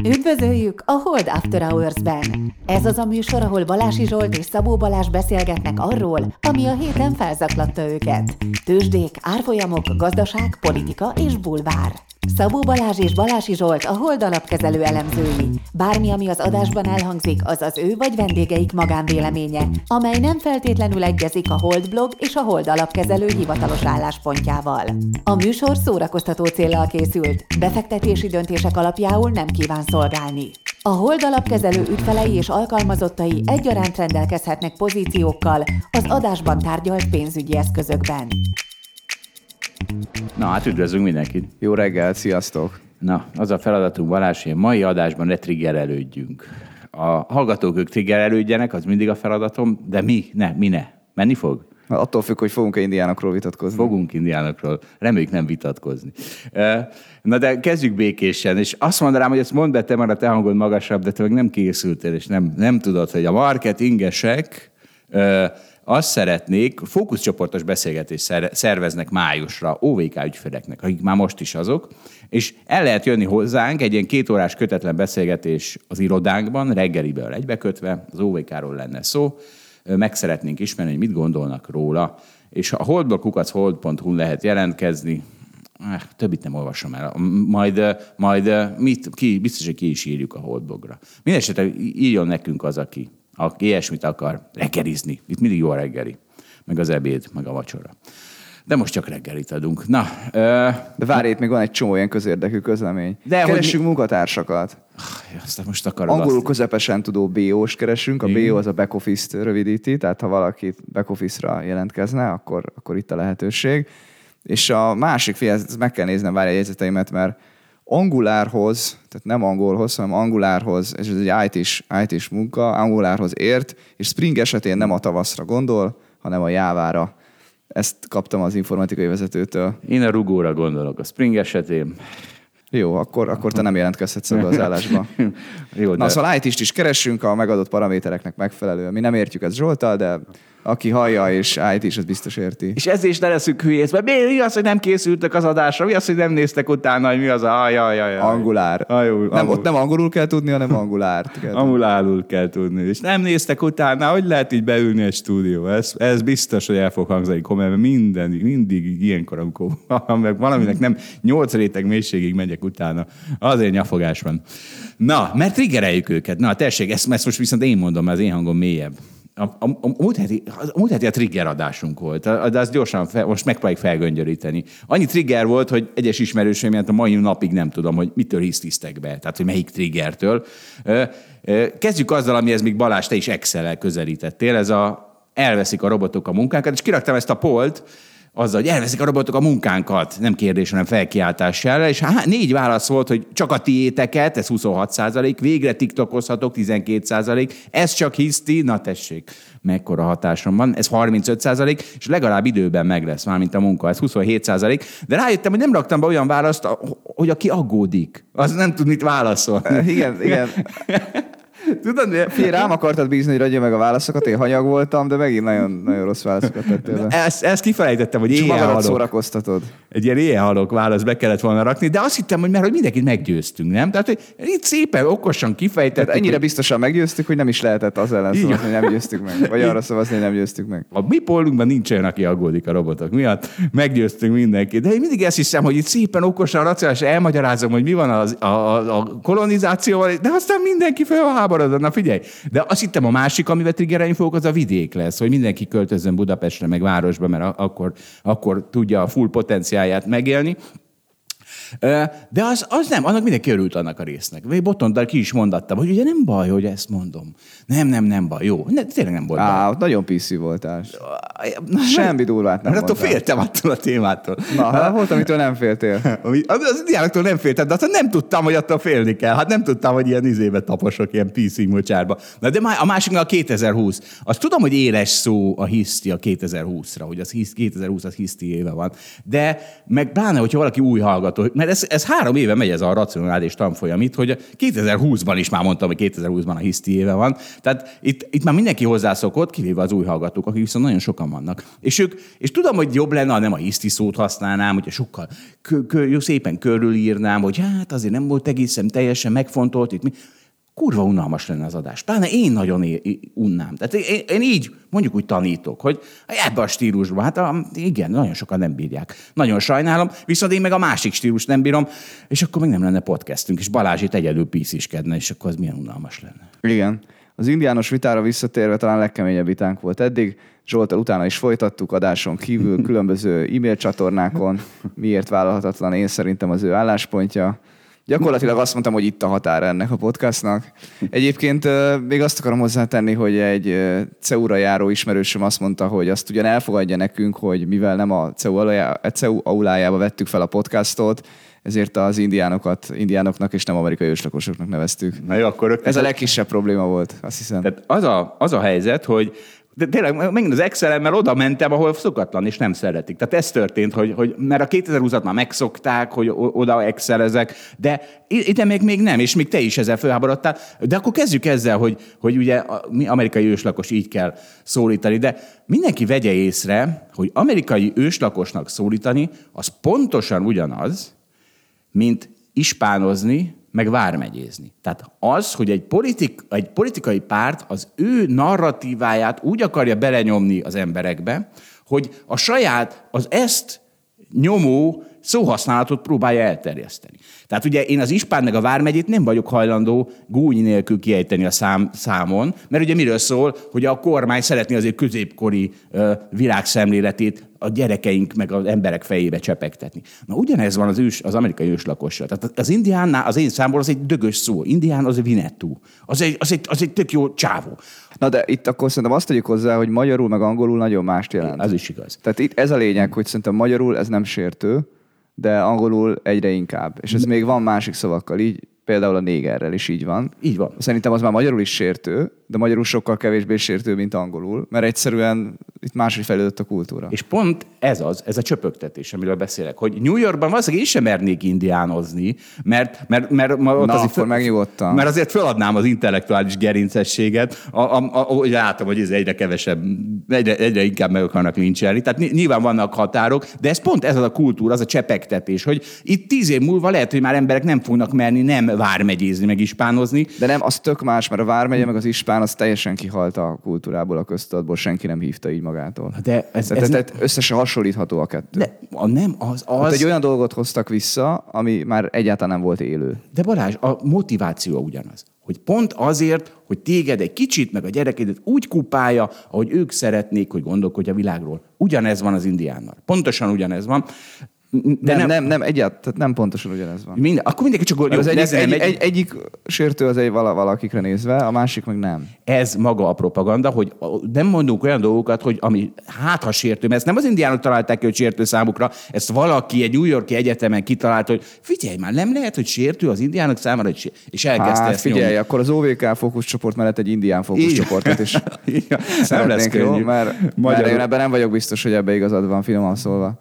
Üdvözöljük a Hold After Hours-ben! Ez az a műsor, ahol Balási Zsolt és Szabó Balázs beszélgetnek arról, ami a héten felzaklatta őket. Tőzsdék, árfolyamok, gazdaság, politika és bulvár. Szabó Balázs és Balási Zsolt a Hold alapkezelő elemzői. Bármi, ami az adásban elhangzik, az az ő vagy vendégeik magánvéleménye, amely nem feltétlenül egyezik a Hold blog és a Hold alapkezelő hivatalos álláspontjával. A műsor szórakoztató céllal készült, befektetési döntések alapjául nem kíván szolgálni. A Hold alapkezelő ügyfelei és alkalmazottai egyaránt rendelkezhetnek pozíciókkal az adásban tárgyalt pénzügyi eszközökben. Na hát üdvözlünk mindenkit! Jó reggelt, sziasztok! Na, az a feladatunk, Balázs, hogy mai adásban ne triggerelődjünk. A hallgatók ők triggerelődjenek, az mindig a feladatom, de mi ne. Menni fog? Attól függ, hogy fogunk-e indiánokról vitatkozni. Fogunk indiánokról. Reméljük nem vitatkozni. Na de kezdjük békésen, és azt mondanám, hogy ezt mondd be, te már a te hangod magasabb, de te meg nem készültél, és nem tudod, hogy a marketingesek azt szeretnék, fókuszcsoportos beszélgetést szerveznek májusra OVK ügyfeleknek, akik már most is azok, és el lehet jönni hozzánk egy ilyen 2 órás kötetlen beszélgetés az irodánkban, reggeliből egybekötve, az OVK-ról lenne szó, meg szeretnénk ismerni, hogy mit gondolnak róla, és a holdblog@hold.hu lehet jelentkezni, többit nem olvasom el, majd biztos, hogy ki is írjuk a Holdblogra. Mindenesetre írjon nekünk az, aki ilyesmit akar reggelizni. Itt mindig jó a reggeli, meg az ebéd, meg a vacsora. De most csak reggelit adunk. Na, de várj, itt még van egy csomó ilyen közérdekű közlemény. Keressünk munkatársakat. Aztán most akarod angolul közepesen tudó BO-s keresünk. A BO az a back office-t rövidíti, tehát ha valaki back office-ra jelentkezne, akkor itt a lehetőség. És a másik fél, ezt meg kell néznem, várj a jegyzeteimet, mert Angularhoz, tehát nem angolhoz, hanem Angularhoz, és ez egy IT-s munka, Angularhoz ért, és Spring esetén nem a tavaszra gondol, hanem a Jávára. Ezt kaptam az informatikai vezetőtől. Én a rugóra gondolok, a Spring esetén. Jó, akkor te nem jelentkezhetsz ebbe az állásba. Jó, na, szóval IT-st is keresünk a megadott paramétereknek megfelelően. Mi nem értjük ezt Zsolttal, de aki hallja és IT-s, az biztos érti. És ezért is ne leszünk hülyész, mert mi az, hogy nem készültek az adásra? Mi az, hogy nem néztek utána, hogy mi az a... Angulár. Ott nem angolul kell tudni, hanem angulárt kell tudni. Angulárul kell tudni. És nem néztek utána, hogy lehet így beülni egy stúdió. Ez biztos, hogy el fog hangzani komolyan, mindig ilyenkor, amikor valaminek nem 8 réteg mélységig megyek utána. Azért nyafogás van. Na, mert triggereljük őket. Na, tessék, ezt most viszont én mondom, mert az én hangom mélyebb. A múlt heti a trigger adásunk volt, de azt gyorsan most megpróbáljuk felgöngyöríteni. Annyi trigger volt, hogy egyes ismerőseim miatt a mai napig nem tudom, hogy mitől hisztisztek be, tehát hogy melyik triggertől. Kezdjük azzal, amihez még Balázs, te is Excel-el közelítettél, ez elveszik a robotok a munkánkat, és kiraktam ezt a polt, azzal, hogy elveszik a robotok a munkánkat, nem kérdés, hanem felkiáltással, és 4 válasz volt, hogy csak a tiéteket, ez 26%, végre tiktokozhatok, 12%, ez csak hiszti, na tessék, mekkora hatásom van, ez 35%, és legalább időben meg lesz, mármint a munka, ez 27%, de rájöttem, hogy nem raktam be olyan választ, hogy aki aggódik, az nem tud mit válaszolni. Igen. Tudod, Figyelj, rám akartad bízni, hogy adja meg a válaszokat, én hanyag voltam, de megint nagyon, nagyon rossz válaszokat tettél be. Ezt kifejtettem, hogy éjjel halok. Szórakoztatod. Egy ilyen éjjel halok választ be kellett volna rakni, de azt hittem, hogy mindenkit meggyőztünk, nem? Tehát, hogy itt szépen, okosan kifejtettük. Ennyire biztosan meggyőztük, hogy nem is lehetett az ellen szavazni, hogy nem győztük meg. Vagy arra szavazni, hogy nem győztük meg. A mi pollunkban nincs olyan, aki aggódik a robotok miatt. Meggyőztünk mindenkit. De én mindig ezt hiszem, hogy itt szépen, okosan, racionálisan elmagyarázom, hogy mi van a kolonizációval, de aztán mindenki felháborodott. Na figyelj, de azt hittem a másik, amivel triggerelni fogok, az a vidék lesz, hogy mindenki költözzön Budapestre, meg városba, mert akkor tudja a full potenciáját megélni. De az nem, annak mindenki örült annak a résznek. Vagy Botondal ki is mondattam, hogy ugye nem baj, hogy ezt mondom. Nem baj, jó. Tényleg nem volt baj. Ott nagyon PC voltál. Semmi durvát nem mondtál. Attól féltem attól a témától. Na, volt, amitől nem féltél. Az diáloktól nem féltem, de azt nem tudtam, hogy attól félni kell. Hát nem tudtam, hogy ilyen izébe taposok, ilyen PC mocsárba. Na, de a másiknak a 2020. Azt tudom, hogy éles szó a hiszti a 2020-ra, hogy az 2020 az hiszti éve van. De meg pláne, hogyha valaki új hallgató, hallható, mert ez 3 éve megy ez a racionális tanfolyam itt, hogy 2020-ban is már mondtam, hogy 2020-ban a hiszti éve van. Tehát itt már mindenki hozzászokott, kivéve az új hallgatók, akik viszont nagyon sokan vannak. És tudom, hogy jobb lenne, ha nem a hiszti szót használnám, hogyha sokkal szépen körülírnám, hogy hát azért nem volt egészen teljesen megfontolt itt mi. Kurva unalmas lenne az adás. Pláne én nagyon unnám. Tehát én így mondjuk úgy tanítok, hogy ebbe a stílusban, hát igen, nagyon sokan nem bírják. Nagyon sajnálom, viszont én meg a másik stílus nem bírom, és akkor még nem lenne podcastünk, és Balázs itt egyedül pisziskedne, és akkor az milyen unalmas lenne. Igen. Az indiános vitára visszatérve talán legkeményebb vitánk volt eddig. Zsolttal utána is folytattuk adáson kívül, különböző e-mail csatornákon. Miért vállalhatatlan én szerintem az ő álláspontja. Gyakorlatilag azt mondtam, hogy itt a határa ennek a podcastnak. Egyébként még azt akarom hozzátenni, hogy egy CEU-ra járó ismerősöm azt mondta, hogy azt ugyan elfogadja nekünk, hogy mivel nem a CEU aulájába vettük fel a podcastot, ezért az indiánoknak és nem amerikai őslakosoknak neveztük. Na jó, akkor ez a legkisebb probléma volt, azt hiszem. Tehát az a helyzet, hogy de tényleg megint az Excel-emmel oda mentem, ahol szokatlan, és nem szeretik. Tehát ez történt, hogy mert a 2020-at már megszokták, hogy oda Excel-ezek, de ide még nem, és még te is ezzel fölháborodtál. De akkor kezdjük ezzel, hogy ugye mi amerikai őslakos így kell szólítani, de mindenki vegye észre, hogy amerikai őslakosnak szólítani, az pontosan ugyanaz, mint ispánozni, meg vármegyézni. Tehát az, hogy egy politikai párt az ő narratíváját úgy akarja belenyomni az emberekbe, hogy a saját, az ezt nyomó szóhasználatot próbálja elterjeszteni. Tehát ugye én az ispán meg a vármegyét nem vagyok hajlandó gúny nélkül kiejteni a számon, mert ugye miről szól, hogy a kormány szeretné azért középkori világszemléletét a gyerekeink meg az emberek fejébe csepegtetni. Na ugyanez van az amerikai őslakossal. Tehát az indiánnál az én számból az egy dögös szó. Indián az egy Winnetou. Az egy tök jó csávó. Na de itt akkor szerintem azt tegyük hozzá, hogy magyarul meg angolul nagyon mást jelent. Az is igaz. Tehát itt ez a lényeg, hogy szerintem magyarul ez nem sértő, de angolul egyre inkább. És ez még van másik szavakkal így, például a négerrel is így van. Így van. Szerintem az már magyarul is sértő, de magyarul sokkal kevésbé sértő, mint angolul, mert egyszerűen itt máshogy fejlődött a kultúra. És pont ez a csöpögtetés, amiről beszélek, hogy New Yorkban valószínűleg én sem mernék indiánozni, mert ott azért megnyugodtan. Mert azért feladnám az intellektuális gerincességet, hogy látom, hogy ez egyre kevesebb, egyre inkább meg akarnak lincselni. Tehát nyilván vannak határok, de ez pont ez az a kultúra, az a csepegtetés, hogy itt 10 év múlva lehet, hogy már emberek nem fognak merni nem vármegyézni, meg ispánozni. De nem, az tök más, mert a vármegye meg az ispán az teljesen kihalt a kultúrából, a köztudatból, senki nem hívta így magától. De ez összesen hasonlítható a kettő. De nem, az... Egy olyan dolgot hoztak vissza, ami már egyáltalán nem volt élő. De Balázs, a motiváció ugyanaz. Hogy pont azért, hogy téged egy kicsit, meg a gyerekedet úgy kupálja, ahogy ők szeretnék, hogy gondolkodj a világról. Ugyanez van az indiánnal. Pontosan ugyanez van. De nem, egyáltalán nem pontosan ugyanez van. Akkor mindenki csak... Az egyik sértő az egy valakikre nézve, a másik meg nem. Ez maga a propaganda, hogy nem mondunk olyan dolgokat, hogy ami ha sértő, mert ezt nem az indiánok találták ki, hogy sértő számukra, ezt valaki egy New York-i egyetemen kitalálta, hogy figyelj már, nem lehet, hogy sértő az indiánok számára, és elkezdte ezt figyelj, nyomni. Akkor az OVK fókuszcsoport mellett egy indián fókuszcsoportot is szeretnénk, jó? Mert én ebben nem vagyok biztos, hogy ebbe igazad van, finoman szólva.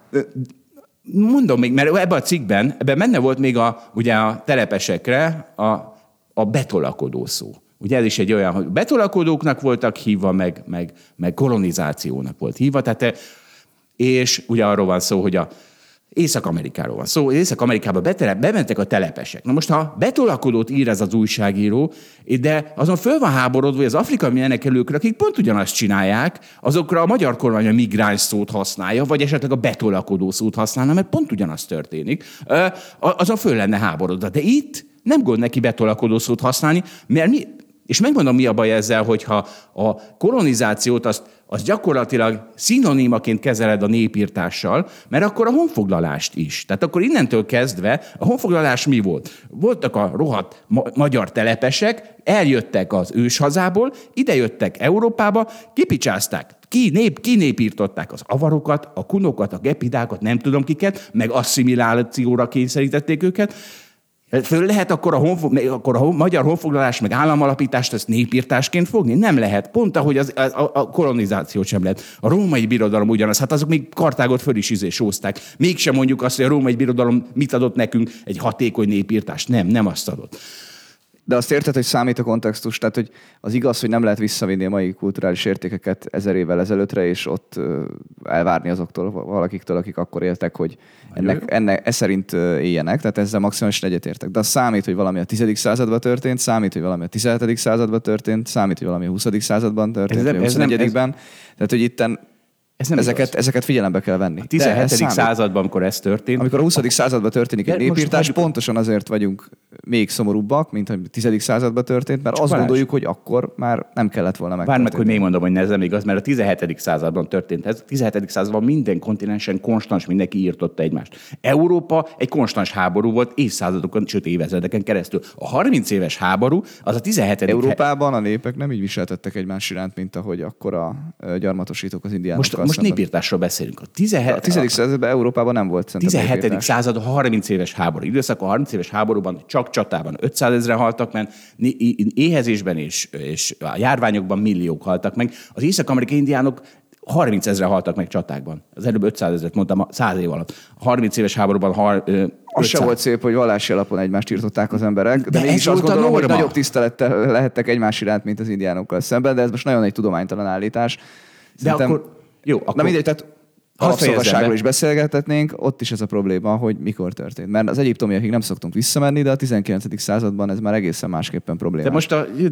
Mondom még, mert ebben a cikkben, ebben benne volt még ugye a telepesekre a betolakodó szó. Ugye ez is egy olyan, hogy betolakodóknak voltak hívva, meg kolonizációnak volt hívva, és ugye arról van szó, hogy Észak-Amerikáról van szó. Észak-Amerikába bementek a telepesek. Na most, ha betolakodót ír ez az újságíró, de azon föl van háborodva, hogy az afrikai menekülőkre, akik pont ugyanazt csinálják, azokra a magyar kormány a migráns szót használja, vagy esetleg a betolakodó szót használna, mert pont ugyanaz történik. Azon föl lenne háborodva. De itt nem gond neki betolakodó szót használni, mert és megmondom, mi a baj ezzel, hogyha a kolonizációt azt gyakorlatilag szinonimaként kezeled a népírtással, mert akkor a honfoglalást is. Tehát akkor innentől kezdve a honfoglalás mi volt? Voltak a rohadt magyar telepesek, eljöttek az őshazából, idejöttek Európába, kipicsázták, kinépírtották az avarokat, a kunokat, a gepidákat, nem tudom kiket, meg asszimilációra kényszerítették őket, Föl lehet akkor a magyar honfoglalás meg államalapítást ezt népírtásként fogni? Nem lehet. Pont ahogy a kolonizációt sem lehet. A római birodalom ugyanaz. Hát azok még Kartágot föl is sózták. Mégsem mondjuk azt, hogy a római birodalom mit adott nekünk, egy hatékony népírtást. Nem azt adott. De azt érted, hogy számít a kontextus, tehát hogy az igaz, hogy nem lehet visszavinni a mai kulturális értékeket 1000 évvel ezelőttre, és ott elvárni azoktól valakiktől, akik akkor éltek, hogy ennek szerint éljenek, tehát ezzel maximálisan egyetértek. De az számít, hogy valami a 10. században történt, számít, hogy valami a 17. században történt, számít, hogy valami a 20. században történt, vagy a 21-ben. Tehát, hogy itten ezeket figyelembe kell venni. A 17. században, amikor ez történt. Amikor a 20. században történik egy népírtás, pontosan azért vagyunk még szomorúbbak, mint a 10. században történt, mert azt gondoljuk, hogy akkor már nem kellett volna megtörténni. Várj meg, hogy még mondom, hogy ez nem igaz, mert a 17. században történt ez. A 17. században minden kontinensen konstans mindenki írtotta egymást. Európa egy konstans háború volt évszázadokon, sőt évezredeken keresztül. A 30 éves háború az a 17. Európában a népek nem így viseltettek egymás iránt, mint ahogy akkor a gyarmatosítók az indiánokkal. Most népírtásról beszélünk. A 10. században Európában nem volt szerintem 17. század a 30 éves háború időszak. A 30 éves háborúban csak csatában 500 000 haltak meg, éhezésben és a járványokban milliók haltak meg. Az észak-amerikai indiánok 30 000 haltak meg csatákban. Az előbb 500 000-et mondtam 100 év alatt. A 30 éves háborúban az sem volt szép, hogy vallási alapon egymást írtották az emberek, de mégis azt gondolom, hogy nagyobb tisztelettel lehettek egymás iránt, mint az indiánokkal szemben, de ez most nagyon egy tudománytalan állítás. Szerintem... De akkor... Jó, akkor... Na mindegy, tehát alapszolgasságról is beszélgethetnénk, ott is ez a probléma, hogy mikor történt. Mert az egyiptomiakig nem szoktunk visszamenni, de a 19. században ez már egészen másképpen problémás.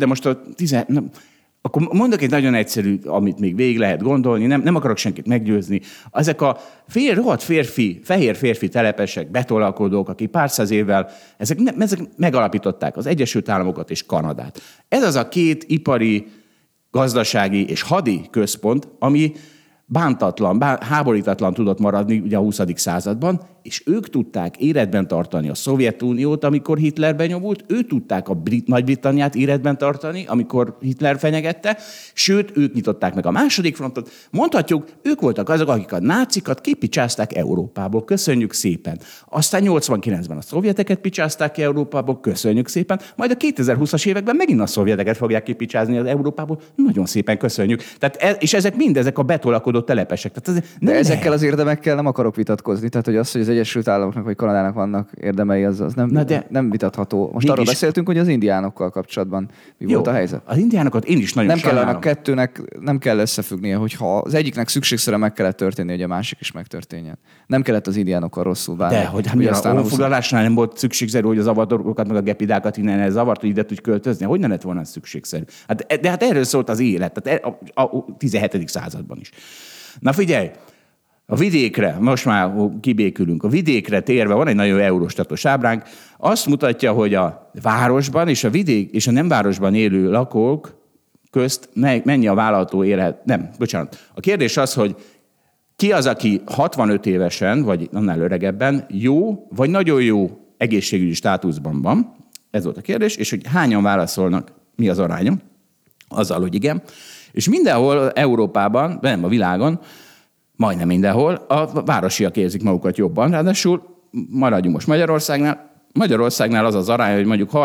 Akkor mondok egy nagyon egyszerű, amit még végig lehet gondolni, nem akarok senkit meggyőzni. Ezek a rohadt fehér férfi telepesek, betolakodók, akik pár száz évvel, ezek megalapították az Egyesült Államokat és Kanadát. Ez az a két ipari, gazdasági és hadi központ, ami bántatlan, háborítatlan tudott maradni ugye a 20. században, és ők tudták életben tartani a Szovjetuniót, amikor Hitler benyomult, ők tudták a Nagy-Britanniát életben tartani, amikor Hitler fenyegette, sőt, ők nyitották meg a második frontot. Mondhatjuk, ők voltak azok, akik a nácikat kipicsázták Európából. Köszönjük szépen. Aztán 89-ben a szovjeteket picsázták ki Európából. Köszönjük szépen. Majd a 2020-as években megint a szovjeteket fogják kipicsázni az Európából. Nagyon szépen köszönjük. Tehát és ezek a betolakodott telepesek. Tehát de ezekkel az érdemekkel nem akarok vitatkozni. Tehát, hogy az, hogy az Egyesült Államoknak vagy Kanadának vannak érdemei, az nem vitatható. Most arról beszéltünk, hogy az indiánokkal kapcsolatban mi volt a helyzet. Az indiánokat én is nagyon sajnálom. A kettőnek nem kell összefüggnie, hogyha az egyiknek szükségszerűen meg kellett történni, hogy a másik is megtörténjen. Nem kellett az indiánokkal rosszul bánni. De hogy a honfoglalásnál nem volt szükségszerű, hogy az avatorokat meg a gepidákat innen elzavart, hogy ide tudj költözni. Hogy ne lett volna szükségszerű? De hát erről szólt az élet, tehát a 17. században is. Na figyelj! A vidékre, most már kibékülünk, a vidékre térve van egy nagyon eurostatos ábránk, azt mutatja, hogy a városban és a vidék és a nem városban élő lakók közt mennyi a vállalható élet. Nem, bocsánat. A kérdés az, hogy ki az, aki 65 évesen, vagy annál öregebben jó, vagy nagyon jó egészségügyi státuszban van. Ez volt a kérdés, és hogy hányan válaszolnak, mi az aránya, azzal, hogy igen. És mindenhol Európában, nem a világon, majdnem mindenhol, a városiak érzik magukat jobban. Ráadásul maradjunk most Magyarországnál. Magyarországnál az az arány, hogy mondjuk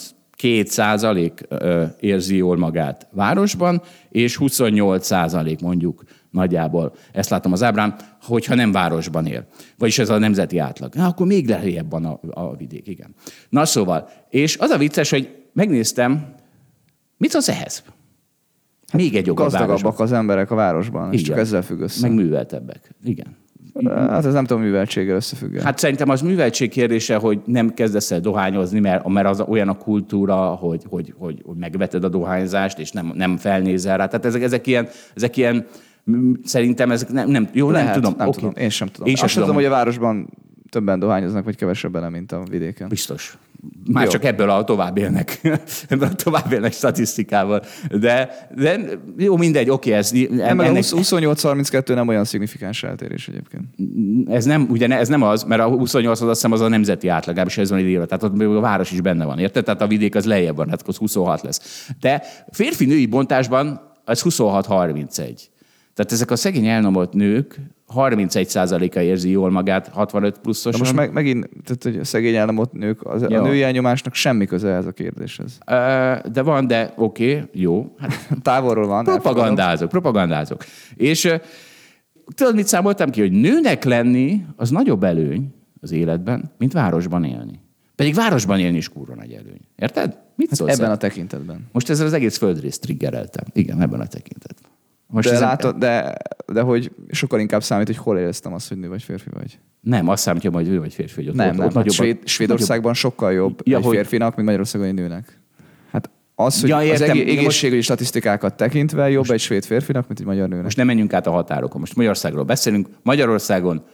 32% érzi jól magát városban, és 28% mondjuk nagyjából. Ezt látom az ábrán, hogyha nem városban él. Vagyis ez a nemzeti átlag. Na, akkor még lejjebb van a vidék, igen. Na szóval, és az a vicces, hogy megnéztem, mit az ehhez? Még egy gazdagabbak az emberek a városban, és csak ezzel függ össze. Meg műveltebbek, igen. Hát ez nem tudom, műveltséggel összefügg. Hát szerintem az műveltség kérdése, hogy nem kezdesz el dohányozni, mert az olyan a kultúra, hogy megveted a dohányzást, és nem felnézel rá. Tehát ezek ilyen szerintem ezek nem jó, lehet, nem tudom. Nem tudom. Én sem tudom. Azt tudom, hogy a városban többen dohányoznak, vagy kevesebben, mint a vidéken. Biztos. Már jó. Csak ebből tovább élnek statisztikával. De jó, mindegy, oké. Ez 28-32 nem olyan szignifikáns eltérés egyébként. Ez nem az, mert a 28 az azt hiszem az a nemzeti átlag, és ez van írva. Tehát ott a város is benne van, érted? Tehát a vidék az lejjebb van, hát az 26 lesz. De férfi-női bontásban az 26-31. Tehát ezek a szegény elnyomott nők 31%-a érzi jól magát 65 pluszosan. De most megint, tehát, hogy a szegény elnyomott nők, a női elnyomásnak semmi köze ez a kérdéshez. De van, de oké, jó. Hát, távolról van. Propagandázok. És tudod, mit számoltam ki? Hogy nőnek lenni az nagyobb előny az életben, mint városban élni. Pedig városban élni is kurva nagy előny. Érted? Mit szólsz? Ebben a tekintetben. Most ezzel az egész földrészt triggereltem. Igen, ebben a tekintetben. Most de látod, de hogy sokkal inkább számít, hogy hol éreztem azt, hogy nő vagy férfi vagy. Nem, azt számítja, hogy nő vagy férfi vagy. Nem. Svédországban sokkal jobb egy férfinak, mint Magyarországon egy nőnek. Hát az, hogy az egészségügyi statisztikákat tekintve jobb egy svéd férfinak, mint egy magyar nőnek. Most nem menjünk át a határokon. Most Magyarországról beszélünk. Magyarországon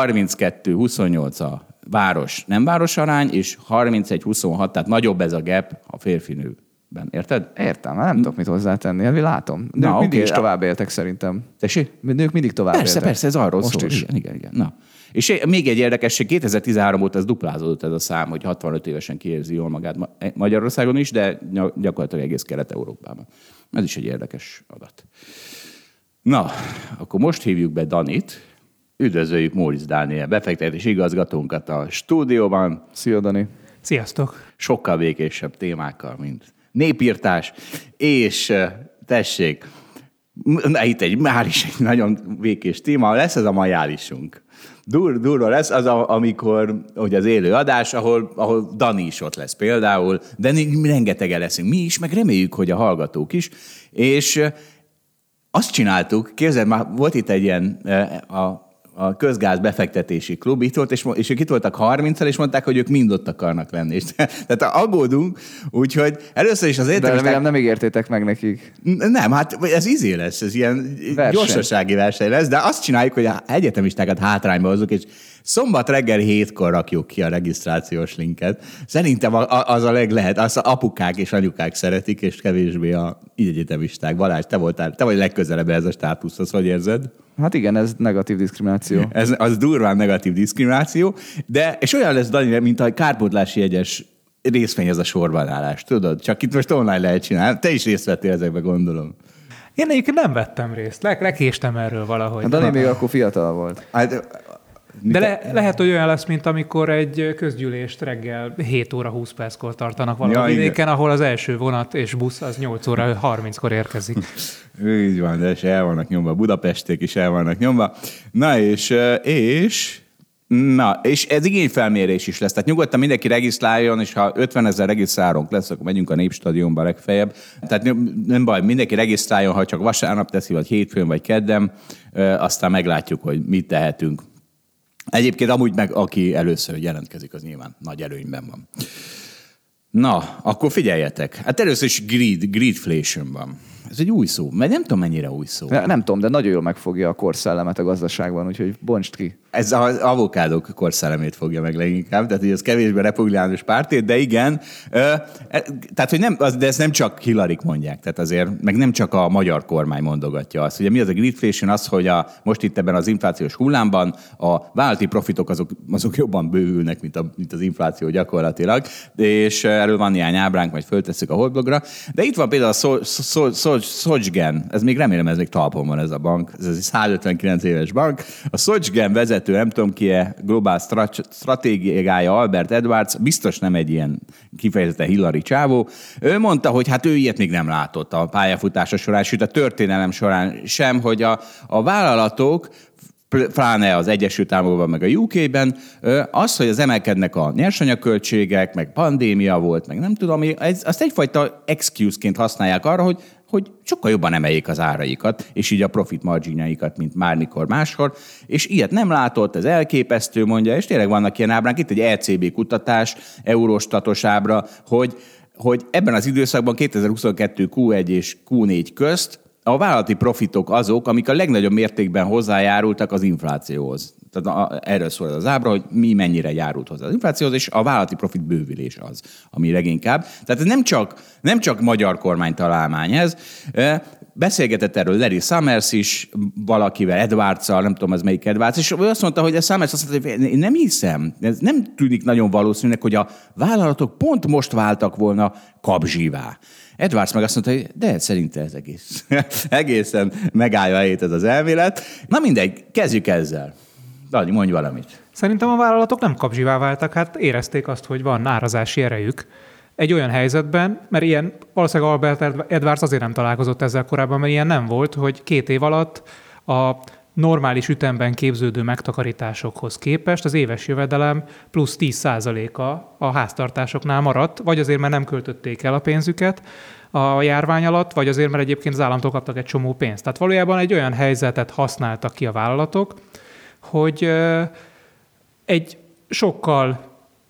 32-28 a város nem város arány, és 31-26, tehát nagyobb ez a gap a férfi-nő. Érted? Értem, nem tudok mit hozzátenni, hát látom. Nők mindig is tovább éltek szerintem. Tessék? Nők mindig tovább éltek. Persze, ez arról most szól. Is. Igen. Na. És még egy érdekesség, 2013 óta ez duplázódott ez a szám, hogy 65 évesen kiérzi jól magát Magyarországon is, de gyakorlatilag egész Kelet-Európában. Ez is egy érdekes adat. Na, akkor most hívjuk be Danit. Üdvözöljük Móricz Dániel befektetési igazgatónkat a stúdióban. Szia, Dani. Sziasztok. Sokkal békésebb témákkal, mint népírtás, és tessék, itt már is egy nagyon békés téma, lesz ez a majálisunk. Durva lesz az, amikor hogy az élő adás, ahol Dani is ott lesz például, de rengetegen leszünk mi is, meg reméljük, hogy a hallgatók is, és azt csináltuk, képzeld, már volt itt egy ilyen a közgáz befektetési klub itt volt, és ők itt voltak 30-al, és mondták, hogy ők mind ott akarnak lenni. És tehát aggódunk, úgyhogy először is az egyetemisták... De remélem nem ígértétek meg nekik. Nem, hát ez lesz, ez ilyen gyorsasági verseny lesz, de azt csináljuk, hogy a egyetemistákat hátrányba hozzuk, és szombat reggel 7-kor rakjuk ki a regisztrációs linket. Szerintem az a leglehet, azt az apukák és anyukák szeretik, és kevésbé a egyetemisták. Balázs, te vagy legközelebb ez a státuszhoz, hogy érzed? Hát igen, ez negatív diszkrimináció. Az durván negatív diszkrimináció, és olyan lesz, Dani, mint a kárpótlási jegyes részvény, az a sorbanállás, tudod? Csak itt most online lehet csinálni. Te is részt vettél ezekbe, gondolom. Én egyébként nem vettem részt. Lekéstem erről valahogy. A Dani még akkor fiatal volt. De lehet, hogy olyan lesz, mint amikor egy közgyűlést reggel 7 óra 20 perckor tartanak valahol vidéken, ahol az első vonat és busz az 8 óra 30-kor érkezik. Így van, de és el vannak nyomva. Budapesték is el vannak nyomva. Na és ez igényfelmérés is lesz. Tehát nyugodtan mindenki regisztráljon, és ha 50 000 regisztrálónk lesz, akkor megyünk a Népstadionba legfeljebb. Tehát nem baj, mindenki regisztráljon, ha csak vasárnap teszi, vagy hétfőn, vagy kedden, aztán meglátjuk, hogy mit tehetünk. Egyébként amúgy meg aki először jelentkezik, az nyilván nagy előnyben van. Na, akkor figyeljetek. Hát először is greedflation van. Ez egy új szó, mert nem tudom, mennyire új szó. Nem tudom, de nagyon jól megfogja a korszellemet a gazdaságban, úgyhogy bontsd ki. Ez az avokádók korszellemét fogja meg leginkább, tehát hogy ez kevésbé republikánus pártét, de igen. Tehát, hogy de ezt nem csak Hillaryk mondják, tehát azért, meg nem csak a magyar kormány mondogatja azt. Ugye mi az a greedflation? Az, hogy most itt ebben az inflációs hullámban a vállalati profitok azok jobban bővülnek, mint az infláció gyakorlatilag, és erről van néhány ábránk, majd föltesszük a Holdblogra. De itt van például a SocGen, ez még remélem, ez még talpon van ez a bank, ez egy 159 éves bank. A SocGen vezető, nem tudom ki-e, globál stratégiája Albert Edwards, biztos nem egy ilyen kifejezetten Hillary csávó. Ő mondta, hogy hát ő ilyet még nem látott a pályafutása során, sőt a történelem során sem, hogy a vállalatok, pláne az Egyesült Államokban, meg a UK-ben, az, hogy az emelkednek a nyersanyagköltségek, meg pandémia volt, meg nem tudom, azt egyfajta excuse-ként használják arra, hogy sokkal jobban emeljék az áraikat, és így a profit marginjaikat, mint bármikor máskor, és ilyet nem látott, ez elképesztő, mondja, és tényleg vannak ilyen ábránk, itt egy ECB kutatás, Eurostatos ábra, hogy ebben az időszakban 2022 Q1 és Q4 közt a vállalati profitok azok, amik a legnagyobb mértékben hozzájárultak az inflációhoz. Tehát erről szól az ábra, hogy mi mennyire járult hozzá az inflációhoz, és a vállalati profit bővülés az, ami leginkább. Tehát ez nem csak magyar kormány találmány ez. beszélgetett erről Larry Summers is valakivel, Edwardsszal, nem tudom, az melyik Edwards, és ő azt mondta, hogy a Summers azt mondta, hogy én nem hiszem, ez nem tűnik nagyon valószínűleg, hogy a vállalatok pont most váltak volna kapzsivá. Edwards meg azt mondta, hogy de szerinte ez egészen megállja a helyét ez az elmélet. Na mindegy, kezdjük ezzel. Dani, mondj valamit. Szerintem a vállalatok nem kapzsivá váltak, hát érezték azt, hogy van árazási erejük. Egy olyan helyzetben, mert ilyen, valószínűleg Albert Edwards azért nem találkozott ezzel korábban, mert ilyen nem volt, hogy 2 év alatt a normális ütemben képződő megtakarításokhoz képest az éves jövedelem plusz 10%-a a háztartásoknál maradt, vagy azért, mert nem költötték el a pénzüket a járvány alatt, vagy azért, mert egyébként az államtól kaptak egy csomó pénzt. Tehát valójában egy olyan helyzetet használtak ki a vállalatok, hogy egy sokkal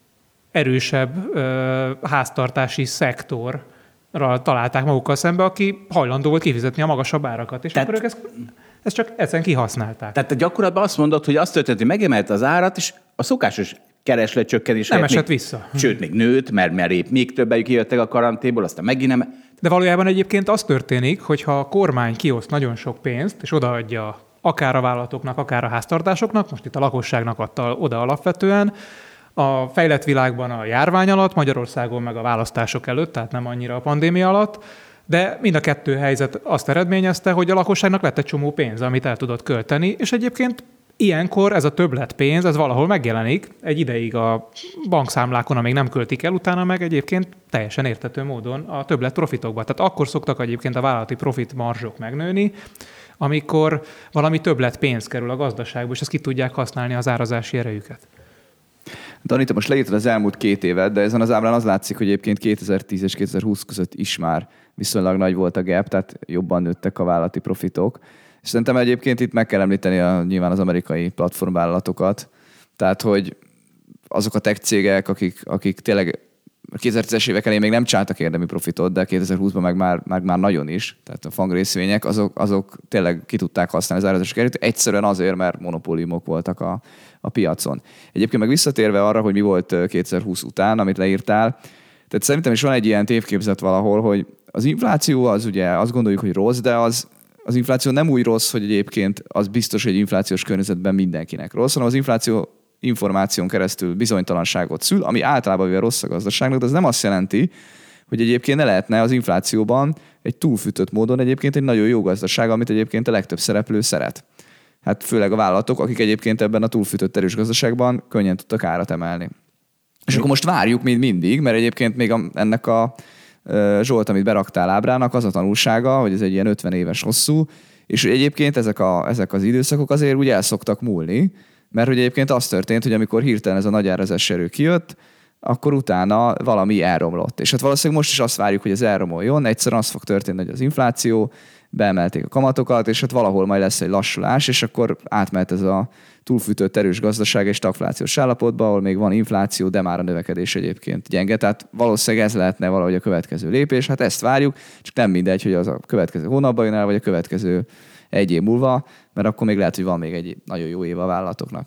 erősebb háztartási szektorral találták magukkal szembe, aki hajlandó volt kifizetni a magasabb árakat. És akkor ők ezt csak ezen kihasználták. Tehát gyakorlatban azt mondod, hogy azt történt, hogy megemelte az árat, és a szokásos keresletcsökkenés nem esett vissza. Sőt, még nőtt, mert épp még többek kijöttek a karanténból, aztán megint nem. De valójában egyébként az történik, hogy ha a kormány kioszt nagyon sok pénzt, és odaadja akár a vállalatoknak, akár a háztartásoknak, most itt a lakosságnak adta oda alapvetően, a fejlett világban a járvány alatt, Magyarországon meg a választások előtt, tehát nem annyira a pandémia alatt, de mind a 2 helyzet azt eredményezte, hogy a lakosságnak lett egy csomó pénz, amit el tudott költeni, és egyébként ilyenkor ez a többletpénz, ez valahol megjelenik, egy ideig a bankszámlákon, amíg nem költik el, utána meg egyébként teljesen érthető módon a többlet profitokba. Tehát akkor szoktak egyébként a vállalati profit marzsok megnőni, amikor valami többlet pénz kerül a gazdaságba, és ezt ki tudják használni az árazási erejüket. Dani, te most leírtad az elmúlt 2 évet, de ezen az ábrán az látszik, hogy egyébként 2010 és 2020 között is már viszonylag nagy volt a gap, tehát jobban nőttek a vállalati profitok. És szerintem egyébként itt meg kell említeni nyilván az amerikai platformvállalatokat, tehát hogy azok a tech cégek, akik tényleg a 2010-es évek elején még nem csináltak érdemi profitot, de 2020-ban meg már nagyon is, tehát a FANG részvények, azok tényleg ki tudták használni az árazási erőt, egyszerűen azért, mert monopóliumok voltak a piacon. Egyébként meg visszatérve arra, hogy mi volt 2020 után, amit leírtál, tehát szerintem is van egy ilyen tévképzet valahol, hogy az infláció az ugye azt gondoljuk, hogy rossz, de az infláció nem úgy rossz, hogy egyébként az biztos, hogy inflációs környezetben mindenkinek rossz, hanem az infláció információn keresztül bizonytalanságot szül, ami általában véve rossz a gazdaságnak, de ez nem azt jelenti, hogy egyébként ne lehetne az inflációban egy túlfűtött módon egyébként egy nagyon jó gazdaság, amit egyébként a legtöbb szereplő szeret. Hát főleg a vállalatok, akik egyébként ebben a túlfűtött erős gazdaságban könnyen tudtak árat emelni. És akkor most várjuk mindig, mert egyébként még ennek a Zsolt, amit beraktál ábrának, az a tanulsága, hogy ez egy ilyen 50 éves hosszú, és egyébként ezek az időszakok azért úgy el szoktak múlni, mert hogy egyébként az történt, hogy amikor hirtelen ez a nagy árazási erő kijött, akkor utána valami elromlott. És hát valószínűleg most is azt várjuk, hogy ez elromoljon, egyszerűen az fog történni, hogy az infláció, beemelték a kamatokat, és hát valahol majd lesz egy lassulás, és akkor átmehet ez a túlfűtött erős gazdaság és stagflációs állapotba, ahol még van infláció, de már a növekedés egyébként gyenge. Tehát valószínűleg ez lehetne valahogy a következő lépés. Hát ezt várjuk, csak nem mindegy, hogy az a következő hónapban jön el, vagy a következő 1 év múlva, mert akkor még lehet, hogy van még egy nagyon jó év a vállalatoknak.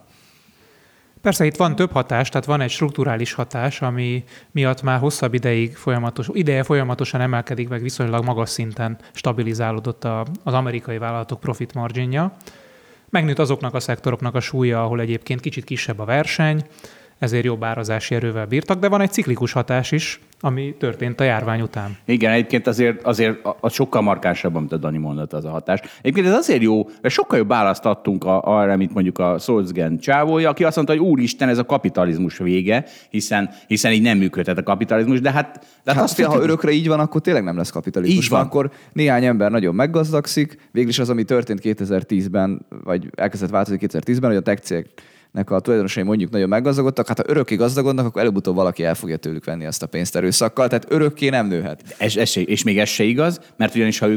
Persze itt van több hatás, tehát van egy strukturális hatás, ami miatt már hosszabb ideje folyamatosan emelkedik, meg viszonylag magas szinten stabilizálódott az amerikai vállalatok profit marginja. Megnőtt azoknak a szektoroknak a súlya, ahol egyébként kicsit kisebb a verseny, ezért jobb árazási erővel bírtak, de van egy ciklikus hatás is, ami történt a járvány után. Igen, egyébként azért az sokkal markánsabb, amit a Dani mondott, az a hatás. Egyébként ez azért jó, mert sokkal jobb választ adtunk arra, mint mondjuk a Solzgen csávója, aki azt mondta, hogy úristen, ez a kapitalizmus vége, hiszen így nem működhet a kapitalizmus, de hát ha örökre így van, akkor tényleg nem lesz kapitalizmus. Van. Akkor néhány ember nagyon meggazdagszik, végülis az, ami történt 2010-ben, vagy elkezdett változni 2010-ben, hogy a tech cégnek a tulajdonosai mondjuk nagyon meggazdagodtak, hát ha örökké gazdagodnak, akkor előbb-utóbb valaki el fogja tőlük venni azt a pénzt erőszakkal, tehát örökké nem nőhet. És még ez se igaz, mert ugyanis ha ők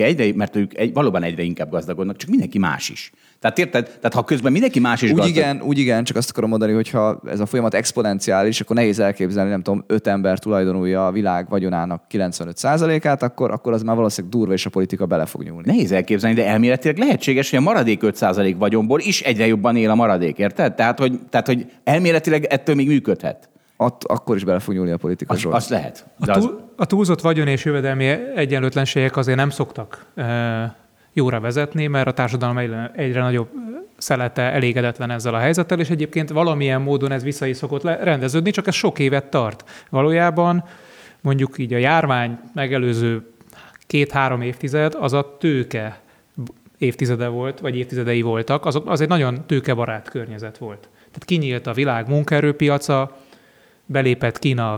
valóban egyre inkább gazdagodnak, csak mindenki más is. Tehát érted? Tehát ha közben mindenki más is gazdag. Úgy igen, csak azt akarom mondani, hogy ha ez a folyamat exponenciális, akkor nehéz elképzelni, nem tudom, 5 ember tulajdonolja a világ vagyonának 95%-át, akkor az már valószínűleg durva, és a politika bele fog nyúlni. Nehéz elképzelni, de elméletileg lehetséges, hogy a maradék 5% vagyonból is egyre jobban él a maradék, érted? Tehát, hogy elméletileg ettől még működhet. akkor is bele fog nyúlni a politika. Azt lehet. A túlzott vagyon és jövedelmi egyenlőtlenségek azért nem szoktak jóra vezetni, mert a társadalom egyre nagyobb szelete elégedetlen ezzel a helyzettel, és egyébként valamilyen módon ez vissza is szokott rendeződni, csak ez sok évet tart. Valójában mondjuk így a járvány megelőző 2-3 évtized az a tőke évtizede volt, vagy évtizedei voltak, az egy nagyon tőkebarát környezet volt. Tehát kinyílt a világ munkaerőpiaca, belépett Kína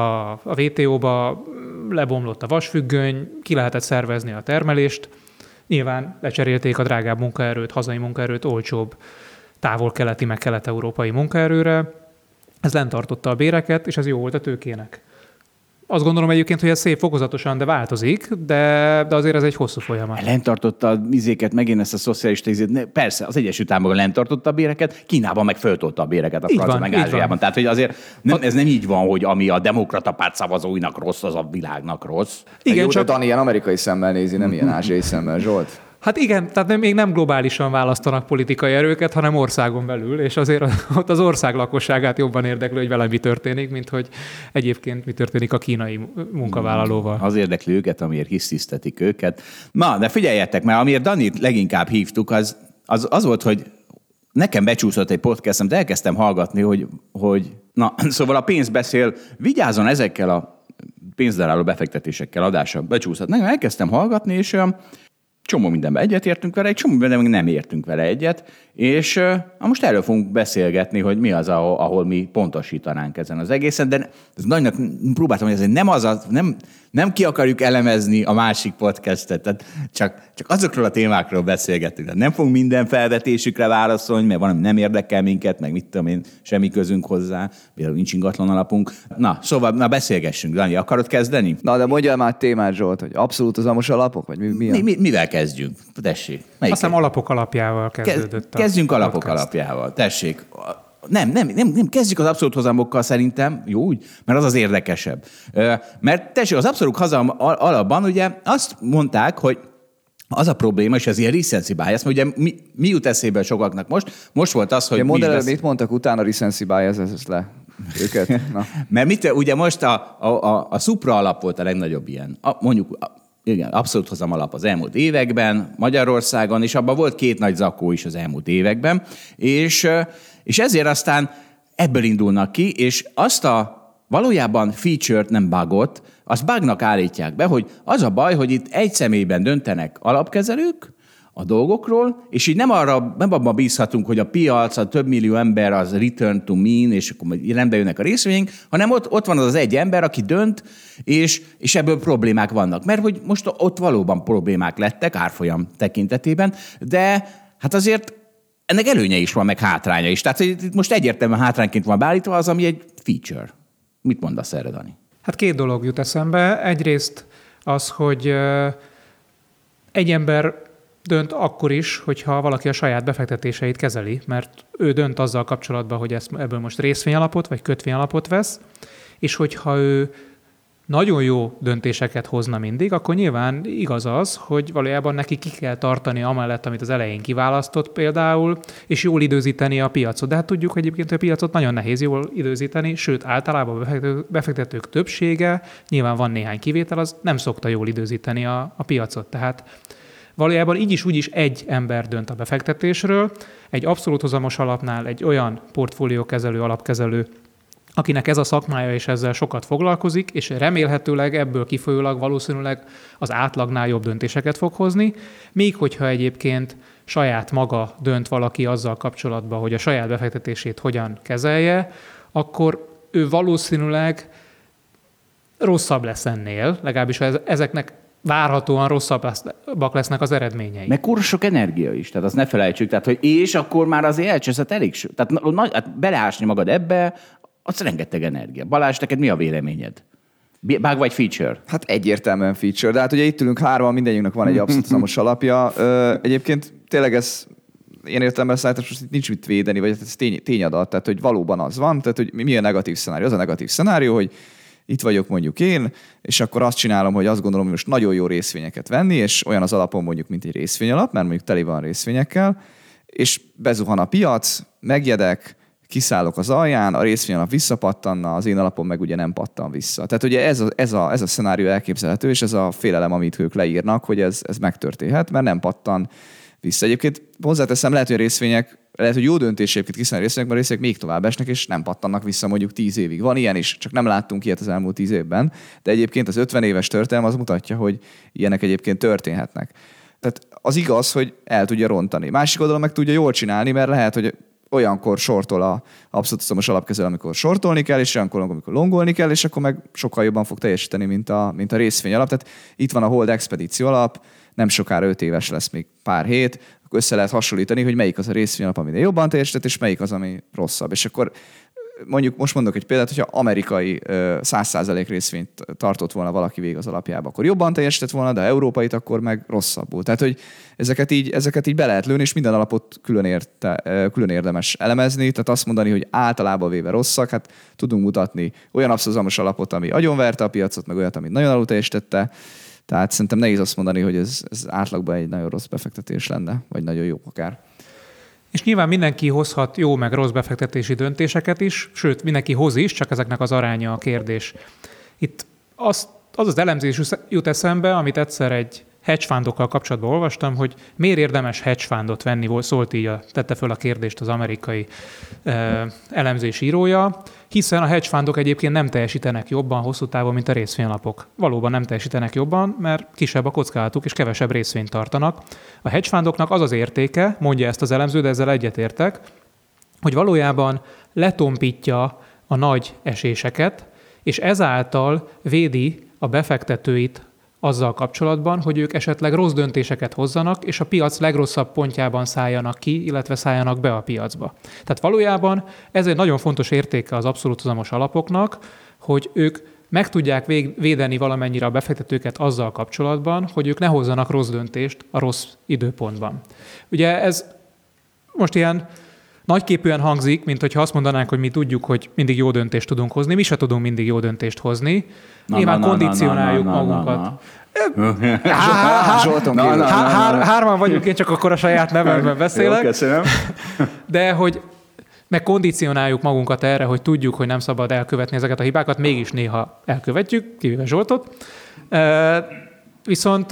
a WTO-ba, lebomlott a vasfüggöny, ki lehetett szervezni a termelést, nyilván lecserélték a drágább munkaerőt, hazai munkaerőt olcsóbb távol-keleti, meg kelet-európai munkaerőre. Ez lenntartotta a béreket, és ez jó volt a tőkének. Azt gondolom egyébként, hogy ez szép fokozatosan, de változik, de azért ez egy hosszú folyamat. Lenntartotta a izéket, megint ezt a szocialista izét. Persze, az Egyesült Államokban lenntartotta a béreket, Kínában meg föltolta a béreket a francia meg Ázsiában. Tehát, hogy azért ez nem így van, hogy ami a demokrata párt szavazóinak rossz, az a világnak rossz. Igen, jó, csak Dani ilyen amerikai szemmel nézi, nem ilyen ázsiai szemmel, Zsolt. Hát igen, tehát még nem globálisan választanak politikai erőket, hanem országon belül, és azért ott az ország lakosságát jobban érdekli, hogy vele mi történik, mint hogy egyébként mi történik a kínai munkavállalóval. Az érdekli őket, amiért hisztisztetik őket. Na, de figyeljetek, mert amiért Danit leginkább hívtuk, az volt, hogy nekem becsúszott egy podcastem, de elkezdtem hallgatni, hogy na, szóval a pénz beszél, vigyázzon ezekkel a pénzdaráló befektetésekkel adása becsúszott. Nekem elkezdtem hallgatni, és csomó mindenben egyetértünk vele, egy csomó mindenben még nem értünk vele egyet, és most erről fogunk beszélgetni, hogy mi az, ahol mi pontosítanánk ezen az egészen, de nagynak próbáltam, hogy ezért nem ki akarjuk elemezni a másik podcastet, tehát csak azokról a témákról beszélgetünk. Nem fogunk minden felvetésükre válaszolni, mert valami nem érdekel minket, meg mit tudom én, semmi közünk hozzá, például nincs ingatlan alapunk. Na, szóval beszélgessünk. Dani, akarod kezdeni? Na, de mondjál már témát, Zsolt, hogy abszolútizmus alapok, vagy mivel kezdjünk? Tessék. Azt hiszem alapok alapjával kezdődött. Kezdjünk alapok alapjával. Tessék. Nem, kezdjük az abszolút hozamokkal szerintem, jó úgy, mert az érdekesebb. Mert tessék, az abszolút hozam alapban ugye azt mondták, hogy az a probléma, és ez ilyen recency bias, mert ugye mi jut eszébe sokaknak most volt az, hogy... Mit mondtak utána recency bias, ez le őket? Na. Mert ugye most a Supra alap volt a legnagyobb ilyen. Igen, abszolút hozam alap az elmúlt években Magyarországon, és abban volt 2 nagy zakó is az elmúlt években, és ezért aztán ebből indulnak ki, és azt a valójában feature-t, nem bugot, azt bugnak állítják be, hogy az a baj, hogy itt egy személyben döntenek alapkezelők a dolgokról, és így nem abban bízhatunk, hogy a piac, a több millió ember az return to mean, és akkor rendbe jönnek a részvények, hanem ott van az egy ember, aki dönt, és ebből problémák vannak. Mert hogy most ott valóban problémák lettek árfolyam tekintetében, de hát azért ennek előnye is van, meg hátránya is. Tehát itt most egyértelműen hátrányként van beállítva az, ami egy feature. Mit mondasz erre, Dani? Hát 2 dolog jut eszembe. Egyrészt az, hogy egy ember dönt akkor is, hogyha valaki a saját befektetéseit kezeli, mert ő dönt azzal kapcsolatban, hogy ebből most részvényalapot vagy kötvényalapot vesz, és hogyha ő nagyon jó döntéseket hozna mindig, akkor nyilván igaz az, hogy valójában neki ki kell tartani amellett, amit az elején kiválasztott például, és jól időzíteni a piacot. De hát tudjuk hogy egyébként, hogy a piacot nagyon nehéz jól időzíteni, sőt általában a befektetők többsége, nyilván van néhány kivétel, az nem szokta jól időzíteni a piacot. Tehát valójában így is úgy is egy ember dönt a befektetésről, egy abszolút hozamos alapnál egy olyan portfóliókezelő, alapkezelő, akinek ez a szakmája és ezzel sokat foglalkozik, és remélhetőleg ebből kifolyólag valószínűleg az átlagnál jobb döntéseket fog hozni, míg hogyha egyébként saját maga dönt valaki azzal kapcsolatban, hogy a saját befektetését hogyan kezelje, akkor ő valószínűleg rosszabb lesz ennél, legalábbis ezeknek várhatóan rosszabbak lesznek az eredményei. Meg kurva sok energia is, tehát azt ne felejtsük, tehát, hogy és akkor már azért elcseszett elég sok. Tehát beleásni magad ebbe, az rengeteg energia. Balázs, neked mi a véleményed? Bug vagy feature? Hát egyértelműen feature, de hát ugye itt ülünk 3-an, mindegyünknek van egy abszolút szamos alapja. Egyébként tényleg ez én értelemben szerintem most nincs mit védeni, vagy ez tényadat, tehát hogy valóban az van, tehát hogy mi a negatív szenárió? Az a negatív szenárió, hogy itt vagyok mondjuk én, és akkor azt csinálom, hogy azt gondolom, hogy most nagyon jó részvényeket venni, és olyan az alapon mondjuk, mint egy részvényalap, mert mondjuk teli van részvényekkel, és bezuhan a piac, megjedek, kiszállok az alján, a részvényalap visszapattanna, az én alapom meg ugye nem pattan vissza. Tehát ugye ez a szenárió elképzelhető, és ez a félelem, amit ők leírnak, hogy ez megtörténhet, mert nem pattan vissza. Egyébként hozzáteszem, lehet, hogy jó döntés egyébként kiszállni részvények, mert részvények még tovább esnek, és nem pattannak vissza mondjuk 10 évig. Van ilyen is, csak nem láttunk ilyet az elmúlt 10 évben, de egyébként az 50 éves történelem az mutatja, hogy ilyenek egyébként történhetnek. Tehát az igaz, hogy el tudja rontani. Másik oldalon meg tudja jól csinálni, mert lehet, hogy olyankor sortol a abszolút hozamos alapkezelő, amikor sortolni kell, és olyankor, amikor longolni kell, és akkor meg sokkal jobban fog teljesíteni, mint a részvény alap. Tehát itt van a Hold Expedíció alap, nem sokára 5 éves lesz, még pár hét, akkor össze lehet hasonlítani, hogy melyik az a részvény alap, ami jobban teljesített, és melyik az, ami rosszabb. És akkor most mondok egy példát, hogyha amerikai 100% részvényt tartott volna valaki végig az alapjába, akkor jobban teljesített volna, de európait akkor meg rosszabbul. Tehát, hogy ezeket így be lehet lőni, és minden alapot külön érdemes elemezni, tehát azt mondani, hogy általában véve rosszak, hát tudunk mutatni olyan abszolút alapot, ami agyonverte a piacot, meg olyat, amit nagyon alul teljesítette. Tehát szerintem nehéz azt mondani, hogy ez átlagban egy nagyon rossz befektetés lenne, vagy nagyon jó akár. És nyilván mindenki hozhat jó meg rossz befektetési döntéseket is, sőt, mindenki hoz is, csak ezeknek az aránya a kérdés. Itt az elemzés jut eszembe, amit egyszer egy hedge fundokkal kapcsolatban olvastam, hogy miért érdemes hedge fundot venni, szólt így, tette föl a kérdést az amerikai elemzés írója, hiszen a hedge fundok egyébként nem teljesítenek jobban hosszú távon, mint a részvényalapok. Valóban nem teljesítenek jobban, mert kisebb a kockázatuk és kevesebb részvényt tartanak. A hedge fundoknak az az értéke, mondja ezt az elemző, de ezzel egyetértek, hogy valójában letompítja a nagy eséseket, és ezáltal védi a befektetőit azzal kapcsolatban, hogy ők esetleg rossz döntéseket hozzanak, és a piac legrosszabb pontjában szálljanak ki, illetve szálljanak be a piacba. Tehát valójában ez egy nagyon fontos értéke az abszolút hozamos alapoknak, hogy ők meg tudják védeni valamennyire a befektetőket azzal kapcsolatban, hogy ők ne hozzanak rossz döntést a rossz időpontban. Ugye ez most ilyen nagyképűen hangzik, mint hogyha azt mondanánk, hogy mi tudjuk, hogy mindig jó döntést tudunk hozni. Mi se tudunk mindig jó döntést hozni. Nyilván kondicionáljuk magunkat. Hárman vagyunk, én csak akkor a saját nevemben beszélek. Jó, köszönöm. De hogy meg kondicionáljuk magunkat erre, hogy tudjuk, hogy nem szabad elkövetni ezeket a hibákat, mégis néha elkövetjük, kivéve Zsoltot. Viszont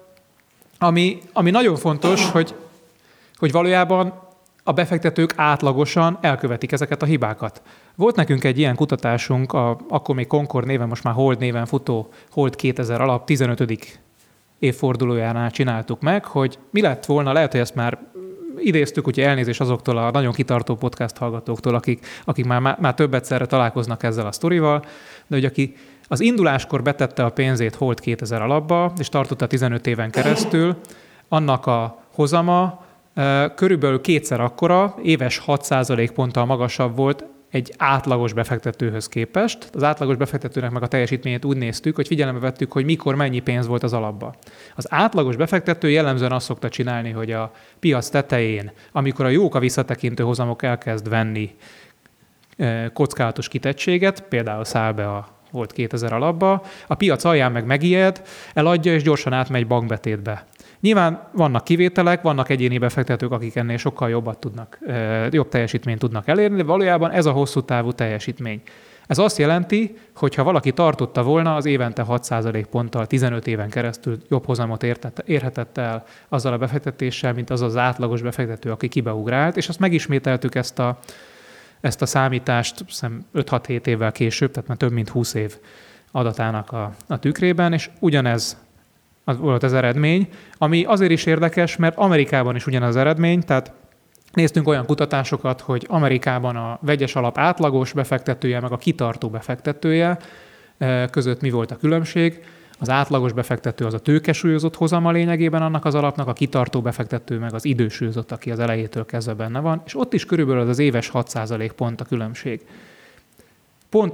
ami nagyon fontos, hogy valójában a befektetők átlagosan elkövetik ezeket a hibákat. Volt nekünk egy ilyen kutatásunk, akkor még Concord néven, most már Hold néven futó Hold 2000 alap 15. évfordulójánál csináltuk meg, hogy mi lett volna, lehet, hogy ezt már idéztük, úgyhogy elnézést azoktól a nagyon kitartó podcast hallgatóktól, akik már több egyszerre találkoznak ezzel a sztorival, de hogy aki az induláskor betette a pénzét Hold 2000 alapba, és tartotta 15 éven keresztül, annak a hozama körülbelül kétszer akkora, éves 6% ponttal magasabb volt egy átlagos befektetőhöz képest. Az átlagos befektetőnek meg a teljesítményét úgy néztük, hogy figyelembe vettük, hogy mikor mennyi pénz volt az alapba. Az átlagos befektető jellemzően azt szokta csinálni, hogy a piac tetején, amikor a jók a visszatekintő hozamok elkezd venni kockázatos kitettséget, például száll be a Hold 2000 alapba, a piac alján meg megijed, eladja és gyorsan átmegy bankbetétbe. Nyilván vannak kivételek, vannak egyéni befektetők, akik ennél sokkal jobb teljesítményt tudnak elérni, de valójában ez a hosszú távú teljesítmény. Ez azt jelenti, hogy ha valaki tartotta volna, az évente 6% ponttal 15 éven keresztül jobb hozamot érhetett el azzal a befektetéssel, mint az az átlagos befektető, aki kibeugrált, és azt megismételtük ezt a számítást 5-6-7 évvel később, tehát már több mint 20 év adatának a tükrében, és ugyanez volt az eredmény, ami azért is érdekes, mert Amerikában is ugyanaz az eredmény, tehát néztünk olyan kutatásokat, hogy Amerikában a vegyes alap átlagos befektetője, meg a kitartó befektetője között mi volt a különbség. Az átlagos befektető az a tőkesúlyozott hozama lényegében annak az alapnak, a kitartó befektető meg az idősúlyozott, aki az elejétől kezdve benne van, és ott is körülbelül az éves 6% pont a különbség. Pont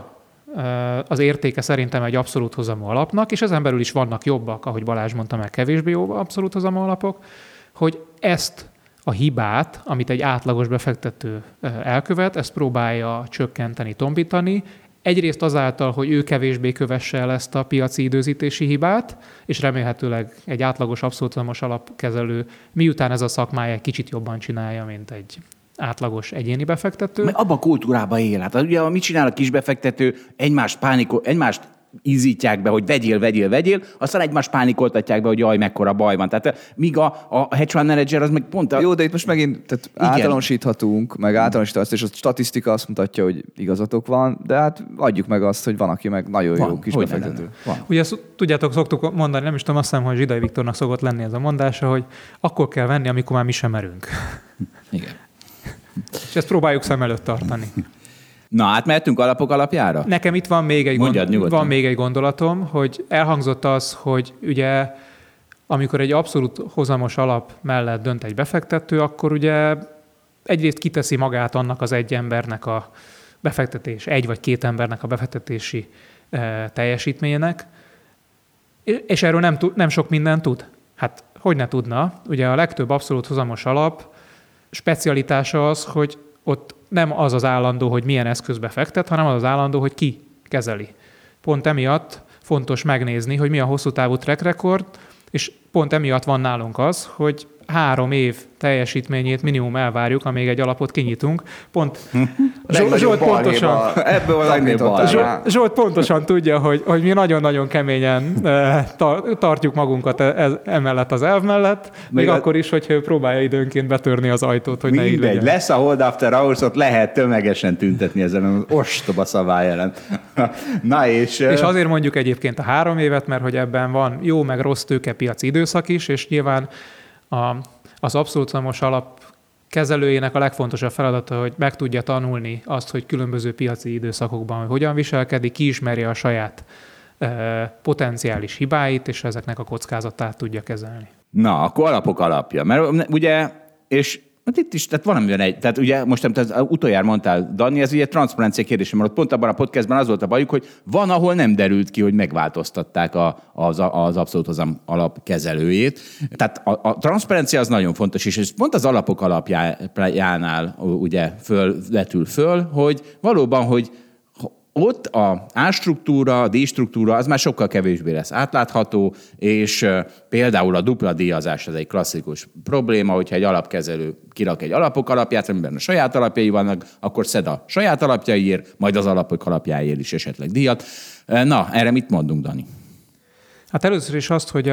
az értéke szerintem egy abszolút hozamú alapnak, és ezen belül is vannak jobbak, ahogy Balázs mondta, meg kevésbé jobb abszolút hozamú alapok, hogy ezt a hibát, amit egy átlagos befektető elkövet, ezt próbálja csökkenteni, tompítani. Egyrészt azáltal, hogy ő kevésbé kövesse el ezt a piaci időzítési hibát, és remélhetőleg egy átlagos abszolút hozamos alapkezelő, miután ez a szakmája egy kicsit jobban csinálja, mint egy átlagos egyéni befektető. Mert abban a kultúrában él. Hát ugye mit csinál a kisbefektető? Egymást ízítják be, hogy vegyél, aztán egymást pánikoltatják be, hogy jaj, mekkora baj van. Tehát míg a hedge fund manager az meg pont Jó, de itt most megint általánosíthatunk, meg általánosítasz, és a statisztika azt mutatja, hogy igazatok van, de hát adjuk meg azt, hogy van, aki meg nagyon jó kis befektető. Ugye tudjátok, szoktuk mondani, nem is tudom, azt hiszem, hogy Zsidai Viktornak szokott lenni ez a mondása, hogy akkor kell venni, amikor már mi sem merünk. Igen. És ezt próbáljuk szem előtt tartani. Na, átmehetünk alapok alapjára? Nekem itt van még egy gondolatom, hogy elhangzott az, hogy ugye amikor egy abszolút hozamos alap mellett dönt egy befektető, akkor ugye egyrészt kiteszi magát annak az egy embernek a befektetés, egy vagy két embernek a befektetési teljesítményének, és erről nem sok mindent tud. Hát hogy ne tudna? Ugye a legtöbb abszolút hozamos alap specialitása az, hogy ott nem az az állandó, hogy milyen eszközbe fektet, hanem az az állandó, hogy ki kezeli. Pont emiatt fontos megnézni, hogy mi a hosszú távú track record, és pont emiatt van nálunk az, hogy 3 év teljesítményét minimum elvárjuk, amíg egy alapot kinyitunk. Pont Zsolt pontosan tudja, hogy mi nagyon-nagyon keményen tartjuk magunkat emellett az elv mellett, még akkor is, hogyha ő próbálja időnként betörni az ajtót, hogy ne így legyen. Lesz a hold after hours-ot, lehet tömegesen tüntetni ezen az ostoba szabály ellen. Na és azért mondjuk egyébként a 3 évet, mert hogy ebben van jó meg rossz tőkepiaci időszak is, és nyilván az abszolút hozamos alap kezelőjének a legfontosabb feladata, hogy meg tudja tanulni azt, hogy különböző piaci időszakokban hogyan viselkedik, kiismeri a saját potenciális hibáit, és ezeknek a kockázatát tudja kezelni. Na, akkor alapok alapja. Mert ugye, és itt is, tehát van egy, tehát ugye most amit utoljára mondtál, Dani, ez ugye transzparencia kérdése, mert ott pont abban a podcastban az volt a bajuk, hogy van, ahol nem derült ki, hogy megváltoztatták az abszolút hozam alap kezelőjét. Tehát a transzparencia az nagyon fontos, és ez pont az alapok alapjánál ugye vetül föl, hogy valóban, hogy ott a A-struktúra, a D-struktúra az már sokkal kevésbé lesz átlátható, és például a dupla díjazás az egy klasszikus probléma, hogyha egy alapkezelő kirak egy alapok alapját, amiben a saját alapjai vannak, akkor szed a saját alapjaiért, majd az alapok alapjáért is esetleg díjat. Na, erre mit mondunk, Dani? Hát először is azt, hogy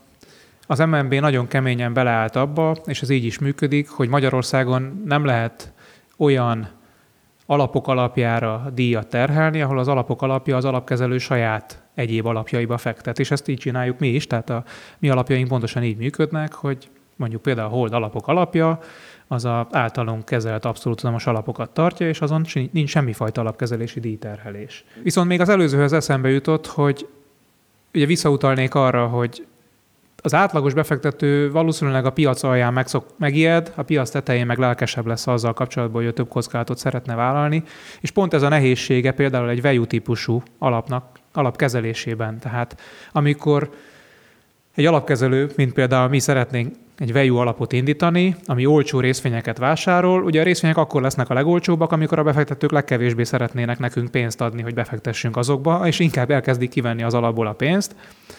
az MNB nagyon keményen beleállt abba, és ez így is működik, hogy Magyarországon nem lehet olyan alapok alapjára díjat terhelni, ahol az alapok alapja az alapkezelő saját egyéb alapjaiba fektet. És ezt így csináljuk mi is, tehát a mi alapjaink pontosan így működnek, hogy mondjuk például a Hold alapok alapja, az az általunk kezelt abszolút hozamos alapokat tartja, és azon nincs semmifajta alapkezelési díjterhelés. Viszont még az előzőhöz eszembe jutott, hogy ugye visszautalnék arra, hogy az átlagos befektető valószínűleg a piac alján megijed, a piac tetején meg lelkesebb lesz azzal kapcsolatban, hogy ő több kockázatot szeretne vállalni, és pont ez a nehézsége például egy value típusú alapkezelésében. Tehát amikor egy alapkezelő, mint például mi szeretnénk egy value alapot indítani, ami olcsó részvényeket vásárol, ugye a részvények akkor lesznek a legolcsóbbak, amikor a befektetők legkevésbé szeretnének nekünk pénzt adni, hogy befektessünk azokba, és inkább elkezdik kivenni az alapból a pénzt.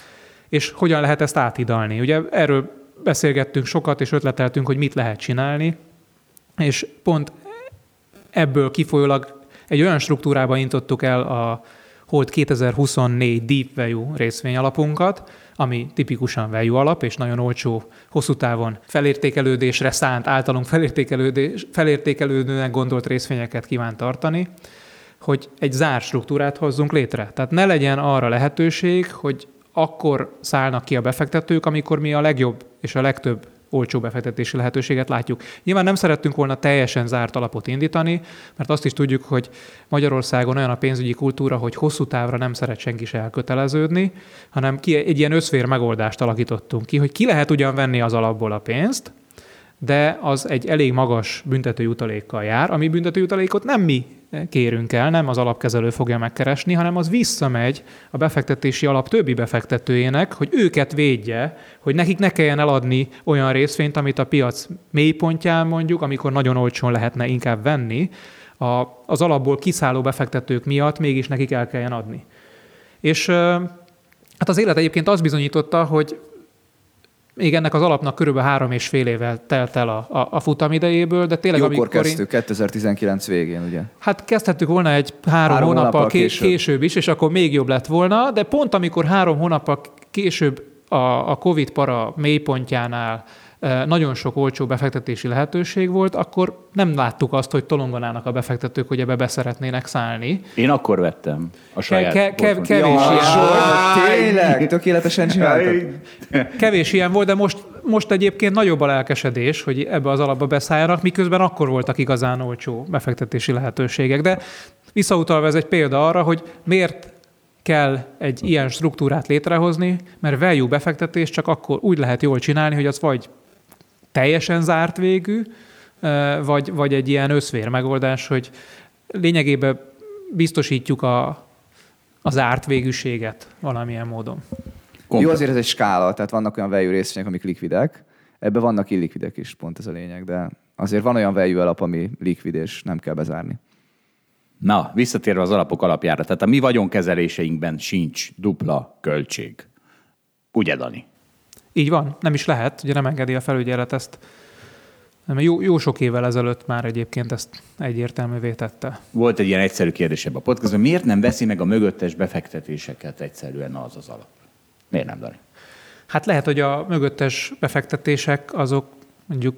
És hogyan lehet ezt átidalni? Ugye erről beszélgettünk sokat, és ötleteltünk, hogy mit lehet csinálni, és pont ebből kifolyólag egy olyan struktúrába intottuk el a Hold 2024 Deep Value részvényalapunkat, ami tipikusan value alap, és nagyon olcsó, hosszú távon felértékelődésre szánt, általunk felértékelődőnek gondolt részvényeket kíván tartani, hogy egy zárt struktúrát hozzunk létre. Tehát ne legyen arra lehetőség, hogy akkor szállnak ki a befektetők, amikor mi a legjobb és a legtöbb olcsó befektetési lehetőséget látjuk. Nyilván nem szerettünk volna teljesen zárt alapot indítani, mert azt is tudjuk, hogy Magyarországon olyan a pénzügyi kultúra, hogy hosszú távra nem szeret senki se elköteleződni, hanem egy ilyen összfér megoldást alakítottunk ki, hogy ki lehet ugyan venni az alapból a pénzt, de az egy elég magas büntetőjutalékkal jár, ami büntetőjutalékot nem mi kérünk el, nem az alapkezelő fogja megkeresni, hanem az visszamegy a befektetési alap többi befektetőjének, hogy őket védje, hogy nekik ne kelljen eladni olyan részvényt, amit a piac mélypontján mondjuk, amikor nagyon olcsón lehetne inkább venni, az alapból kiszálló befektetők miatt mégis nekik el kelljen adni. És hát az élet egyébként azt bizonyította, hogy még ennek az alapnak körülbelül 3,5 évvel telt el a futamidejéből, de tényleg Jókor kezdtük, 2019 végén, ugye? Hát kezdhettük volna egy 3 hónappal később is, és akkor még jobb lett volna, de pont amikor 3 hónappal később a Covid para mélypontjánál nagyon sok olcsó befektetési lehetőség volt, akkor nem láttuk azt, hogy tolonganának a befektetők, hogy ebbe beszeretnének szállni. Én akkor vettem a saját kevés ilyen volt. Tényleg, tökéletesen csináltad. Kevés ilyen volt, de most egyébként nagyobb a lelkesedés, hogy ebbe az alapba beszálljanak, miközben akkor voltak igazán olcsó befektetési lehetőségek. De visszautalva ez egy példa arra, hogy miért kell egy ilyen struktúrát létrehozni, mert value befektetés csak akkor úgy lehet jól csinálni, hogy az vagy teljesen zárt végű, vagy egy ilyen összvér megoldás, hogy lényegében biztosítjuk az zárt végűséget valamilyen módon. Jó, azért ez egy skála, tehát vannak olyan value részvények, amik likvidek, ebben vannak illikvidek is, pont ez a lényeg, de azért van olyan value alap, ami likvid, és nem kell bezárni. Na, visszatérve az alapok alapjára, tehát a mi vagyonkezeléseinkben sincs dupla költség. Ugye, Dani? Így van, nem is lehet, ugye nem engedi a felügyelet ezt. Jó sok évvel ezelőtt már egyébként ezt egyértelművé tette. Volt egy ilyen egyszerű kérdés ebben a podcastban, miért nem veszi meg a mögöttes befektetéseket egyszerűen az alap? Miért nem, Dani? Hát lehet, hogy a mögöttes befektetések azok mondjuk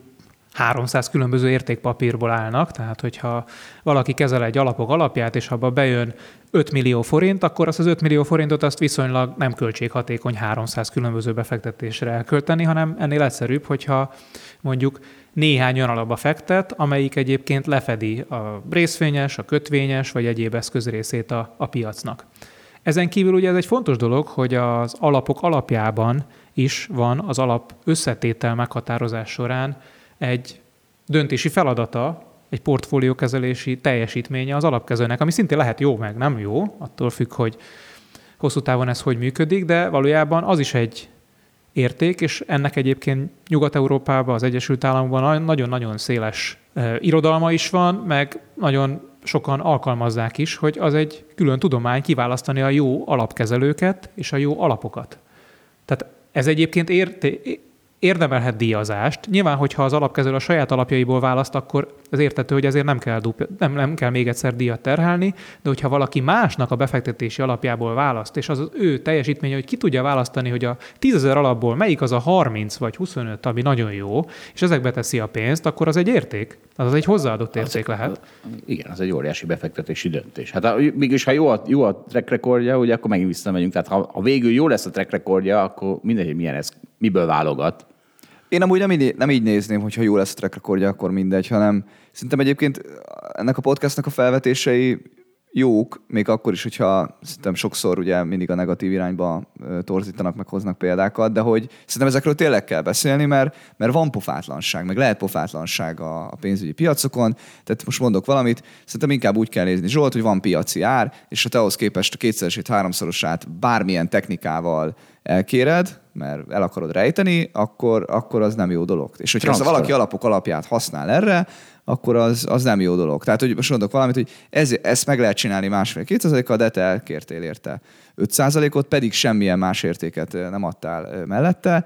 300 különböző értékpapírból állnak, tehát hogyha valaki kezel egy alapok alapját, és abba bejön 5 millió forint, akkor azt az 5 millió forintot azt viszonylag nem költséghatékony 300 különböző befektetésre elkölteni, hanem ennél egyszerűbb, hogyha mondjuk néhány olyan alapba fektet, amelyik egyébként lefedi a részvényes, a kötvényes vagy egyéb eszközrészét a piacnak. Ezen kívül ugye ez egy fontos dolog, hogy az alapok alapjában is van az alap összetétel meghatározás során egy döntési feladata, egy portfóliókezelési teljesítménye az alapkezelőnek, ami szintén lehet jó, meg nem jó, attól függ, hogy hosszú távon ez hogy működik, de valójában az is egy érték, és ennek egyébként Nyugat-Európában, az Egyesült Államokban nagyon-nagyon széles irodalma is van, meg nagyon sokan alkalmazzák is, hogy az egy külön tudomány kiválasztani a jó alapkezelőket és a jó alapokat. Tehát ez egyébként érdemelhet díjazást. Nyilván, hogyha az alapkezelő a saját alapjaiból választ, akkor ez érthető, hogy ezért nem kell még egyszer díjat terhelni, de hogyha valaki másnak a befektetési alapjából választ, és az ő teljesítménye, hogy ki tudja választani, hogy a 10 000 alapból melyik az a 30 vagy 25, ami nagyon jó, és ezekbe teszi a pénzt, akkor az egy érték. Az egy hozzáadott érték lehet. Igen, az egy óriási befektetési döntés. Hát mégis, ha jó a track recordja, ugye akkor megint visszamegyünk. Tehát ha végül jó lesz a track recordja, akkor mindegy, milyen ez, miből válogat. Én amúgy nem így nézném, hogyha jó lesz a track recordja, akkor mindegy, hanem szerintem egyébként ennek a podcastnak a felvetései jók, még akkor is, hogyha szerintem sokszor ugye mindig a negatív irányba torzítanak, meg hoznak példákat, de hogy szerintem ezekről tényleg kell beszélni, mert van pofátlanság, meg lehet pofátlanság a pénzügyi piacokon. Tehát most mondok valamit, szerintem inkább úgy kell nézni, Zsolt, hogy van piaci ár, és ha te ahhoz képest a 2-szeresét, 3-szorosát bármilyen technikával elkéred, mert el akarod rejteni, akkor az nem jó dolog. És hogyha valaki alapok alapját használ erre, akkor az nem jó dolog. Tehát, hogy most mondok valamit, hogy ezt meg lehet csinálni 1,5-2%-kal, de te elkértél érte 5%-ot, pedig semmilyen más értéket nem adtál mellette,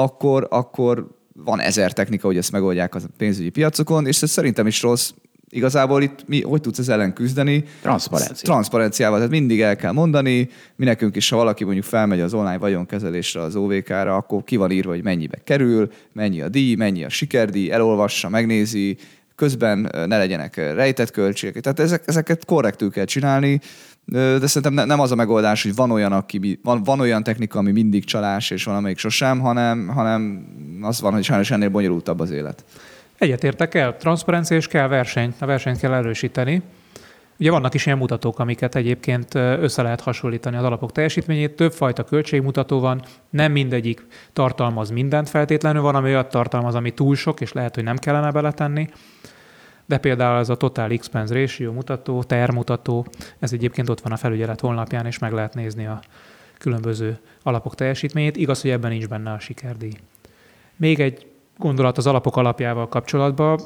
akkor van 1000 technika, hogy ezt megoldják a pénzügyi piacokon, és ez szerintem is rossz. Igazából itt hogy tudsz ez ellen küzdeni? Transzparenciával. Tehát mindig el kell mondani, mi nekünk is, ha valaki mondjuk felmegy az online vagyonkezelésre, az OVK-ra, akkor ki van írva, hogy mennyibe kerül, mennyi a díj, mennyi a sikerdíj, elolvassa, megnézi, közben ne legyenek rejtett költségek. Tehát ezeket korrektül kell csinálni, de szerintem nem az a megoldás, hogy van olyan technika, ami mindig csalás, és van amelyik sosem, hanem az van, hogy sajnos ennél bonyolultabb az élet. Egyetértek, kell transzparencia és kell verseny. A versenyt kell erősíteni. Ugye vannak is ilyen mutatók, amiket egyébként össze lehet hasonlítani az alapok teljesítményét. Többfajta költségmutató van, nem mindegyik tartalmaz mindent feltétlenül, van, ami olyat tartalmaz, ami túl sok, és lehet, hogy nem kellene beletenni. De például ez a Total Expense Ratio mutató, TER mutató, ez egyébként ott van a felügyelet honlapján, és meg lehet nézni a különböző alapok teljesítményét. Igaz, hogy ebben nincs benne a sikerdíj. Még egy gondolat az alapok alapjával kapcsolatban.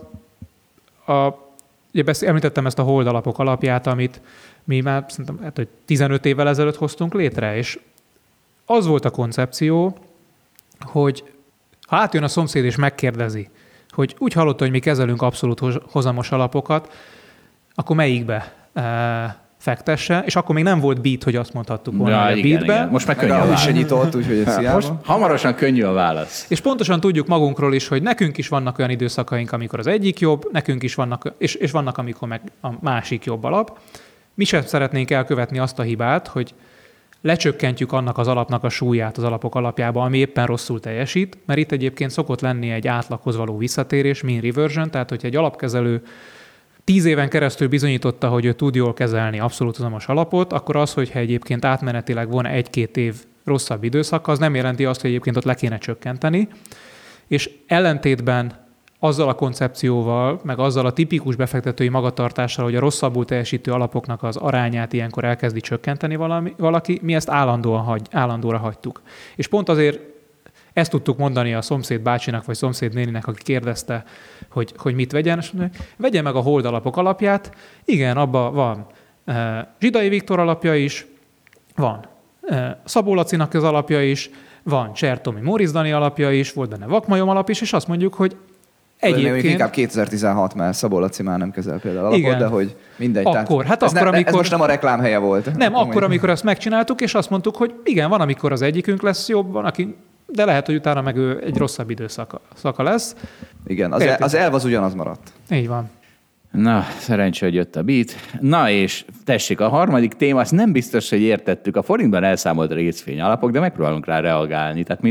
Ugye említettem ezt a hold alapok alapját, amit mi már szerintem 15 évvel ezelőtt hoztunk létre, és az volt a koncepció, hogy Ha átjön a szomszéd és megkérdezi, hogy úgy hallotta, hogy mi kezelünk abszolút hozamos alapokat, akkor melyikbe fektesse, és akkor még nem volt beat, hogy azt mondhattuk volna, hogy a beatbe. Igen. Most már könnyű a válasz. nyitott, úgyhogy Most hamarosan könnyű a válasz. És pontosan tudjuk magunkról is, hogy nekünk is vannak olyan időszakaink, amikor az egyik jobb, nekünk is vannak, és vannak, amikor meg a másik jobb alap. Mi sem szeretnénk elkövetni azt a hibát, hogy lecsökkentjük annak az alapnak a súlyát az alapok alapjába, ami éppen rosszul teljesít, mert itt egyébként szokott lenni egy átlaghoz való visszatérés, mean reversion, tehát hogyha egy alapkezelő 10 éven keresztül bizonyította, hogy ő tud jól kezelni abszolút hozamos alapot, akkor az, hogyha egyébként átmenetileg van 1-2 év rosszabb időszak, az nem jelenti azt, hogy egyébként ott le kéne csökkenteni. És ellentétben azzal a koncepcióval, meg azzal a tipikus befektetői magatartással, hogy a rosszabbul teljesítő alapoknak az arányát ilyenkor elkezdi csökkenteni valaki, mi ezt állandóra hagytuk. És pont azért ezt tudtuk mondani a szomszéd bácsinak, vagy szomszéd néninek, aki kérdezte, hogy mit vegyen, és mondja, vegye meg a hold alapok alapját. Igen, abban van Zsidai Viktor alapja is, van Szabó Lacinak az alapja is, van Csertomi Móricz Dani alapja is, volt benne Vakmajom alap is, és azt mondjuk, hogy egyébként... Inkább 2016, mert Szabó Laci már nem kezel például alapot, igen. De hogy mindegy. Akkor, hát ez, akkor, amikor... ez most nem a reklám helye volt. Nem, akkor, amikor ezt megcsináltuk, és azt mondtuk, hogy igen, van, amikor az egyikünk lesz jobb, van, aki... de lehet, hogy utána meg ő egy rosszabb időszaka lesz. Igen, az elv az ugyanaz maradt. Így van. Na, szerencsé, hogy jött a beat. Na és tessék, a harmadik téma, azt nem biztos, hogy értettük. A forintban elszámolt részvény alapok, de megpróbálunk rá reagálni. Tehát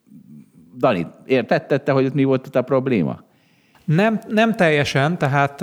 Dani, értette, hogy mi volt ott a probléma? Nem teljesen, tehát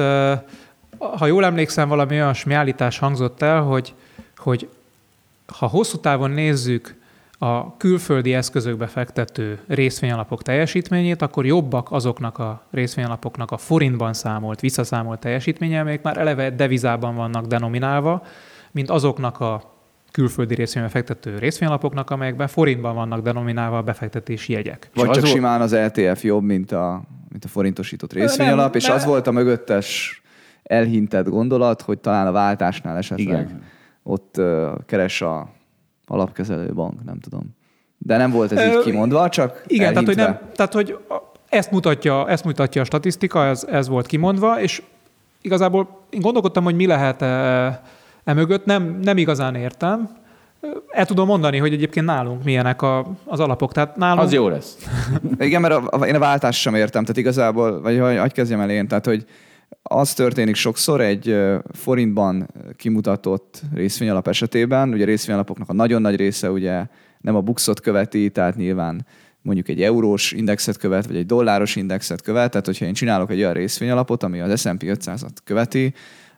ha jól emlékszem, valami olyasmi állítás hangzott el, hogy ha hosszú távon nézzük a külföldi eszközökbe fektető részvényalapok teljesítményét, akkor jobbak azoknak a részvényalapoknak a forintban számolt, visszaszámolt teljesítménye, amelyek már eleve devizában vannak denominálva, mint azoknak a külföldi részvénybe fektető részvényalapoknak, amelyekben forintban vannak denominálva a befektetési jegyek. Vagy csak simán az ETF jobb, mint a forintosított részvényalap, és az volt a mögöttes elhintett gondolat, hogy talán a váltásnál esetleg igen. Ott keres a alapkezelő bank, nem tudom. De nem volt ez így kimondva, csak igen, elhintve. tehát, hogy ezt mutatja a statisztika, ez volt kimondva, és igazából én gondolkodtam, hogy mi lehet mögött, nem igazán értem. El tudom mondani, hogy egyébként nálunk milyenek az alapok. Tehát nálunk... Az jó lesz. Igen, mert én a váltást sem értem, tehát igazából, vagy hogy kezdjem el én, tehát hogy az történik sokszor egy forintban kimutatott részvényalap esetében, ugye részvényalapoknak a nagyon nagy része ugye nem a Buxot követi, tehát nyilván mondjuk egy eurós indexet követ, vagy egy dolláros indexet követ, tehát hogyha én csinálok egy olyan részvényalapot, ami az S&P 500-at követi,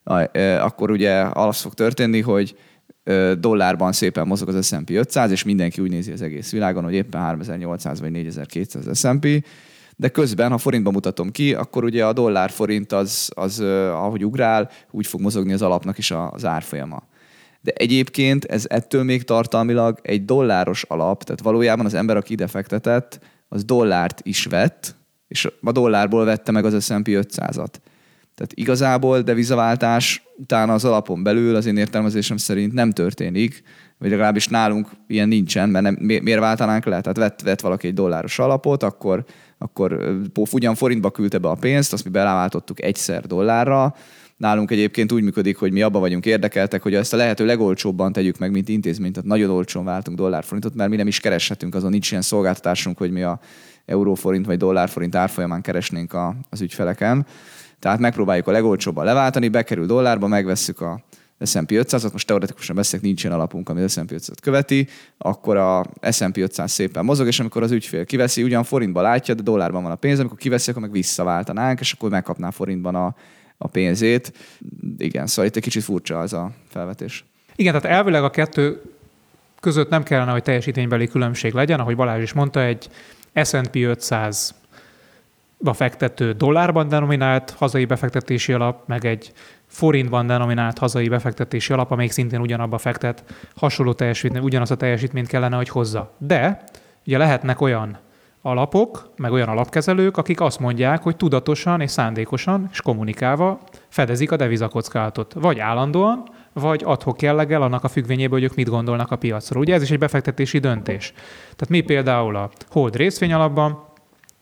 akkor ugye az fog történni, hogy dollárban szépen mozog az S&P 500, és mindenki úgy nézi az egész világon, hogy éppen 3800 vagy 4200 az S&P, de közben, ha forintba mutatom ki, akkor ugye a dollár-forint az ahogy ugrál, úgy fog mozogni az alapnak is az árfolyama. De egyébként ez ettől még tartalmilag egy dolláros alap, tehát valójában az ember, aki ide fektetett, az dollárt is vett, és a dollárból vette meg az S&P 500-at. Tehát igazából devizaváltás utána az alapon belül az én értelmezésem szerint nem történik, vagy legalábbis nálunk ilyen nincsen, mert miért váltanánk le? Tehát vett valaki egy dolláros alapot, akkor ugyan forintba küldte be a pénzt, azt mi beleváltottuk egyszer dollárra. Nálunk egyébként úgy működik, hogy mi abban vagyunk érdekeltek, hogy ezt a lehető legolcsóbban tegyük meg, mint intézmény, tehát nagyon olcsón váltunk dollárforintot, mert mi nem is kereshetünk, azon nincs ilyen szolgáltatásunk, hogy mi a euróforint vagy dollárforint árfolyamán keresnénk az ügyfeleken. Tehát megpróbáljuk a legolcsóbban leváltani, bekerül dollárba, megvesszük a S&P 500-at, most teoretikusan beszélek, nincs ilyen alapunk, ami az S&P 500-at követi, akkor a S&P 500 szépen mozog, és amikor az ügyfél kiveszi, ugyan forintban látja, de dollárban van a pénz, amikor kiveszi, akkor meg visszaváltanánk, és akkor megkapná forintban a pénzét. Igen, szóval itt egy kicsit furcsa az a felvetés. Igen, tehát elvileg a kettő között nem kellene, hogy teljesítménybeli különbség legyen, ahogy Balázs is mondta, egy S&P 500 fektető dollárban denominált hazai befektetési alap, meg egy forintban denominált hazai befektetési alap, amelyik szintén ugyanabba fektet, hasonló teljesítmény, ugyanazt a teljesítményt kellene, hogy hozza. De ugye lehetnek olyan alapok, meg olyan alapkezelők, akik azt mondják, hogy tudatosan és szándékosan és kommunikálva fedezik a devizakockázatot. Vagy állandóan, vagy ad-hoc jelleggel annak a függvényében, hogy ők mit gondolnak a piacról. Ugye ez is egy befektetési döntés. Tehát mi például a Hold részvényalapban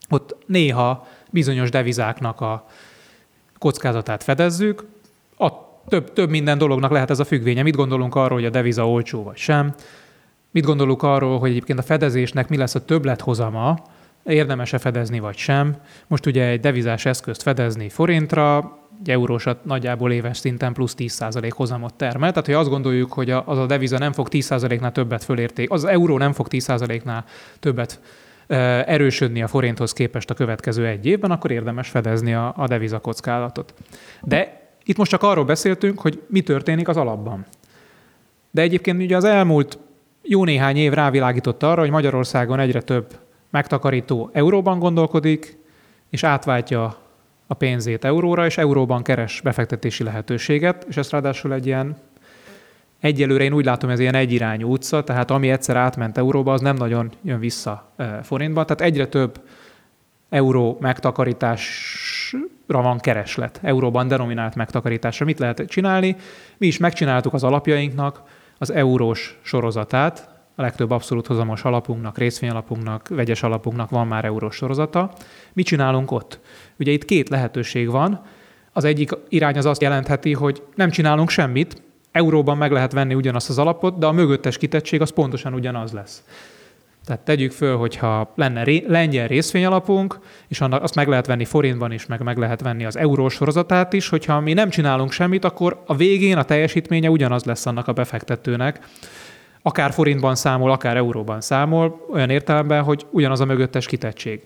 ott néha bizonyos devizáknak a kockázatát fedezzük. Több minden dolognak lehet ez a függvénye. Mit gondolunk arról, hogy a deviza olcsó vagy sem? Mit gondolunk arról, hogy egyébként a fedezésnek mi lesz a többlethozama? Érdemes-e fedezni vagy sem? Most ugye egy devizás eszközt fedezni forintra, egy eurósat nagyjából éves szinten plusz 10% hozamot termel. Tehát, hogy azt gondoljuk, hogy az a deviza nem fog 10%-nál többet az euró nem fog 10%-nál többet erősödni a forinthoz képest a következő egy évben, akkor érdemes fedezni a deviza kockázatot. De itt most csak arról beszéltünk, hogy mi történik az alapban. De egyébként ugye az elmúlt jó néhány év rávilágított arra, hogy Magyarországon egyre több megtakarító euróban gondolkodik, és átváltja a pénzét euróra, és euróban keres befektetési lehetőséget, és ez ráadásul egy ilyen, egyelőre én úgy látom, ez ilyen egyirányú utca, tehát ami egyszer átment euróba, az nem nagyon jön vissza forintba, tehát egyre több euró megtakarításra van kereslet, euróban denominált megtakarításra. Mit lehet csinálni? Mi is megcsináltuk az alapjainknak az eurós sorozatát, a legtöbb abszolút hozamos alapunknak, részvényalapunknak, vegyes alapunknak van már eurós sorozata. Mit csinálunk ott? Ugye itt két lehetőség van. Az egyik irány az azt jelentheti, hogy nem csinálunk semmit, euróban meg lehet venni ugyanazt az alapot, de a mögöttes kitettség az pontosan ugyanaz lesz. Tehát tegyük föl, hogyha lenne lengyel részvényalapunk, és azt meg lehet venni forintban is, meg lehet venni az eurós sorozatát is, hogyha mi nem csinálunk semmit, akkor a végén a teljesítménye ugyanaz lesz annak a befektetőnek. Akár forintban számol, akár euróban számol, olyan értelemben, hogy ugyanaz a mögöttes kitettség.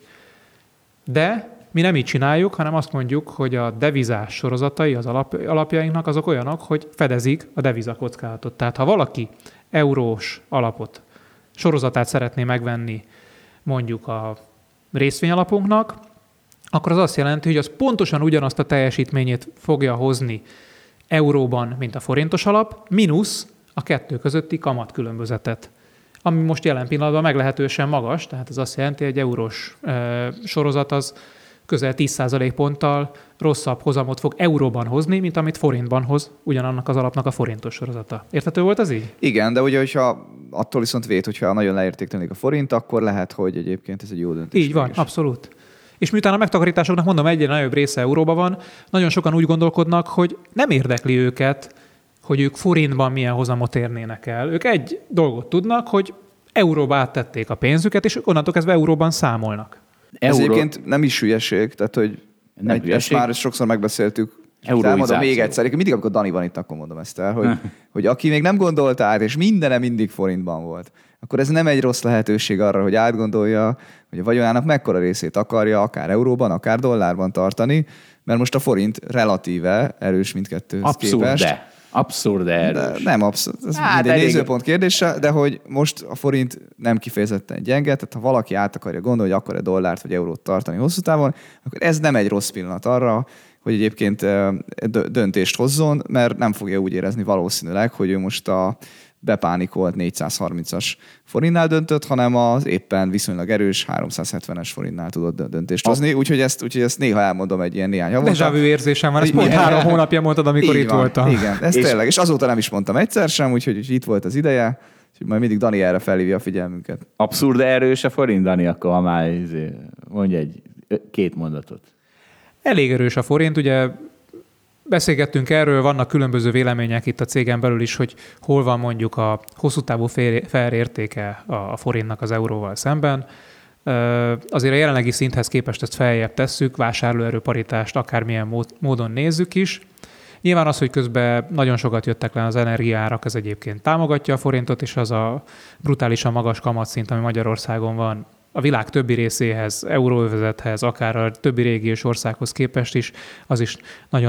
De mi nem így csináljuk, hanem azt mondjuk, hogy a devizás sorozatai az alapjainknak azok olyanok, hogy fedezik a devizakockázatot. Tehát ha valaki eurós alapot, sorozatát szeretné megvenni mondjuk a részvényalapunknak, akkor az azt jelenti, hogy az pontosan ugyanazt a teljesítményét fogja hozni euróban, mint a forintos alap, mínusz a kettő közötti kamatkülönbözetet, ami most jelen pillanatban meglehetősen magas, tehát ez azt jelenti, hogy egy eurós sorozat az közel 10% ponttal rosszabb hozamot fog euróban hozni, mint amit forintban hoz ugyanannak az alapnak a forintos sorozata. Érthető volt ez így? Igen, de ugye, hogyha attól viszont véd, hogyha nagyon leértékelenik a forint, akkor lehet, hogy egyébként ez egy jó döntés. Így van, mégis. Abszolút. És miután a megtakarításoknak, mondom, egyre nagyobb része euróban van, nagyon sokan úgy gondolkodnak, hogy nem érdekli őket, hogy ők forintban milyen hozamot érnének el. Ők egy dolgot tudnak, hogy euróba áttették a pénzüket, és onnantól kezdve euróban számolnak. Ez egyébként nem is hülyeség, tehát hogy ezt már sokszor megbeszéltük. Elmondom még egyszer, mindig amikor Dani van itt, akkor mondom ezt el, hogy aki még nem gondolta át, és mindene mindig forintban volt, akkor ez nem egy rossz lehetőség arra, hogy átgondolja, hogy a vagyonának mekkora részét akarja akár euróban, akár dollárban tartani, mert most a forint relatíve erős mindkettőhöz képest. Abszurd erős. Nem abszurd. Ez egy nézőpont kérdése, de hogy most a forint nem kifejezetten gyenge, tehát ha valaki át akarja gondolni, hogy akar-e dollárt vagy eurót tartani hosszú távon, akkor ez nem egy rossz pillanat arra, hogy egyébként döntést hozzon, mert nem fogja úgy érezni valószínűleg, hogy ő most a bepánikolt 430-as forintnál döntött, hanem az éppen viszonylag erős 370-es forintnál tudott döntést hozni. Úgyhogy ezt néha elmondom egy ilyen néhány havonta. Déjà vu érzésem van, ezt pont 3 hónapja mondtad, amikor itt voltam. Igen, ez tényleg. És azóta nem is mondtam egyszer sem, úgyhogy itt volt az ideje. Úgyhogy majd mindig Dani erre felhívja a figyelmünket. Abszurd erős a forint, Dani, akkor ha már mondj két mondatot. Elég erős a forint, ugye beszélgettünk erről, vannak különböző vélemények itt a cégen belül is, hogy hol van mondjuk a hosszú távú fair értéke a forintnak az euróval szemben. Azért a jelenlegi szinthez képest ezt feljebb tesszük, vásárlóerő paritást akármilyen módon nézzük is. Nyilván az, hogy közben nagyon sokat jöttek le az energiaárak, ez egyébként támogatja a forintot, és az a brutálisan magas kamatszint, ami Magyarországon van, a világ többi részéhez, euróövezethez, akár a többi régiós országhoz képest is, az is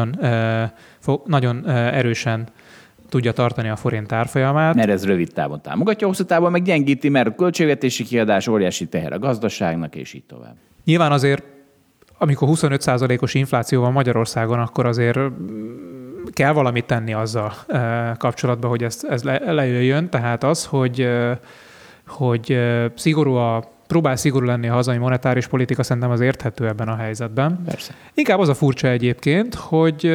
nagyon erősen tudja tartani a forint árfolyamát. Mert ez rövid távon támogatja, hosszú távon meg gyengíti, mert költségvetési kiadás óriási teher a gazdaságnak, és így tovább. Nyilván azért, amikor 25%-os infláció van Magyarországon, akkor azért kell valamit tenni azzal kapcsolatban, hogy ez lejöjjön. Tehát az, hogy próbál szigorú lenni a hazai monetáris politika, szerintem az érthető ebben a helyzetben. Persze. Inkább az a furcsa egyébként, hogy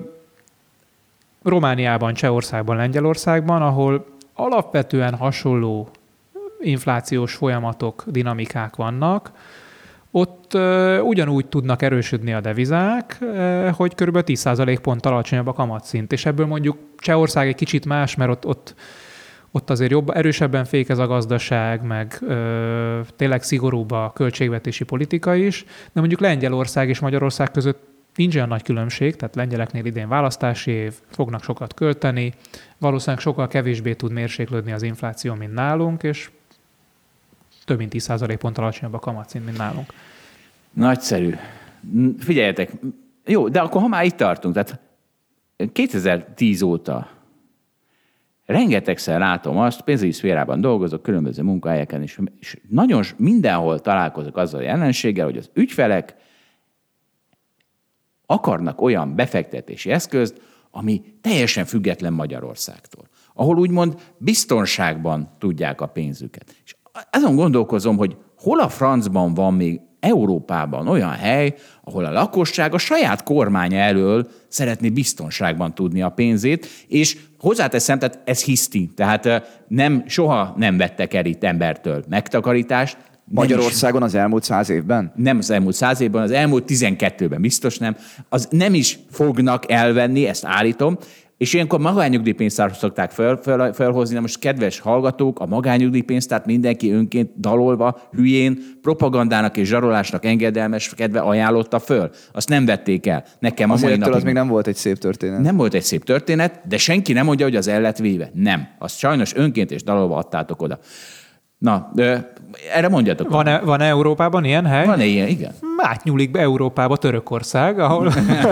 Romániában, Csehországban, Lengyelországban, ahol alapvetően hasonló inflációs folyamatok, dinamikák vannak, ott ugyanúgy tudnak erősödni a devizák, hogy kb. 10% ponttal alacsonyabb a kamatszint. És ebből mondjuk Csehország egy kicsit más, mert ott azért erősebben fékez a gazdaság, meg tényleg szigorúbb a költségvetési politika is, de mondjuk Lengyelország és Magyarország között nincs olyan nagy különbség, tehát lengyeleknél idén választási év, fognak sokat költeni, valószínűleg sokkal kevésbé tud mérséklődni az infláció, mint nálunk, és több mint 10% pont alacsonyabb a kamatszint, mint nálunk. Nagyszerű. Figyeljetek, jó, de akkor ha már itt tartunk, tehát 2010 óta rengetegszer látom azt, pénzügyi szférában dolgozok, különböző munkahelyeken is, és nagyon mindenhol találkozok azzal a jelenséggel, hogy az ügyfelek akarnak olyan befektetési eszközt, ami teljesen független Magyarországtól, ahol úgymond biztonságban tudják a pénzüket. És azon gondolkozom, hogy hol a francban van még Európában olyan hely, ahol a lakosság a saját kormánya elől szeretné biztonságban tudni a pénzét, és hozzáteszem, tehát ez hiszti, tehát soha nem vettek el itt embertől megtakarítást. Magyarországon az elmúlt 100 évben? Nem az elmúlt 100 évben, az elmúlt 12-ben biztos nem. Az nem is fognak elvenni, ezt állítom, és ilyenkor magánnyugdíjpénztárat szokták felhozni, de most kedves hallgatók, a magánnyugdíjpénztárt mindenki önként dalolva, hülyén, propagandának és zsarolásnak engedelmeskedve ajánlotta föl. Azt nem vették el. Nekem azért az még nem volt egy szép történet. Nem volt egy szép történet, de senki nem mondja, hogy az el lett véve. Nem. Azt sajnos önként és dalolva adtátok oda. Na, erre mondjatok. Van-e Európában ilyen hely? Van-e ilyen, igen. Átnyúlik be Európába Törökország, ahol...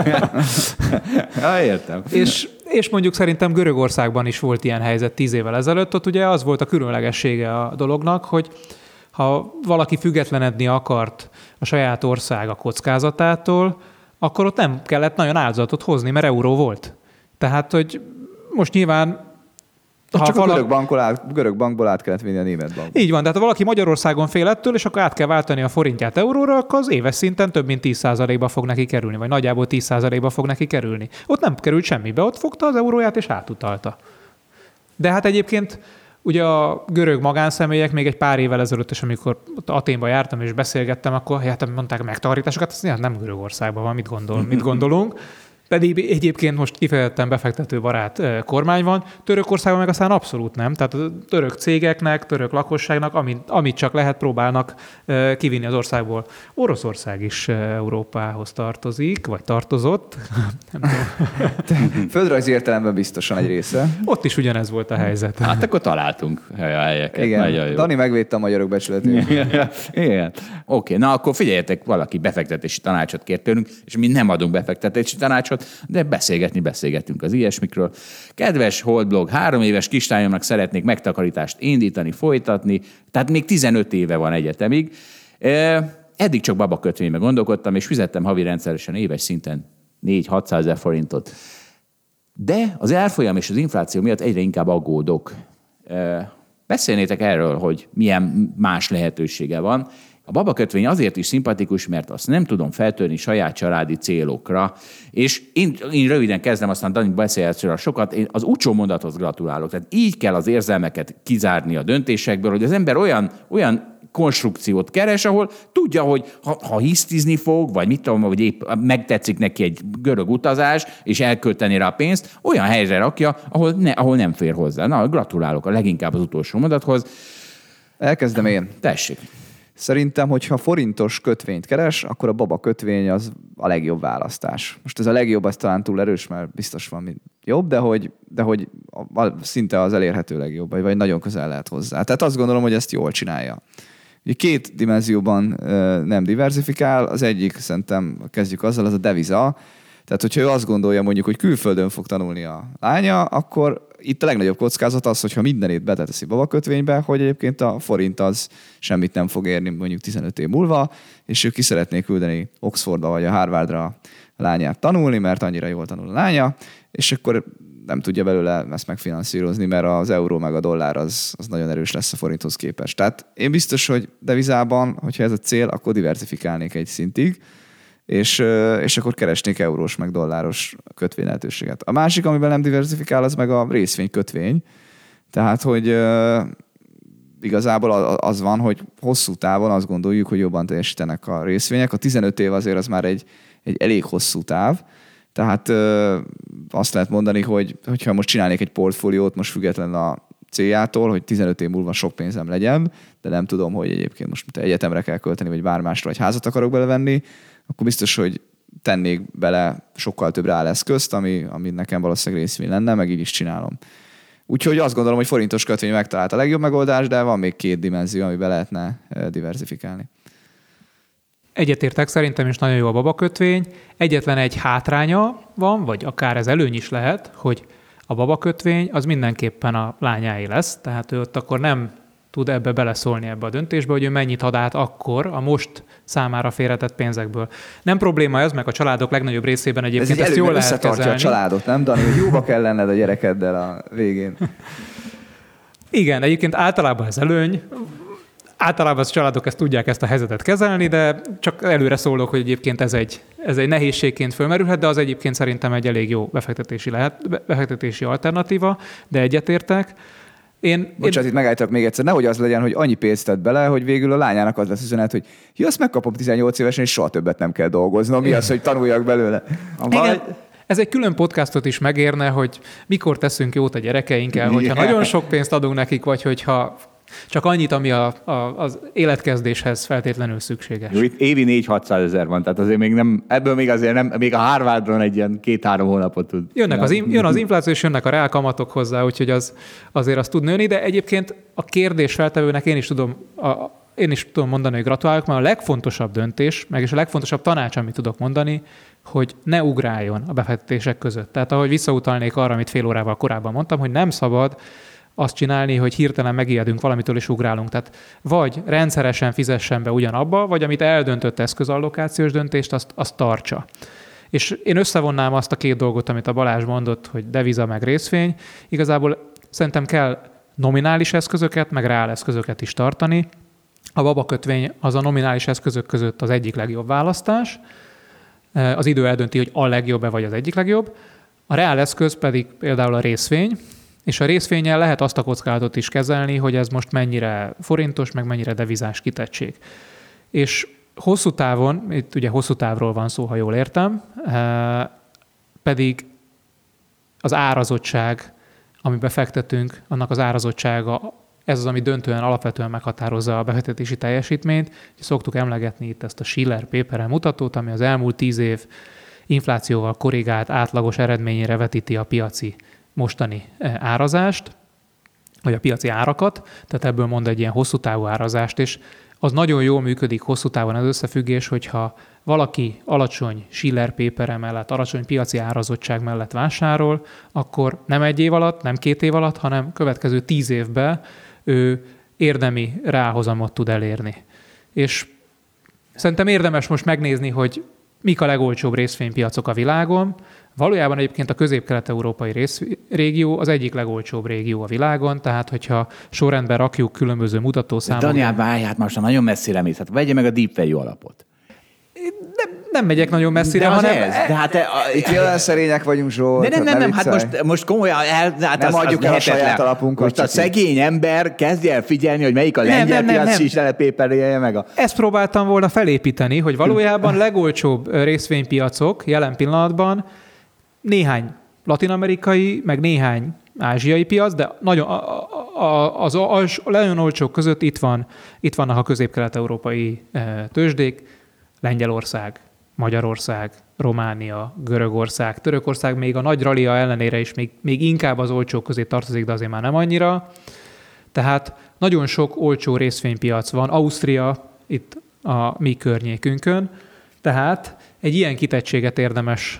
Ja, értem. És mondjuk szerintem Görögországban is volt ilyen helyzet 10 évvel ezelőtt. Ott ugye az volt a különlegessége a dolognak, hogy ha valaki függetlenedni akart a saját országa kockázatától, akkor ott nem kellett nagyon áldozatot hozni, mert euró volt. Tehát, hogy most nyilván csak a görög bankból át kellett vinni a német bankba. Így van, tehát ha valaki Magyarországon fél ettől, és akkor át kell váltani a forintját euróra, akkor az éves szinten több mint 10%-ba fog neki kerülni, vagy nagyjából 10%-ba fog neki kerülni. Ott nem került semmibe, ott fogta az euróját és átutalta. De hát egyébként ugye a görög magánszemélyek még egy pár évvel ezelőtt, és amikor Athénba jártam és beszélgettem, akkor hát mondták a megtakarításokat, azt nem Görögországban van, mit gondolunk. Pedig egyébként most kifejezetten befektetőbarát kormány van, Törökországban meg aztán abszolút nem. Tehát a török cégeknek, török lakosságnak, amit csak lehet, próbálnak kivinni az országból. Oroszország is Európához tartozik, vagy tartozott. Nem tudom. Földrajzi értelemben biztosan egy része. Ott is ugyanez volt a helyzet. Hát akkor találtunk a helyeket. Igen, Dani megvédte a magyarok becsületét. Igen. Oké, na akkor figyeljetek, valaki befektetési tanácsot kért tőlünk, és mi nem adunk befektetési tanácsot, de beszélgetünk az ilyesmikről. Kedves Holdblog, 3 éves kislányomnak szeretnék megtakarítást indítani, folytatni, tehát még 15 éve van egyetemig. Eddig csak babakötvénybe gondolkodtam, és fizettem havi rendszeresen éves szinten 4-600 ezer forintot. De az árfolyam és az infláció miatt egyre inkább aggódok. Beszélnétek erről, hogy milyen más lehetősége van. A babakötvény azért is szimpatikus, mert azt nem tudom feltörni saját családi célokra, és én röviden kezdem, aztán Dani beszélhetsz róla sokat, én az utcsó mondathoz gratulálok. Tehát így kell az érzelmeket kizárni a döntésekből, hogy az ember olyan konstrukciót keres, ahol tudja, hogy ha hisztizni fog, vagy mit tudom, vagy épp megtetszik neki egy görög utazás, és elkölteni rá a pénzt, olyan helyre rakja, ahol nem fér hozzá. Na, gratulálok a leginkább az utolsó mondathoz. Elkezdem én. Tessék. Szerintem, hogyha forintos kötvényt keres, akkor a baba kötvény az a legjobb választás. Most ez a legjobb, az talán túl erős, mert biztos van jobb, de hogy szinte az elérhető legjobb, vagy nagyon közel lehet hozzá. Tehát azt gondolom, hogy ezt jól csinálja. Ugye 2 dimenzióban nem diversifikál, az egyik szerintem kezdjük azzal, az a deviza. Tehát, hogyha ő azt gondolja mondjuk, hogy külföldön fog tanulni a lánya, akkor itt a legnagyobb kockázat az, hogyha mindenét beteteszi babakötvénybe, hogy egyébként a forint az semmit nem fog érni mondjuk 15 év múlva, és ő ki szeretné küldeni Oxfordba vagy a Harvardra a lányát tanulni, mert annyira jól tanul a lánya, és akkor nem tudja belőle ezt megfinanszírozni, mert az euró meg a dollár az nagyon erős lesz a forinthoz képest. Tehát én biztos, hogy devizában, hogyha ez a cél, akkor diversifikálnék egy szintig, és akkor keresnék eurós meg dolláros kötvény lehetőséget. A másik, amiben nem diversifikál, az meg a részvénykötvény. Tehát, hogy igazából az van, hogy hosszú távon azt gondoljuk, hogy jobban teljesítenek a részvények. A 15 év azért az már egy elég hosszú táv, tehát azt lehet mondani, hogy ha most csinálnék egy portfóliót, most független a céljától, hogy 15 év múlva sok pénzem legyen, de nem tudom, hogy egyébként most egyetemre kell költeni, vagy bármásra, vagy házat akarok belevenni, akkor biztos, hogy tennék bele sokkal több reáleszközt, ami nekem valószínűleg részvény lenne, meg így is csinálom. Úgyhogy azt gondolom, hogy forintos kötvény megtalált a legjobb megoldás, de van még 2 dimenzió, amiben lehetne diversifikálni. Egyetértek, szerintem is nagyon jó a babakötvény. Egyetlen egy hátránya van, vagy akár ez előny is lehet, hogy a babakötvény az mindenképpen a lányáé lesz, tehát ő ott akkor nem tud ebbe beleszólni ebbe a döntésbe, hogy ő mennyit ad át akkor a most számára félretett pénzekből. Nem probléma ez, meg a családok legnagyobb részében egyébként ezt jól lehet kezelni. a családot, nem, Dani? Hogy jóba kell lenned a gyerekeddel a végén. Igen, egyébként általában ez előny. Általában a családok tudják ezt a helyzetet kezelni, de csak előre szólok, hogy egyébként ez egy nehézségként fölmerülhet, de az egyébként szerintem egy elég jó befektetési alternatíva, de egyetértek. Bocsánat, itt megállítok még egyszer, nehogy az legyen, hogy annyi pénzt tett bele, hogy végül a lányának az lesz üzenet, hogy azt megkapom 18 évesen, és soha többet nem kell dolgoznom. Mi az, hogy tanuljak belőle? Igen. Ez egy külön podcastot is megérne, hogy mikor teszünk jót a gyerekeinkkel, hogyha nagyon sok pénzt adunk nekik, vagy hogyha csak annyit, ami az életkezdéshez feltétlenül szükséges. Jó, itt évi 400-600 ezer van, tehát azért még nem, ebből még azért nem, még a Harvardon egy ilyen 2-3 hónapot tud. Jön az infláció, és jönnek a reálkamatok hozzá, úgyhogy azért azt tud nőni, de egyébként a kérdés feltevőnek én is tudom mondani, hogy gratulálok, mert a legfontosabb döntés, meg is a legfontosabb tanács, amit tudok mondani, hogy ne ugráljon a befektetések között. Tehát ahogy visszautalnék arra, amit fél órával korábban mondtam, hogy nem szabad azt csinálni, hogy hirtelen megijedünk valamitől és ugrálunk. Tehát vagy rendszeresen fizessen be ugyanabba, vagy amit eldöntött eszközallokációs döntést, azt tartsa. És én összevonnám azt a 2 dolgot, amit a Balázs mondott, hogy deviza meg részvény. Igazából szerintem kell nominális eszközöket, meg reál eszközöket is tartani. A babakötvény az a nominális eszközök között az egyik legjobb választás. Az idő eldönti, hogy a legjobb-e vagy az egyik legjobb. A reál eszköz pedig például a részvény, és a részvénnyel lehet azt a kockázatot is kezelni, hogy ez most mennyire forintos, meg mennyire devizás kitettség. És hosszú távon, itt ugye hosszú távról van szó, ha jól értem, pedig az árazottság, amiben fektetünk, annak az árazottsága, ez az, ami döntően alapvetően meghatározza a befektetési teljesítményt. Szoktuk emlegetni itt ezt a Shiller-Paperen mutatót, ami az elmúlt 10 év inflációval korrigált átlagos eredményére vetíti a piaci mostani árazást, vagy a piaci árakat, tehát ebből mond egy ilyen hosszú távú árazást, és az nagyon jól működik hosszú távon az összefüggés, hogyha valaki alacsony Shiller-Papere mellett, alacsony piaci árazottság mellett vásárol, akkor nem 1 év alatt, nem 2 év alatt, hanem következő 10 évben ő érdemi reálhozamot tud elérni. És szerintem érdemes most megnézni, hogy mik a legolcsóbb részvénypiacok a világon. Valójában egyébként a közép-kelet-európai régió az egyik legolcsóbb régió a világon, tehát hogyha sorrendben rakjuk különböző mutatószámokat. Daniel, hát most nagyon messzire mész, hát vegye meg a Deep Value alapot. Nem megyek nagyon messzire, de hanem... De hát itt olyan szerények vagyunk, Zsolt. Nem, hát most komolyan... Nem adjuk el a saját alapunkat. Most a szegény ember kezdje el figyelni, hogy melyik a lengyel piac is Shiller-Paperje meg a... Ezt próbáltam volna felépíteni, hogy valójában legolcsóbb részvénypiacok jelen pillanatban néhány latin-amerikai, meg néhány ázsiai piac, de nagyon, az nagyon olcsók között itt vannak a közép-kelet-európai tőzsdék, Lengyelország, Magyarország, Románia, Görögország, Törökország még a nagy rallia ellenére is még inkább az olcsók közé tartozik, de azért már nem annyira. Tehát nagyon sok olcsó részvénypiac van, Ausztria itt a mi környékünkön, tehát egy ilyen kitettséget érdemes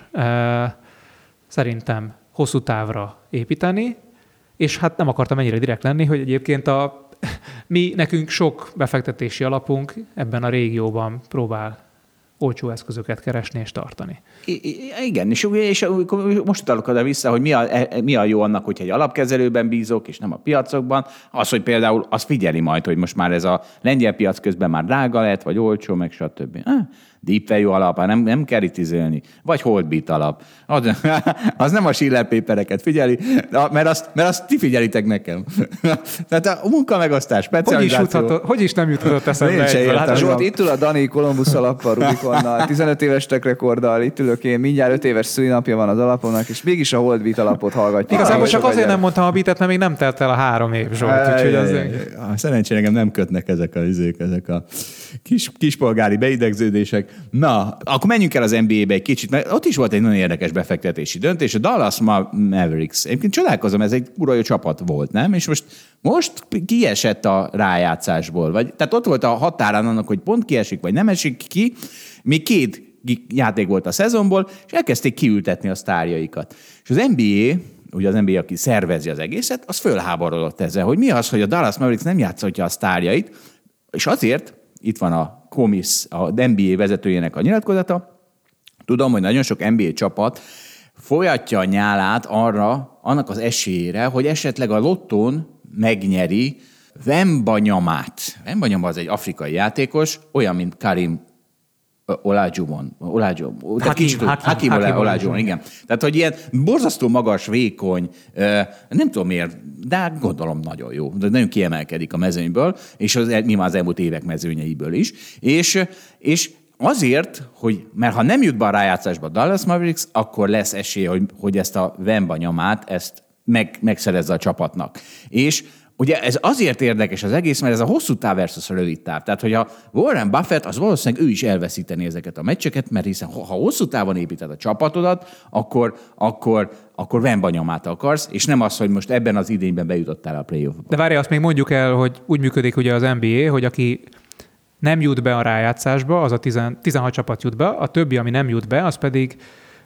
szerintem hosszú távra építeni, és hát nem akartam ennyire direkt lenni, hogy egyébként nekünk sok befektetési alapunk ebben a régióban próbál olcsó eszközöket keresni és tartani. Igen, és most utalok oda vissza, hogy mi a jó annak, hogyha egy alapkezelőben bízok, és nem a piacokban. Az, hogy például azt figyeli majd, hogy most már ez a lengyel piac közben már drága lett, vagy olcsó, meg stb. Deep Value alap, nem kell kritizálni. Vagy Holdbeat alap. Az nem a Schiller Papereket figyeli, mert azt ti figyelitek nekem. Tehát a munkamegosztás, specializáció. Hogy is nem juthatott eszembe egyből? Zsolt, itt ül a Dani Columbus alappal, Rubikonnal, 15 éves tekrekorddal, itt ülök én, mindjárt 5 éves szülinapja van az alapomnak, és mégis a Holdbeat alapot hallgatjuk. Igazából csak azért nem mondtam a beatet, mert még nem telt el a 3 év, Zsolt. Szerencsére engem nem kötnek ezek a kispolgári beidegződések. Na, akkor menjünk el az NBA-be egy kicsit, mert ott is volt egy nagyon érdekes befektetési döntés. A Dallas Mavericks. Egyébként csodálkozom, ez egy kurva jó csapat volt, nem? És most kiesett a rájátszásból. Tehát ott volt a határán annak, hogy pont kiesik, vagy nem esik ki. Még 2 játék volt a szezonból, és elkezdték kiültetni a sztárjaikat. És az NBA, ugye az NBA, aki szervezi az egészet, az fölháborodott ezzel, hogy mi az, hogy a Dallas Mavericks nem játszhatja a sztárjait, és azért, itt van a Comisz, a NBA vezetőjének a nyilatkozata, tudom, hogy nagyon sok NBA csapat folyatja a nyálát annak az esélyére, hogy esetleg a lottón megnyeri Wembanyamát. Wembanyama az egy afrikai játékos, olyan, mint Karim Olajuwon. Hakim Olajuwon, igen. Tehát, hogy ilyen borzasztó magas, vékony, nem tudom miért, de gondolom nagyon jó. De nagyon kiemelkedik a mezőnyből, és nyilván az elmúlt évek mezőnyeiből is. És azért, mert ha nem jut be a rájátszásba a Dallas Mavericks, akkor lesz esély, hogy ezt a Wembanyamát ezt megszerezze a csapatnak. És ugye ez azért érdekes az egész, mert ez a hosszú táv versus a rövid táv. Tehát, hogy a Warren Buffett, az valószínűleg ő is elveszíteni ezeket a meccseket, mert hiszen ha hosszú távon építed a csapatodat, akkor Wembanyamát akarsz, és nem az, hogy most ebben az idényben bejutottál a playoffba. De várj, azt még mondjuk el, hogy úgy működik ugye az NBA, hogy aki nem jut be a rájátszásba, az a 16 csapat jut be, a többi, ami nem jut be, az pedig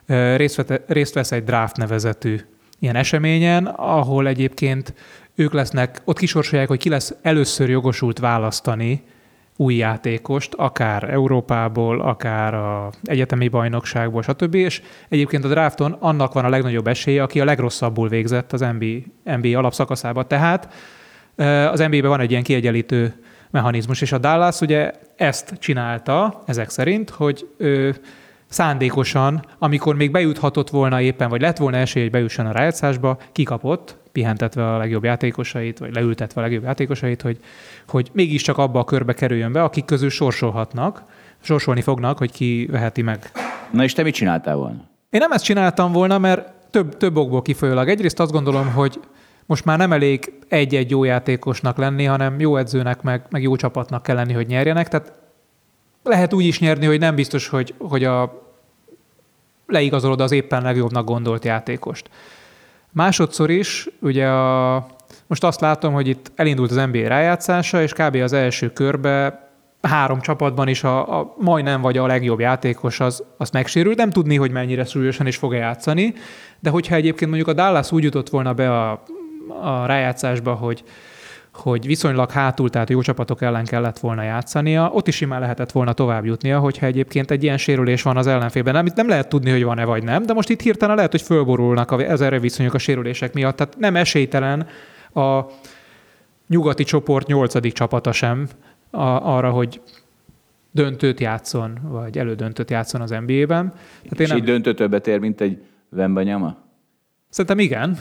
részt vesz egy draft nevezetű ilyen eseményen, ahol egyébként ők lesznek, ott kisorsolják, hogy ki lesz először jogosult választani új játékost, akár Európából, akár az egyetemi bajnokságból, stb. És egyébként a drafton annak van a legnagyobb esélye, aki a legrosszabbul végzett az NBA alapszakaszában. Tehát az NBA-ben van egy ilyen kiegyenlítő mechanizmus, és a Dallas ugye ezt csinálta, ezek szerint, hogy szándékosan, amikor még bejuthatott volna éppen, vagy lett volna esély, hogy bejusson a rájátszásba, kikapott, pihentetve a legjobb játékosait, vagy leültetve a legjobb játékosait, hogy mégiscsak abba a körbe kerüljön be, akik közül sorsolni fognak, hogy ki veheti meg. Na és te mit csináltál volna? Én nem ezt csináltam volna, mert több okból kifolyólag. Egyrészt azt gondolom, hogy most már nem elég egy-egy jó játékosnak lenni, hanem jó edzőnek, meg jó csapatnak kell lenni, hogy nyerjenek. Tehát lehet úgy is nyerni, hogy nem biztos, hogy leigazolod az éppen legjobbnak gondolt játékost. Másodszor is, ugye most azt látom, hogy itt elindult az NBA rájátszása, és kb. Az első körbe 3 csapatban is a majdnem vagy a legjobb játékos az megsérült. Nem tudni, hogy mennyire súlyosan is fog játszani, de hogyha egyébként mondjuk a Dallas úgy jutott volna be a rájátszásba, hogy viszonylag hátul, tehát jó csapatok ellen kellett volna játszania, ott is simán lehetett volna tovább jutnia, hogyha egyébként egy ilyen sérülés van az ellenfélben. Nem lehet tudni, hogy van-e vagy nem, de most itt hirtelen lehet, hogy fölborulnak az erőviszonyok a sérülések miatt. Tehát nem esélytelen a nyugati csoport 8. csapata sem arra, hogy döntőt játszon, vagy elődöntőt játszon az NBA-ben. És így döntő többet ér, mint egy Wembanyama? Szerintem igen.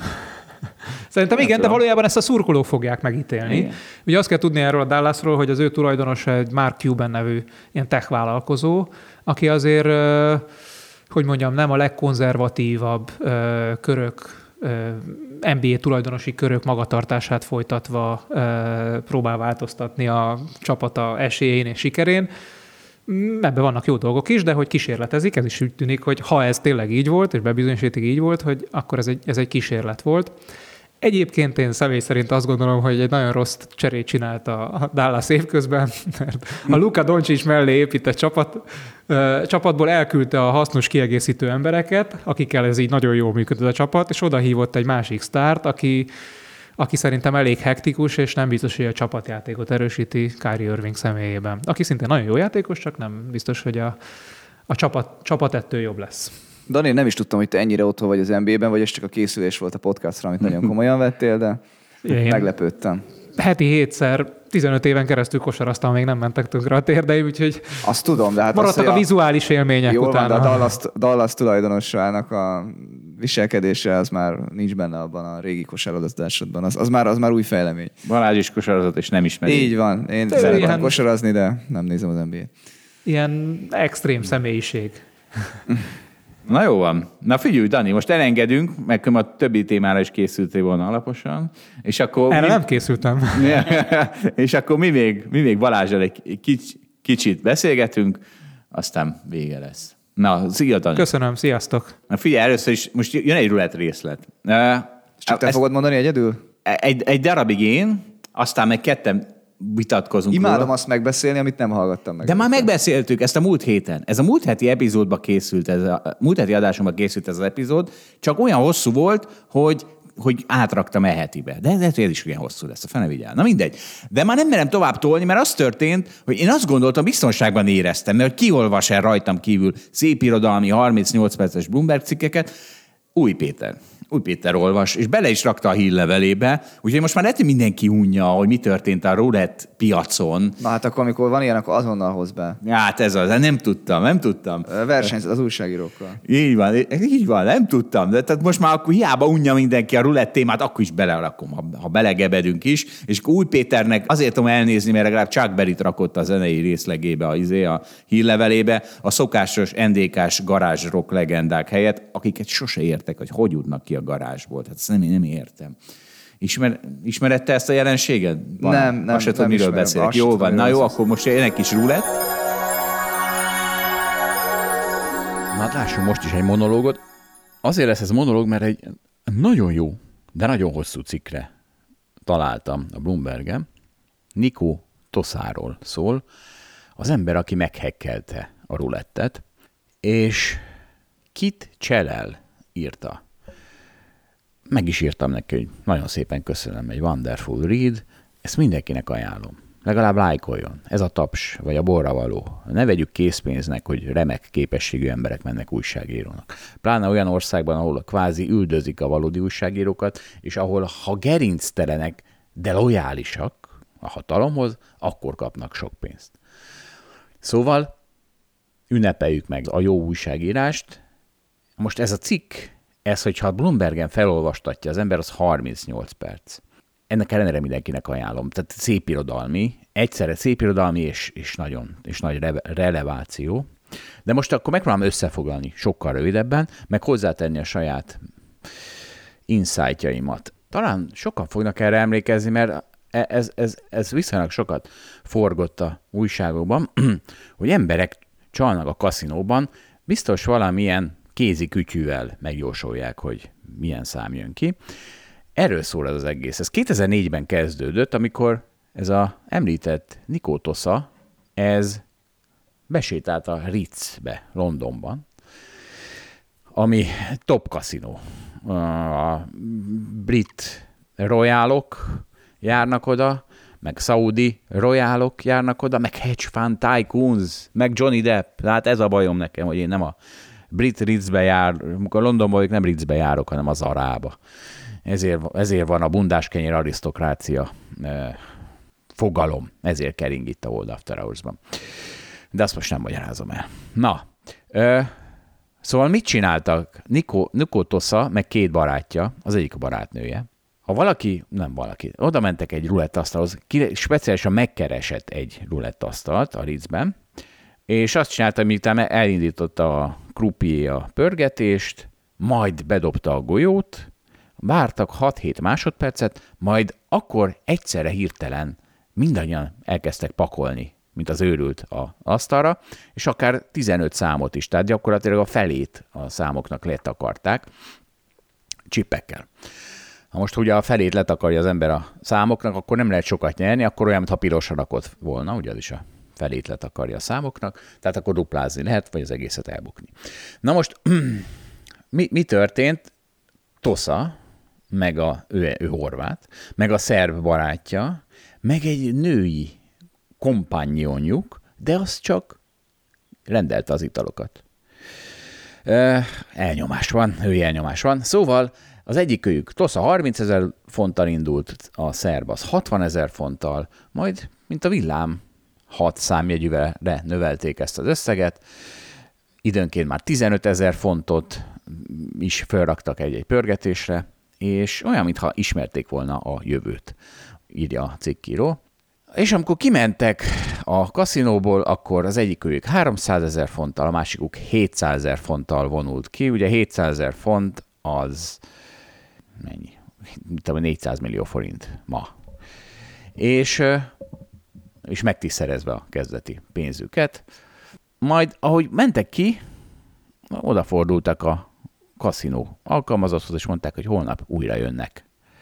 De valójában ezt a szurkolók fogják megítélni. Igen. Ugye azt kell tudni erről a Dallasról, hogy az ő tulajdonosa egy Mark Cuban nevű ilyen tech vállalkozó, aki azért, hogy mondjam, nem a legkonzervatívabb körök, NBA tulajdonosi körök magatartását folytatva próbál változtatni a csapata esélyén és sikerén. Ebben vannak jó dolgok is, de hogy kísérletezik, ez is úgy tűnik, hogy ha ez tényleg így volt, és bebizonyosítik így volt, hogy akkor ez egy kísérlet volt. Egyébként én személy szerint azt gondolom, hogy egy nagyon rossz cserét csinált a Dallas évközben, mert a Luka Doncic mellé épített csapatból elküldte a hasznos kiegészítő embereket, akikkel ez így nagyon jól működött a csapat, és oda hívott egy másik sztárt, aki szerintem elég hektikus, és nem biztos, hogy a csapatjátékot erősíti Kyrie Irving személyében. Aki szintén nagyon jó játékos, csak nem biztos, hogy a csapat ettől jobb lesz. Dani, nem is tudtam, hogy te ennyire otthon vagy az NBA-ben, vagy ez csak a készülés volt a podcastra, amit nagyon komolyan vettél, de meglepődtem. heti 7-szer 15 éven keresztül kosaraztam, még nem mentek tönkre a térdeim, úgyhogy azt tudom, de hát maradtak a vizuális élmények jól utána. Van, de a Dallas tulajdonosának a viselkedése az már nincs benne abban a régi kosárlabdázásodban. Az már új fejlemény. Balázs is kosarazott, és nem ismeri. Így van. Én szeretem kosarazni, de nem nézem az NBA-t. Ilyen extrém személyiség. Na jó van. Na figyelj, Dani, most elengedünk, meg a többi témára is készültél volna alaposan. És akkor erre nem készültem. És akkor mi még Balázsral egy kicsit beszélgetünk, aztán vége lesz. Na, szia, Dani. Köszönöm, sziasztok. Na figyelj, először is, most jön egy rulett részlet. Csak te fogod mondani egyedül? Egy darabig én, aztán meg ketten vitatkozunk. Imádom róla. azt megbeszélni, amit nem hallgattam meg. De már megbeszéltük ezt a múlt héten. Ez a múlt heti epizódba készült, múlt heti adásomban készült ez az epizód, csak olyan hosszú volt, hogy átraktam hetibe. De ez is olyan hosszú lesz, a fene vigyál. Na mindegy. De már nem merem tovább tolni, mert az történt, hogy én azt gondoltam, biztonságban éreztem, mert hogy kiolvas el rajtam kívül szép irodalmi 38 perces Bloomberg cikkeket. Új Péter olvas, és bele is rakta a hírlevelébe, úgyhogy most már lehet, hogy mindenki unja, hogy mi történt a roulette piacon. Na hát akkor, amikor van ilyen, akkor azonnal hoz be. Hát ez az, nem tudtam. Versenyzet az újságírókkal. Így van, nem tudtam. De tehát most már akkor hiába unja mindenki a roulette témát, akkor is belerakom, ha belegebedünk is. És Új Péternek azért tudom elnézni, mert legalább Chuck Berryt rakott a zenei részlegébe, a hírlevelébe, a szokásos NDK-s garázsrock legendák helyett, akiket sose értek, hogy jutnak ki a garázsból. Tehát ezt nem értem. Ismered te ezt a jelenséget? Nem. Azt se tudom, miről beszélek. Jó van, na jó, akkor most jön egy kis roulette. Na hát lássunk most is egy monológot. Azért lesz ez monológ, mert egy nagyon jó, de nagyon hosszú cikkre találtam a Bloombergen. Nico Tossáról szól, az ember, aki meghekkelte a roulettet, és Kit Cselel írta. Meg is írtam neki, hogy nagyon szépen köszönöm, egy wonderful read, ezt mindenkinek ajánlom. Legalább lájkoljon. Ez a taps, vagy a borravaló. Ne vegyük készpénznek, hogy remek képességű emberek mennek újságírónak. Pláne olyan országban, ahol kvázi üldözik a valódi újságírókat, és ahol, ha gerinctelenek, de lojálisak a hatalomhoz, akkor kapnak sok pénzt. Szóval ünnepeljük meg a jó újságírást. Most ez a cikk, hogyha Bloombergen felolvastatja az ember, az 38 perc. Ennek ellenére mindenkinek ajánlom. Tehát szépirodalmi, egyszerre szépirodalmi és nagy releváció. De most akkor megpróbálom összefoglalni sokkal rövidebben, meg hozzátenni a saját insightjaimat. Talán sokan fognak erre emlékezni, mert ez viszonylag sokat forgott a újságokban, hogy emberek csalnak a kaszinóban, biztos valamilyen kézi kütyűvel megjósolják, hogy milyen szám jön ki. Erről szól ez az egész. Ez 2004-ben kezdődött, amikor ez az említett Nico Tossá, ez besétált a Ritzbe, Londonban, ami top kaszinó. A brit royalok járnak oda, meg szaudi royalok járnak oda, meg hedge fund tycoons, meg Johnny Depp. Hát ez a bajom nekem, hogy én nem a brit Ritzbe amikor Londonban vagyok, nem Ritzbe járok, hanem az Arába. Ezért van a bundáskenyér arisztokrácia fogalom. Ezért kering itt a Old After Hours-ban. De azt most nem magyarázom el. Na, szóval mit csináltak? Nico Tossá, meg két barátja, az egyik a barátnője. Ha oda mentek egy rulettasztalhoz, speciálisan megkeresett egy rulettasztalt a Ritzben, és azt csinálta, miután elindította a croupier a pörgetést, majd bedobta a golyót, vártak 6-7 másodpercet, majd akkor egyszerre hirtelen mindannyian elkezdtek pakolni, mint az őrült az asztalra, és akár 15 számot is, tehát gyakorlatilag a felét a számoknak letakarták csipekkel. Ha most ugye a felét letakarja az ember a számoknak, akkor nem lehet sokat nyerni, akkor olyan, mintha pirosra rakott volna, ugye az is a felét letakarja a számoknak, tehát akkor duplázni lehet, vagy az egészet elbukni. Na most mi történt? Tossá, meg ő horvát, meg a szerb barátja, meg egy női kompányonjuk, de az csak rendelte az italokat. Elnyomás van. Szóval Az egyikőjük TOSZA 30 000 fonttal indult, a szerb az 60 000 fonttal, majd, mint a villám, 6 számjegyűvel növelték ezt az összeget, időnként már 15 000 fontot is felraktak egy-egy pörgetésre, és olyan, mintha ismerték volna a jövőt, írja a cikkíró. És amikor kimentek a kaszinóból, akkor az egyikőjük 300 000 fonttal, a másikuk 700 000 fonttal vonult ki. Ugye 700 000 font az mennyi? 400 millió forint ma. És megtízszerezve a kezdeti pénzüket. Majd, ahogy mentek ki, odafordultak a kaszinó alkalmazotthoz, és mondták, hogy holnap újra jönnek.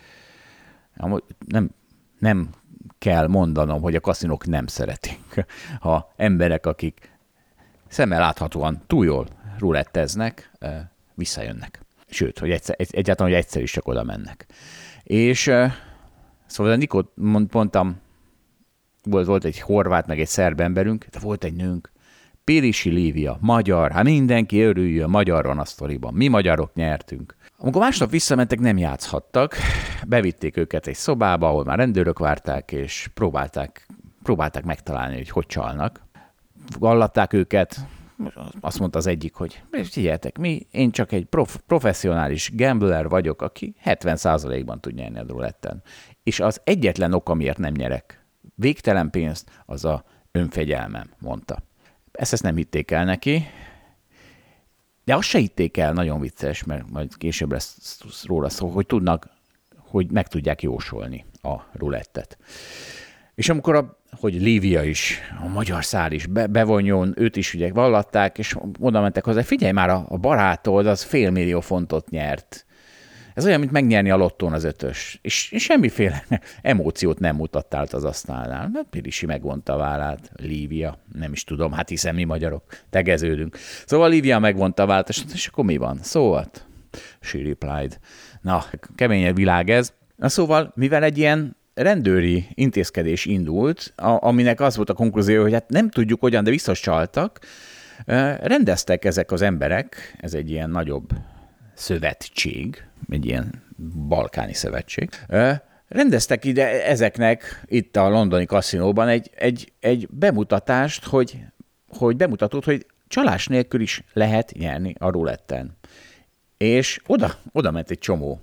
Nem kell mondanom, hogy a kaszinók nem szeretik, ha emberek, akik szemmel láthatóan túl jól ruletteznek, visszajönnek. Sőt, hogy egyáltalán, hogy egyszer is csak oda mennek. És szóval a Nikót mondtam, volt egy horvát, meg egy szerb emberünk, de volt egy nőnk, Pirisi Lívia, magyar, hát mindenki örüljön, magyar van a sztoriban. Mi magyarok nyertünk. Amikor másnap visszamentek, nem játszhattak, bevitték őket egy szobába, ahol már rendőrök várták, és próbálták megtalálni, hogy csalnak. Vallatták őket, azt mondta az egyik, hogy figyeljetek, én csak egy professzionális gambler vagyok, aki 70%-ban tud nyerni a ruletten. És az egyetlen ok, amiért nem nyerek végtelen pénzt, az a önfegyelmem, mondta. Ezt nem hitték el neki, de azt se hitték el, nagyon vicces, mert majd később lesz róla szó, hogy meg tudják jósolni a rulettet. És amikor hogy Lívia is, a magyar szál is bevonjon, őt is ugye vallatták, és oda mentek hozzá, figyelj már, a barátod az 500 000 fontot nyert. Ez olyan, mint megnyerni a lottón az 5-ös. És semmiféle emóciót nem mutattál az asztalnál. Pirisi megvonta a vállát. Lívia, nem is tudom, hát hiszen mi magyarok tegeződünk. Szóval Lívia megvonta a vállát, és akkor mi van? Szóval, she replied. Na, kemény világ ez. Na szóval, mivel egy ilyen rendőri intézkedés indult, aminek az volt a konklúzió, hogy hát nem tudjuk hogyan, de biztos csaltak, rendeztek ezek az emberek, ez egy ilyen nagyobb szövetség, egy ilyen balkáni szövetség, rendeztek ide ezeknek itt a londoni kaszinóban egy bemutatást, hogy bemutatót, hogy csalás nélkül is lehet nyerni a ruletten. És oda ment egy csomó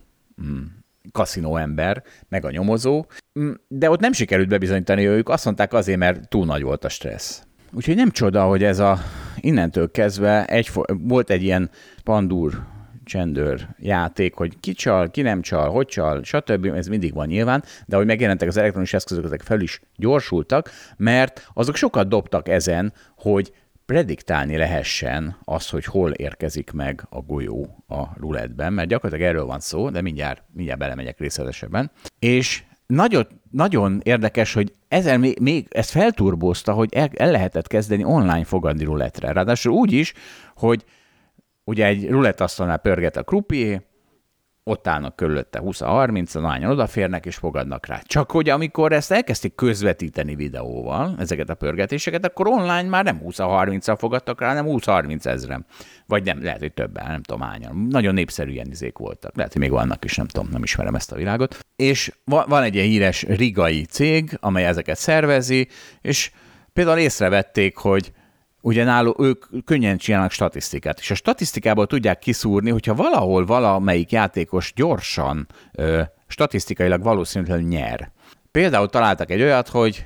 kaszinó ember, meg a nyomozó, de ott nem sikerült bebizonyítani ők, azt mondták azért, mert túl nagy volt a stressz. Úgyhogy nem csoda, hogy ez innentől kezdve volt egy ilyen pandúr csendőr játék, hogy ki csal, ki nem csal, hogy csal, stb. Ez mindig van nyilván, de ahogy megjelentek az elektronikus eszközök, ezek fel is gyorsultak, mert azok sokat dobtak ezen, hogy prediktálni lehessen az, hogy hol érkezik meg a golyó a rulettben, mert gyakorlatilag erről van szó, de mindjárt belemegyek részletesebben. És nagyon érdekes, hogy ezzel még ezt felturbózta, hogy el lehetett kezdeni online fogadni rulettre. Ráadásul úgy is, hogy ugye egy rulettasztalnál pörget a croupier, ott állnak körülötte 20-30, lányan odaférnek és fogadnak rá. Csak hogy amikor ezt elkezdték közvetíteni videóval, ezeket a pörgetéseket, akkor online már nem 20-30-al fogadtak rá, hanem 20-30 000. Vagy nem, lehet, hogy többen, nem tudom hányan. Nagyon népszerű ilyen izék voltak. Lehet, hogy még vannak is, nem tudom, nem ismerem ezt a világot. És van egy ilyen híres rigai cég, amely ezeket szervezi, és például észrevették, hogy ugye náluk ők könnyen csinálnak statisztikát, és a statisztikából tudják kiszúrni, hogyha valahol valamelyik játékos gyorsan, statisztikailag valószínűleg nyer. Például találtak egy olyat, hogy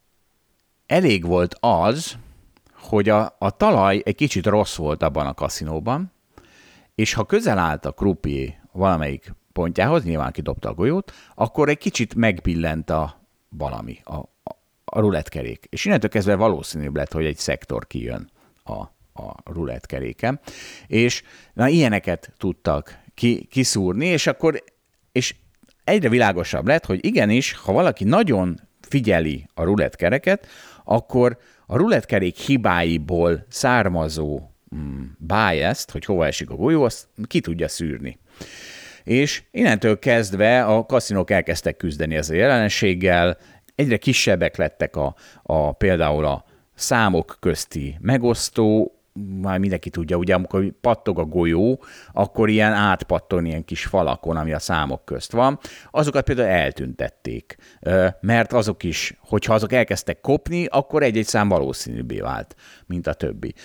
elég volt az, hogy a talaj egy kicsit rossz volt abban a kaszinóban, és ha közel állt a croupier valamelyik pontjához, nyilván kidobta a golyót, akkor egy kicsit megbillent valami, a rulettkerék. És innentől kezdve valószínűbb lett, hogy egy szektor kijön a rulettkeréken. És ilyeneket tudtak kiszúrni, és egyre világosabb lett, hogy igenis, ha valaki nagyon figyeli a rulettkereket, akkor a rulettkerék hibáiból származó biaszt, hogy hova esik a golyó, azt ki tudja szűrni. És innentől kezdve a kaszinók elkezdtek küzdeni ezzel a jelenséggel, egyre kisebbek lettek például a számok közti megosztó már mindenki tudja, ugye amikor pattog a golyó, akkor ilyen átpattog ilyen kis falakon, ami a számok közt van. Azokat például eltüntették, mert azok is, hogyha azok elkezdtek kopni, akkor egy-egy szám valószínűbbé vált, mint a többi.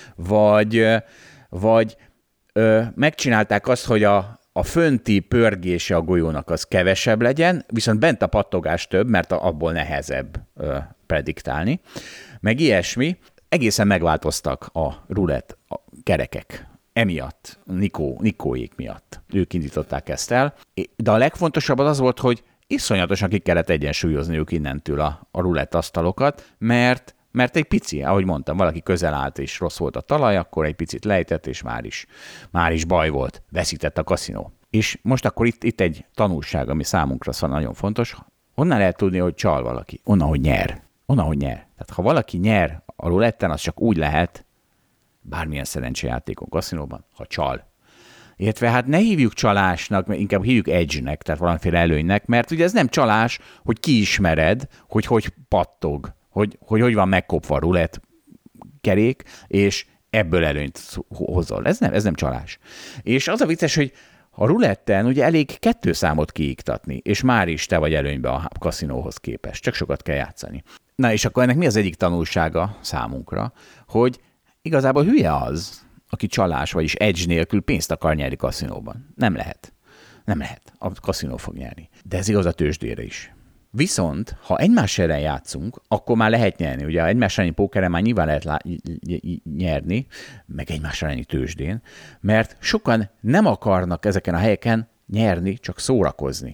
Vagy megcsinálták azt, hogy a fönti pörgése a golyónak az kevesebb legyen, viszont bent a pattogás több, mert abból nehezebb prediktálni, meg ilyesmi. Egészen megváltoztak a rulett kerekek emiatt, Nikóék miatt. Ők indították ezt el. De a legfontosabb az volt, hogy iszonyatosan ki kellett egyensúlyozniuk innentől a rulett asztalokat, mert egy pici, ahogy mondtam, valaki közel állt és rossz volt a talaj, akkor egy picit lejtett, és már is baj volt. Veszített a kaszinó. És most akkor itt egy tanulság, ami számunkra nagyon fontos. Honnan lehet tudni, hogy csal valaki? Onnan, hogy nyer. Tehát ha valaki nyer a ruletten, az csak úgy lehet, bármilyen szerencsejátékon, kaszinóban, ha csal. Illetve hát ne hívjuk csalásnak, inkább hívjuk edge-nek, tehát valamiféle előnynek, mert ugye ez nem csalás, hogy kiismered, hogy pattog, hogy van megkopva a rulett kerék, és ebből előnyt hozol. Ez nem csalás. És az a vicces, hogy a ruletten ugye elég 2 számot kiiktatni, és már is te vagy előnybe a kaszinóhoz képest. Csak sokat kell játszani. Na és akkor ennek mi az egyik tanulsága számunkra, hogy igazából hülye az, aki csalás, vagyis edge nélkül pénzt akar nyerni kaszinóban. Nem lehet. A kaszinó fog nyerni. De ez igaz a tőzsdére is. Viszont, ha egymás ellen játszunk, akkor már lehet nyerni. Ugye egymás elleni pókeren már nyilván lehet nyerni, meg egymás elleni tőzsdén, mert sokan nem akarnak ezeken a helyeken nyerni, csak szórakozni.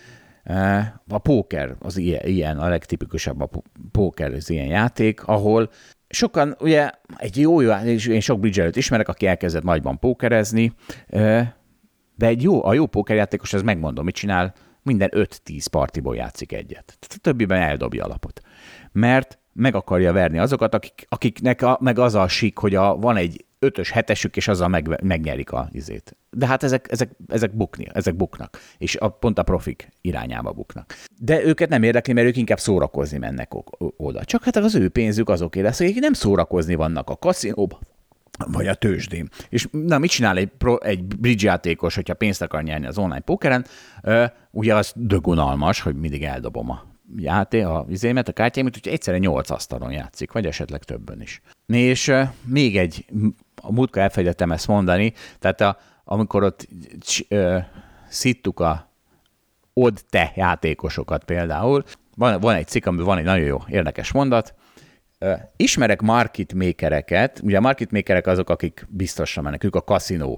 A póker az ilyen, a legtipikusabb a póker az ilyen játék, ahol sokan, ugye egy jó, én sok bridge-előt ismerek, aki elkezdett nagyban pókerezni, de a jó pókerjátékos, ez megmondom, mit csinál, minden 5-10 partiból játszik egyet. Tehát a többiben eldobja a lapot. Mert meg akarja verni azokat, akiknek meg az a sik, hogy van egy 5-ös, 7-esük, és azzal megnyerik a izét. De hát ezek buknak, és pont a profik irányába buknak. De őket nem érdekli, mert ők inkább szórakozni mennek oda. Csak hát az ő pénzük azoké lesz, akik nem szórakozni vannak a kaszinóban, vagy a tőzsdén. És na, mit csinál egy bridge játékos, hogyha pénzt akar nyerni az online pokeren? Ugye az dögunalmas, hogy mindig eldobom a a kártyáimat, úgyhogy egyszerre 8 asztalon játszik, vagy esetleg többen is. És még a múltkor elfelejtettem ezt mondani, tehát amikor ott szittuk a odd-te játékosokat például, van egy cikk, amiben van egy nagyon jó, érdekes mondat. Ismerek market makereket, ugye a market makerek azok, akik biztosra mennek, ők a kaszinó,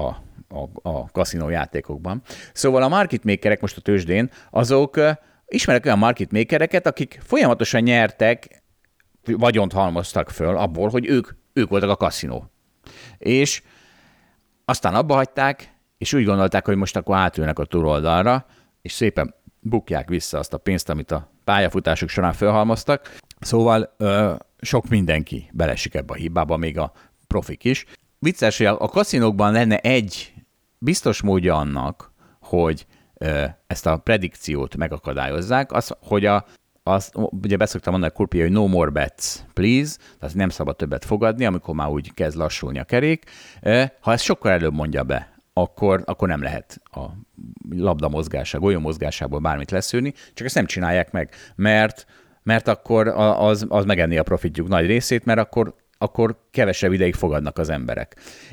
a kaszinó játékokban. Szóval a market makerek most a tőzsdén, azok ismerek olyan market makereket, akik folyamatosan nyertek, vagyont halmoztak föl abból, hogy ők voltak a kaszinó. És aztán abba hagyták, és úgy gondolták, hogy most akkor átülnek a túloldalra, és szépen bukják vissza azt a pénzt, amit a pályafutások során felhalmoztak. Szóval sok mindenki belesik ebbe a hibába, még a profik is. Vicces, hogy a kaszinókban lenne egy biztos módja annak, hogy ezt a predikciót megakadályozzák, hogy ugye beszoktam mondani a kurpia, hogy no more bets, please, tehát nem szabad többet fogadni, amikor már úgy kezd lassulni a kerék. Ha ezt sokkal előbb mondja be, akkor nem lehet a labda mozgása, golyó mozgásából bármit leszűrni, csak ezt nem csinálják meg, mert akkor az megenné a profitjuk nagy részét, mert akkor kevesebb ideig fogadnak az emberek.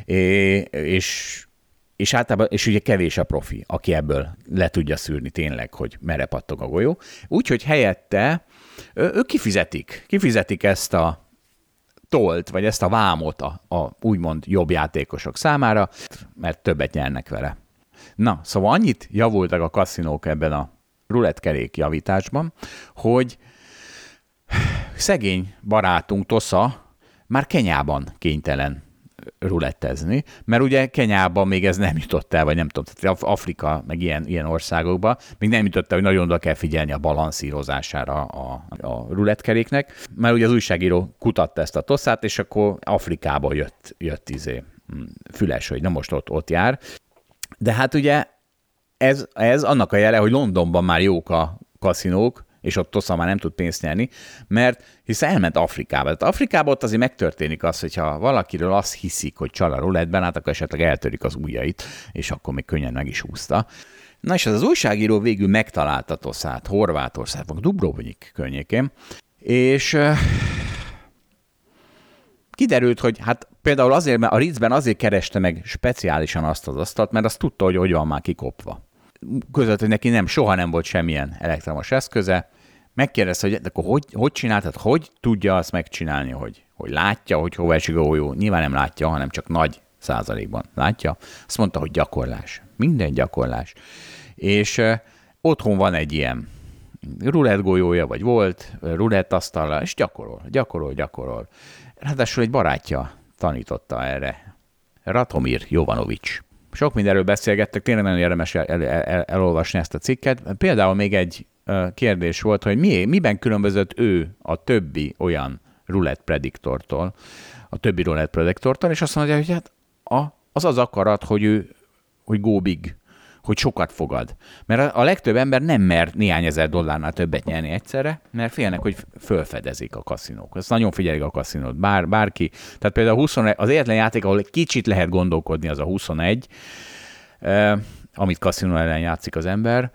És általában, és ugye kevés a profi, aki ebből le tudja szűrni tényleg, hogy merre pattog a golyó. Úgyhogy helyette ők kifizetik ezt a tolt, vagy ezt a vámot a úgymond jobb játékosok számára, mert többet nyernek vele. Na, szóval annyit javultak a kaszinók ebben a rulettkerék javításban, hogy szegény barátunk Tosza már Kenyában kénytelen rulettezni, mert ugye Kenyában még ez nem jutott el, vagy nem tudom, tehát Afrika, meg ilyen országokban még nem jutott el, hogy nagyon oda kell figyelni a balanszírozására a rulettkeréknek, mert ugye az újságíró kutatta ezt a Toszát, és akkor Afrikából jött füles, hogy na most ott jár. De hát ugye ez annak a jele, hogy Londonban már jók a kaszinók, és ott Tosza már nem tud pénzt nyerni, mert hiszen elment Afrikába. Tehát Afrikában ott azért megtörténik az, hogyha valakiről azt hiszik, hogy csal a rulettben, hát akkor esetleg eltörik az ujjait, és akkor még könnyen meg is húzta. Na és az újságíró végül megtalálta Toszát Horvátországban, Dubrovnik környékén, és kiderült, hogy hát például azért, mert a Ritzben azért kereste meg speciálisan azt az asztalt, mert azt tudta, hogy van már kikopva. Között, hogy neki soha nem volt semmilyen elektromos eszköze. Megkérdezte, hogy akkor hogy csináltad, hogy tudja azt megcsinálni, hogy látja, hogy hova esik a hajó. Nyilván nem látja, hanem csak nagy százalékban látja. Azt mondta, hogy gyakorlás. Minden gyakorlás. És otthon van egy ilyen rulettgolyója, vagy volt, rulettasztala, és gyakorol. Ráadásul egy barátja tanította erre, Ratomir Jovanovics. Sok mindenről beszélgettek, tényleg nagyon érdemes elolvasni ezt a cikket. Például még egy kérdés volt, hogy miben különbözött ő a többi olyan rulett prediktortól, és azt mondja, hogy hát az akarat, hogy go big, hogy sokat fogad. Mert a legtöbb ember nem mer néhány ezer dollárnál többet nyerni egyszerre, mert félnek, hogy fölfedezik a kaszinók. Ezt nagyon figyelik a kaszinót, bárki. Tehát például 21, az egyetlen játék, ahol egy kicsit lehet gondolkodni, az a 21, amit kaszinó ellen játszik az ember,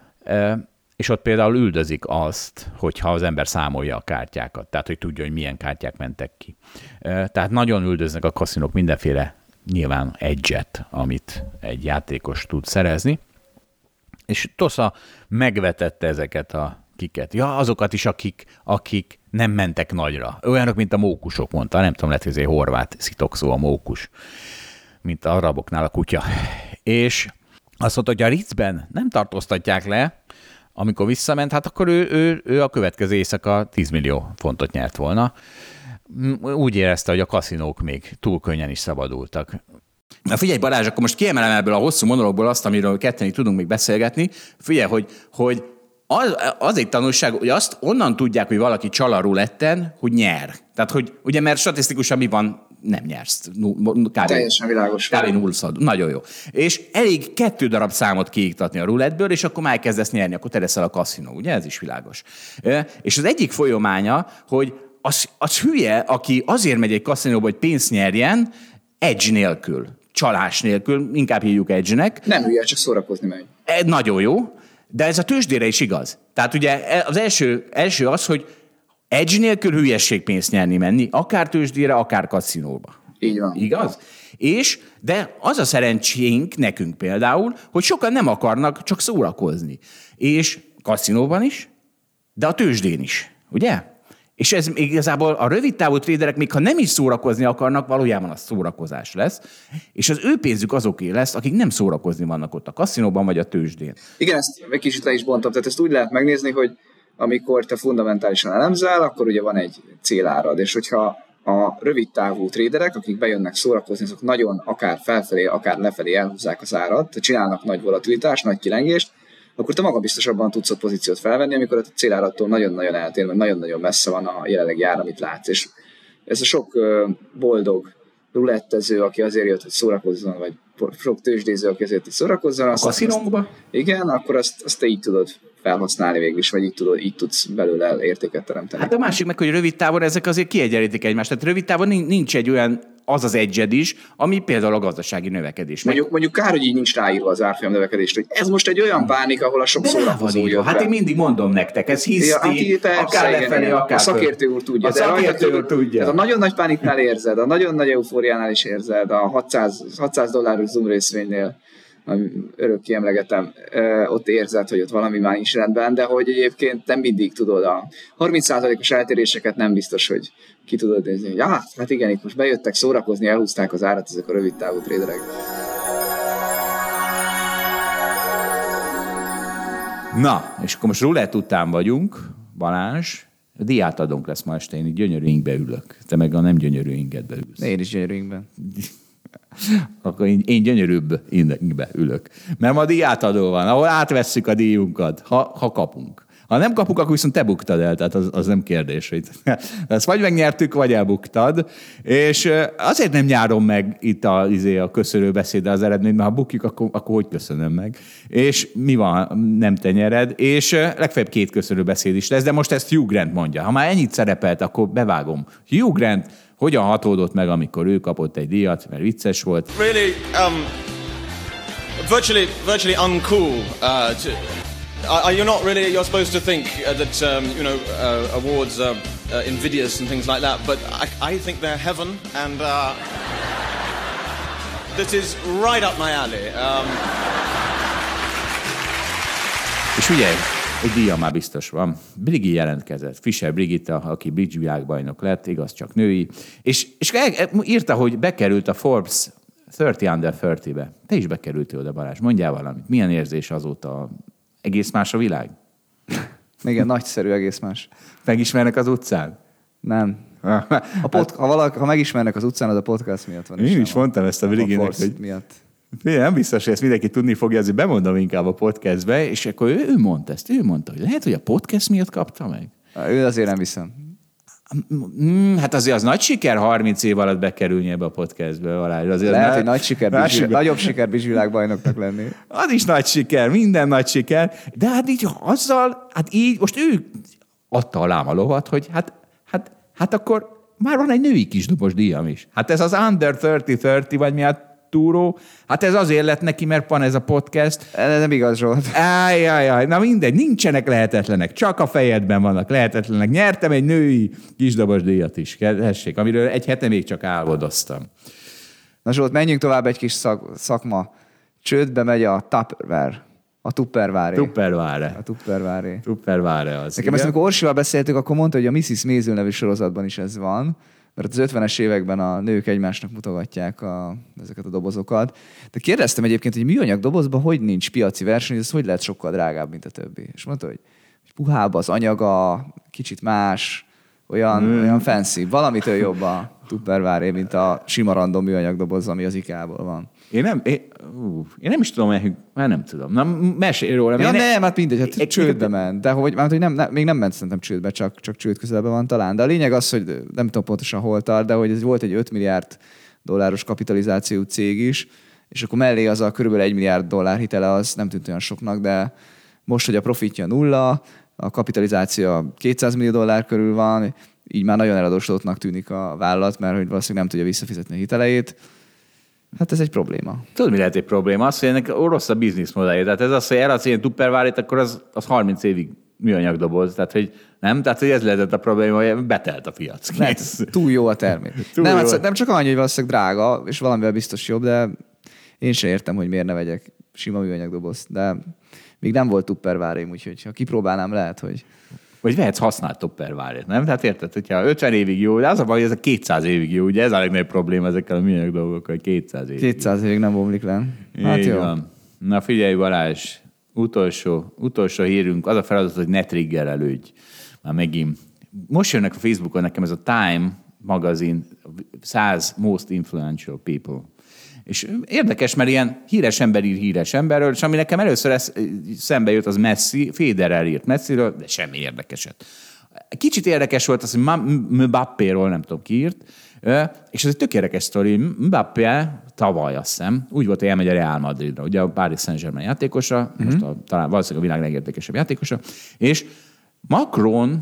és ott például üldözik azt, hogyha az ember számolja a kártyákat, tehát hogy tudja, hogy milyen kártyák mentek ki. Tehát nagyon üldöznek a kaszinók mindenféle nyilván edge-et, amit egy játékos tud szerezni. És Tosza megvetette ezeket a kiket. Ja, azokat is, akik nem mentek nagyra. Olyanok, mint a mókusok, mondta. Nem tudom, lehet, hogy ez egy horvát szitokszó a mókus, mint a araboknál a kutya. És azt mondta, hogy a Ritzben nem tartóztatják le, amikor visszament, hát akkor ő a következő éjszaka 10 millió fontot nyert volna. Úgy érezte, hogy a kaszinók még túl könnyen is szabadultak. Na figyelj Balázs, akkor most kiemelem ebből a hosszú monológból azt, amiről ketten tudunk még beszélgetni. Figyelj, hogy az egy tanulság, hogy azt onnan tudják, hogy valaki csal a ruletten, hogy nyer. Tehát, hogy ugye, mert statisztikusan mi van, nem nyersz. Teljesen világos. Kb. nullszad. Nagyon jó. És elég 2 darab számot kiiktatni a rulettből, és akkor már kezdesz nyerni, akkor te leszel a kaszinó. Ugye, ez is világos. És az egyik folyamánya, hogy az hülye, aki azért megy egy kaszinóba, hogy pénzt nyerjen, edge nélkül, csalás nélkül, inkább hívjuk edge-nek. Nem hülye, csak szórakozni megy. Nagyon jó, de ez a tőzsdére is igaz. Tehát ugye az első az, hogy edge nélkül hülyesség pénzt nyerni menni, akár tőzsdére, akár kaszinóba. Így van. Igaz? De az a szerencsénk nekünk például, hogy sokan nem akarnak csak szórakozni. És kaszinóban is, de a tőzsdén is. Ugye? És ez igazából a rövidtávú tréderek, még ha nem is szórakozni akarnak, valójában az szórakozás lesz, és az ő pénzük azoké lesz, akik nem szórakozni vannak ott a kaszinóban vagy a tőzsdén. Igen, ezt egy kicsit le is bontom, tehát ezt úgy lehet megnézni, hogy amikor te fundamentálisan elemzel, akkor ugye van egy célárad, és hogyha a rövidtávú tréderek, akik bejönnek szórakozni, azok nagyon akár felfelé, akár lefelé elhúzzák az árat, csinálnak nagy volatilitást, nagy kilengést, akkor te magabiztosabban tudsz ott pozíciót felvenni, amikor a célárattól nagyon-nagyon eltér, mert nagyon-nagyon messze van a jelenlegi ár, amit látsz. És ez a sok boldog rulettező, aki azért jött, hogy szórakozzon, vagy sok tőzsdéző, aki azért, hogy szórakozzon. A kaszinónkba? Igen, akkor azt te így tudod felhasználni végül is, vagy így tudsz belőle értéket teremteni. Hát a másik meg, hogy rövid távon ezek azért kiegyenlítik egymást. Tehát rövid távon nincs egy olyan az edge-ed is, ami például a gazdasági növekedés. Mondjuk kár, hogy így nincs ráírva az árfolyam növekedést, hogy ez most egy olyan pánik, ahol a sok szórakozó jön. Hát én mindig mondom nektek, ez hiszti, akár lefelé, akár a szakértő úr tudja. A szakértő úr tudja. A nagyon nagy pániknál érzed, a nagyon nagy eufóriánál is érzed, a $600 Zoom részvénynél, örök kiemlegetem, ott érzed, hogy ott valami már nincs rendben, de hogy egyébként nem mindig tudod a 30%-os eltéréseket nem biztos, hogy ki tudod nézni, hogy hát igen, itt most bejöttek szórakozni, elhúzták az árat ezek a rövid távú tréderek. Na, és akkor most rulett után vagyunk, Balázs, a diátadónk lesz ma este, én így gyönyörű ingbe ülök. Te meg a nem gyönyörű ingedbe ülsz. Én is gyönyörű ingben. Akkor én gyönyörűbb ingbe ülök. Mert ma díjátadó van, ahol átvesszük a díjunkat, ha kapunk. Ha nem kapunk, akkor viszont te buktad el, tehát az nem kérdés. Ezt vagy megnyertük, vagy elbuktad. És azért nem nyárom meg itt a köszönő beszéddel az eredményt, mert ha bukjuk, akkor hogy köszönöm meg? És mi van, nem te nyered? És legfeljebb 2 köszönő beszéd is lesz, de most ezt Hugh Grant mondja. Ha már ennyit szerepelt, akkor bevágom. Hugh Grant hogyan hatódott meg, amikor ő kapott egy díjat, mert vicces volt. Really, virtually uncool. You're not really. You're supposed to think that awards are invidious and things like that. But I think they're heaven, and this is right up my alley. És ugye, egy díja már biztos van. Brigi jelentkezett. Fischer Brigitta, aki bridge világbajnok lett, igaz, csak női. És írta, hogy bekerült a Forbes 30 under 30-be. Te is bekerültél oda, Balázs. Mondjál valamit. Milyen érzés azóta? Egész más a világ? Igen, nagyszerű, egész más. Megismernek az utcán? Nem. Ha megismernek az utcán, az a podcast miatt van. Én is mondtam ezt a Briginek, hogy miatt. Nem biztos, hogy ezt mindenki tudni fogja, azért bemondom inkább a podcastbe, és akkor ő mondta ezt. Ő mondta, hogy lehet, hogy a podcast miatt kapta meg. Ő azért nem hiszem. Hát azért az nagy siker 30 év alatt bekerülni ebbe a podcastbe. Azért lehet, hogy nagy siker, nagyobb siker bizsvilágbajnoknak lenni. Az is nagy siker, minden nagy siker. De hát így azzal, hát így most ő adta a láma lovat, hogy hát akkor már van egy női kisdobos díjam is. Hát ez az Under 30, vagy mi a túró. Hát ez azért lett neki, mert van ez a podcast. Ez nem igaz, Zsolt. Ájjajjaj, na mindegy, nincsenek lehetetlenek, csak a fejedben vannak lehetetlenek. Nyertem egy női kisdobos díjat is, tessék, amiről egy hete még csak álmodoztam. Na Zsolt, menjünk tovább egy kis szakma. Csődbe megy a Tupperware. A Tupperware. Tupperware. A Tupperware. Tupperware az. Nekem ezt, amikor Orsival beszéltük, akkor mondta, hogy a Mrs. Maisel nevű sorozatban is ez van, mert az 50-es években a nők egymásnak mutogatják ezeket a dobozokat. De kérdeztem egyébként, hogy műanyag dobozban hogy nincs piaci verseny, ez hogy lehet sokkal drágább, mint a többi. És mondta, hogy puhább az anyaga, kicsit más, olyan fancy, valamitől jobb a Tupperware, mint a sima random műanyag doboz, ami az IKEA-ból van. Én nem is tudom, már nem tudom. Na, mesélj róla. Ja, nem, hát mindegy, hát csődbe ment. De hogy még nem ment szerintem csődbe, csak csőd közelben van talán. De a lényeg az, hogy nem tudom pontosan hol tart, de hogy ez volt egy $5 milliárd kapitalizációú cég is, és akkor mellé az a körülbelül $1 milliárd hitele, az nem tűnt olyan soknak, de most, hogy a profitja nulla, a kapitalizáció $200 millió körül van, így már nagyon eladósodottnak tűnik a vállalat, mert hogy valószínűleg nem tudja visszafizetni a hiteleit. Hát ez egy probléma. Tudod, mi lehet egy probléma? Az, hogy ennek rossz a bizniszmodellje. Tehát ez az, hogy eladsz ilyen Tupperware-t, akkor az 30 évig műanyag doboz. Tehát, hogy nem? Tehát, hogy ez lehetett a probléma, hogy betelt a piac. Túl jó a termék. Nem csak annyi, hogy valószínűleg drága, és valamivel biztos jobb, de én sem értem, hogy miért ne vegyek sima műanyag dobozt. De még nem volt Tupperware-im, úgyhogy ha kipróbálnám, lehet, hogy... Vagy vehetsz használt Tupperware-t, nem? Tehát érted, hogyha 50 évig jó, de az a baj, hogy ez a 200 évig jó, ugye ez a legnagyobb probléma ezekkel a műanyag dolgokkal, hogy 200 évig. 200 évig nem bomlik le. Hát így jó. Van. Na figyelj, Balázs, utolsó hírünk, az a feladat, hogy ne triggerelődj. Már megint. Most jönnek a Facebookon nekem ez a Time magazin 100 most influential people. És érdekes, mert ilyen híres ember ír híres emberről, és ami nekem először szembe jött, az Messi, Federer írt Messiről, de semmi érdekeset. Kicsit érdekes volt az, hogy Mbappéról nem tudom ki írt, és ez egy tök érdekes sztori. Mbappé tavaly, azt hiszem, úgy volt, hogy elmegy a Real Madridra, ugye a Paris Saint-Germain játékosa, most talán valószínűleg a világ legérdekesebb játékosa, és Macron,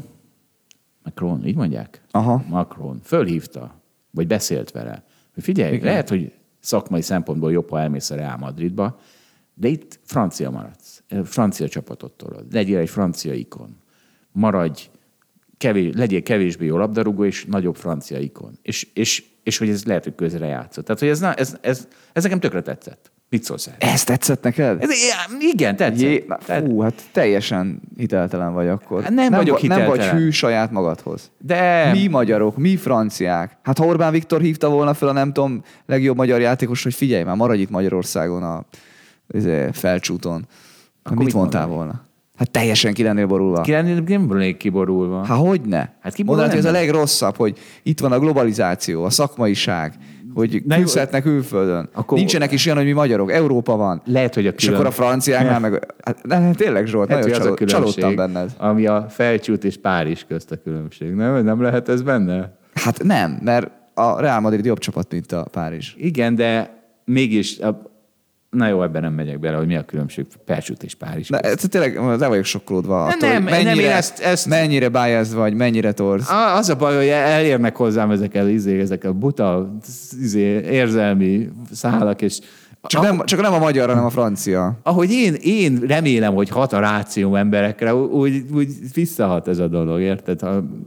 így mondják? Aha. Macron fölhívta, vagy beszélt vele, hogy figyelj, igen, lehet, hogy szakmai szempontból jobb, ha elmész a Real Madridba, de itt francia maradsz. Francia csapatot tolod. Legyél egy francia ikon. Maradj, legyél kevésbé jó labdarúgó, és nagyobb francia ikon. És hogy ez lehet, hogy közre játszott. Tehát, hogy ez nekem tökre tetszett. Mit szólsz el? Ez tetszett neked? Igen, tetszett. Hát teljesen hiteltelen vagy akkor. Hát nem vagyok hiteltelen. Nem vagy hű saját magadhoz. De... Mi magyarok, mi franciák. Hát ha Orbán Viktor hívta volna fel a nem tudom legjobb magyar játékos, hogy figyelj már, maradj itt Magyarországon a Felcsúton. Akkor mit mondtál volna? Hát teljesen ki lennél borulva. Nem lennék kiborulva. Hát hogyne? Hát mondanád, hogy ez a legrosszabb, hogy itt van a globalizáció, a szakmaiság, hogy küzdhetnek külföldön. Akkor... Nincsenek is ilyen, hogy mi magyarok. Európa van. Lehet, hogy a és akkor a franciáknál meg... Hát, tényleg, Zsolt, nagyon csalódtam benned. Ami a Felcsút és Párizs közt a különbség. Nem lehet ez benne? Hát nem, mert a Real Madrid jobb csapat, mint a Párizs. Igen, de mégis... Na jó, ebben nem megyek bele, hogy mi a különbség Felcsút és Párizs közt. Tényleg, le vagyok sokkolódva attól, nem, mennyire biased vagy, mennyire torz. Az a baj, hogy elérnek hozzám ezek a buta érzelmi szálak, és Csak nem a magyar, hanem a francia. Ahogy én remélem, hogy hat a ráció emberekre, úgy visszahat ez a dolog, érted?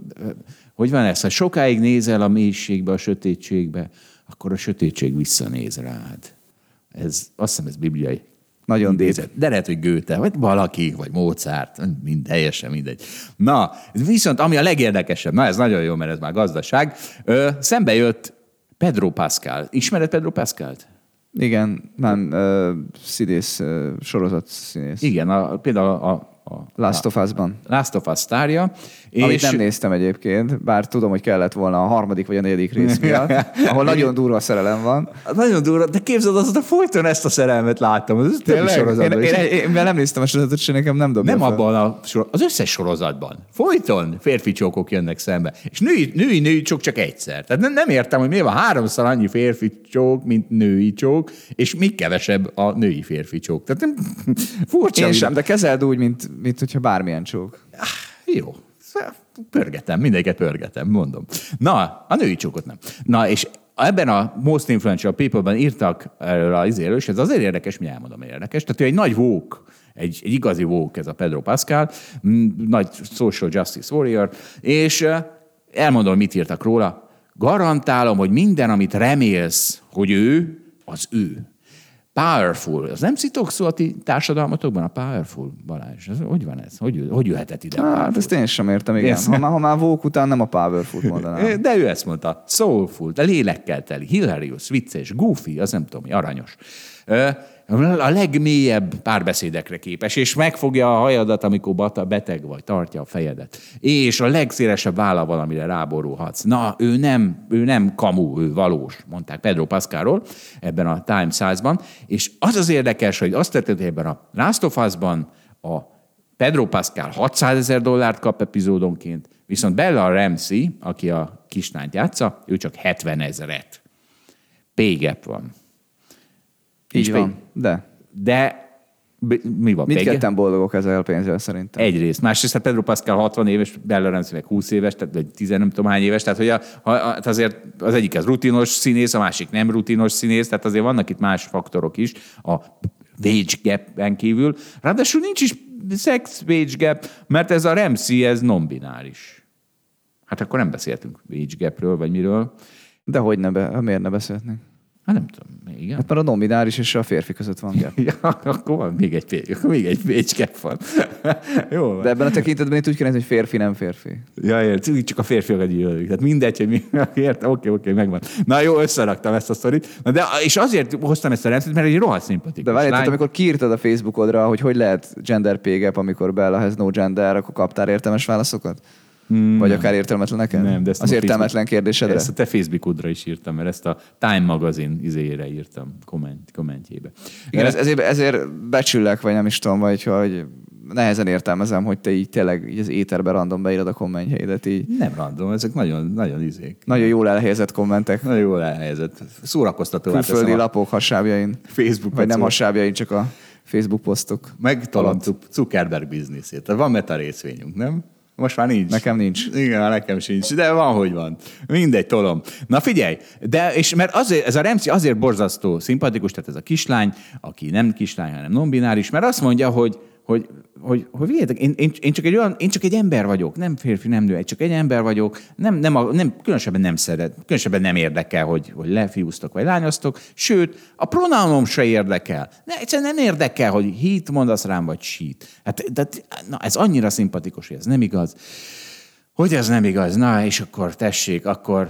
Hogy van ez? Ha sokáig nézel a mélységbe, a sötétségbe, akkor a sötétség visszanéz rád. Azt hiszem, ez bibliai. Nagyon deep. De lehet, hogy Goethe, vagy valaki, vagy Mozart, teljesen mindegy. Na, viszont ami a legérdekesebb, ez nagyon jó, mert ez már gazdaság, szembe jött Pedro Pascal. Ismered Pedro Pascalt? Igen, nem, színész, sorozat színész. Igen, például a Last of Us-ban. Last of Us sztárja. Amit nem néztem egyébként, bár tudom, hogy kellett volna a 3. vagy a 4. rész miatt, ahol nagyon durva szerelem van. Nagyon durva, de képzeld, azóta folyton ezt a szerelmet láttam. Ez többi sorozatban. Én nem néztem a sorozatot, és nekem nem dobja Nem fel. abban az összes sorozatban. Folyton férfi csókok jönnek szembe. És női csók csak egyszer. Tehát nem értem, hogy miért van 3-szor annyi férfi csók, mint női csók, és még kevesebb a női férfi csók. Tehát nem furcsa. Én sem, de kezeld úgy, mint hogyha bármilyen csók. Jó. Pörgetem, mindegyiket pörgetem, mondom. Na, a női csókot nem. Na, és ebben a Most Influential People-ben írtak erről az izéről, és ez azért érdekes, mi elmondom, érdekes. Tehát ő egy nagy woke, egy igazi woke ez a Pedro Pascal, nagy social justice warrior, és elmondom, mit írtak róla. Garantálom, hogy minden, amit remélsz, hogy ő, az ő. Powerful. Az nem szitok szó a ti társadalmatokban, a powerful, Balázs? Hogy van ez? Hogy jöhetett ide? Hát ezt én sem értem, igen. Ha már woke után nem a powerful mondanám. De ő ezt mondta. Soulful, de lélekkel teli, hilarious, vicces, goofy, az nem tudom, aranyos. A legmélyebb párbeszédekre képes, és megfogja a hajadat, amikor beteg vagy, tartja a fejedet. És a legszélesebb válla valamire ráborulhatsz. Na, ő nem kamu, ő valós, mondták Pedro Pascalról ebben a Time 100-ban. És az az érdekes, hogy azt történt, ebben a Last of Us-ban a Pedro Pascal $600,000 kap epizódonként, viszont Bella Ramsey, aki a kislányt játsza, ő csak 70,000. Pay-gap van. Így van, de mi van? Mindketten boldogok ezzel a pénzzel szerintem. Egyrészt. Másrészt, hát Pedro Pascal 60 éves, Bella Ramsey meg 20 éves, tehát vagy 10 nem tudom hány éves, tehát hogy azért az egyik az rutinos színész, a másik nem rutinos színész, tehát azért vannak itt más faktorok is a wage gap-en kívül. Ráadásul nincs is sex wage gap, mert ez a Ramsey, ez non-bináris. Hát akkor nem beszéltünk wage gapről, vagy miről. De hogy miért ne beszélhetnénk? Hát nem tudom, igen. Hát már a nomináris és a férfi között van gap. Ja, akkor van még egy wage gap van. Jó van. De ebben a tekintetben itt úgy kell hogy férfi, nem férfi. Ja, érted, csak a férfiakat gyűlölik. Tehát mindegy, hogy mi. Értem, oké, megvan. Na jó, összeraktam ezt a sztorit. És azért hoztam ezt a rendszert, mert egy rohadt szimpatikus. De várjál, amikor kiírtad a Facebookodra, hogy lehet gender pay gap, amikor Bella has no gender, akkor kaptál értelmes válaszokat? Vagy akár értelmetleneket? Nem, de az értelmetlen kérdésedre? Ezt a te Facebookodra is írtam, mert ezt a Time magazin izére írtam kommentjébe. Igen, ezért becsüllek, vagy nem is tudom, vagy hogy nehezen értelmezem, hogy te így tényleg így az éterben random beírod a kommentjeidet. Így. Nem random, ezek nagyon izék. Nagyon jól elhelyezett kommentek. Nagyon jól elhelyezett. Szórakoztatóvá teszem. Külföldi lapok hasábjain. Facebook. Vagy nem hasábjain, csak a Facebook posztok. Megtaláltuk Zuckerberg bizniszét. Tehát van meta részvényünk, nem? Most már nincs. Nekem nincs. Igen, nekem sincs, de van, hogy van. Mindegy, tolom. Na figyelj, mert azért, ez a Ramsey azért borzasztó szimpatikus, tehát ez a kislány, aki nem kislány, hanem non-bináris, mert azt mondja, hogy figyeljetek, én csak egy ember vagyok, nem férfi, nem nő, csak egy ember vagyok, különösebben nem szeret, különösebben nem érdekel, hogy lefiúztok vagy lányoztok, sőt, a prononom se érdekel. Egyszerűen nem érdekel, hogy hit mondasz rám, vagy sheet. Ez annyira szimpatikus, hogy ez nem igaz. Hogy ez nem igaz? Na, és akkor tessék, akkor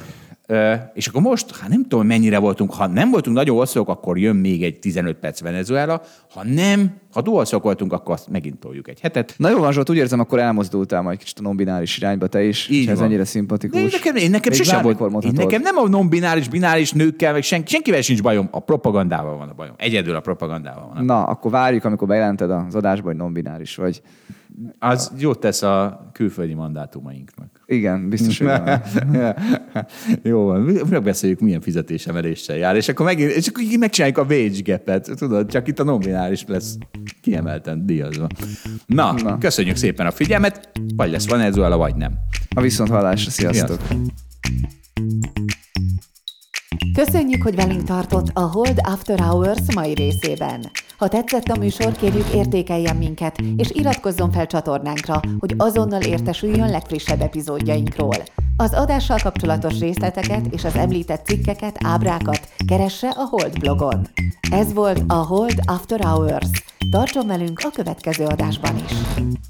És akkor most, nem tudom, mennyire voltunk, ha nem voltunk nagyon hosszúak, akkor jön még egy 15 perc Venezuela, ha túl hosszúak voltunk, akkor azt megint toljuk egy hetet. Na jó van, Zsolt, úgy érzem, akkor elmozdultál majd kicsit a non-bináris irányba te is, Így és ez van. ennyire szimpatikus. Nekem sosem volt. Nekem nem a non-bináris nőkkel, meg senkivel sincs bajom, a propagandával van a bajom. Egyedül a propagandával van. Na, akkor várjuk, amikor bejelented az adásba, hogy non-bináris vagy. Az jót tesz a külföldi mandátumainknak. Igen, biztos, hogy van. Jó van, megbeszéljük, milyen fizetésemeléssel jár, és akkor így megcsináljuk a wage gap-et, tudod, csak itt a nominális lesz kiemelten díjazva. Na, köszönjük szépen a figyelmet, vagy lesz Venezuela, vagy nem. A viszonthallásra, sziasztok! Köszönjük, hogy velünk tartott a Hold After Hours mai részében. Ha tetszett a műsor, kérjük értékeljen minket, és iratkozzon fel csatornánkra, hogy azonnal értesüljön legfrissebb epizódjainkról. Az adással kapcsolatos részleteket és az említett cikkeket, ábrákat keresse a Hold blogon. Ez volt a Hold After Hours. Tartson velünk a következő adásban is!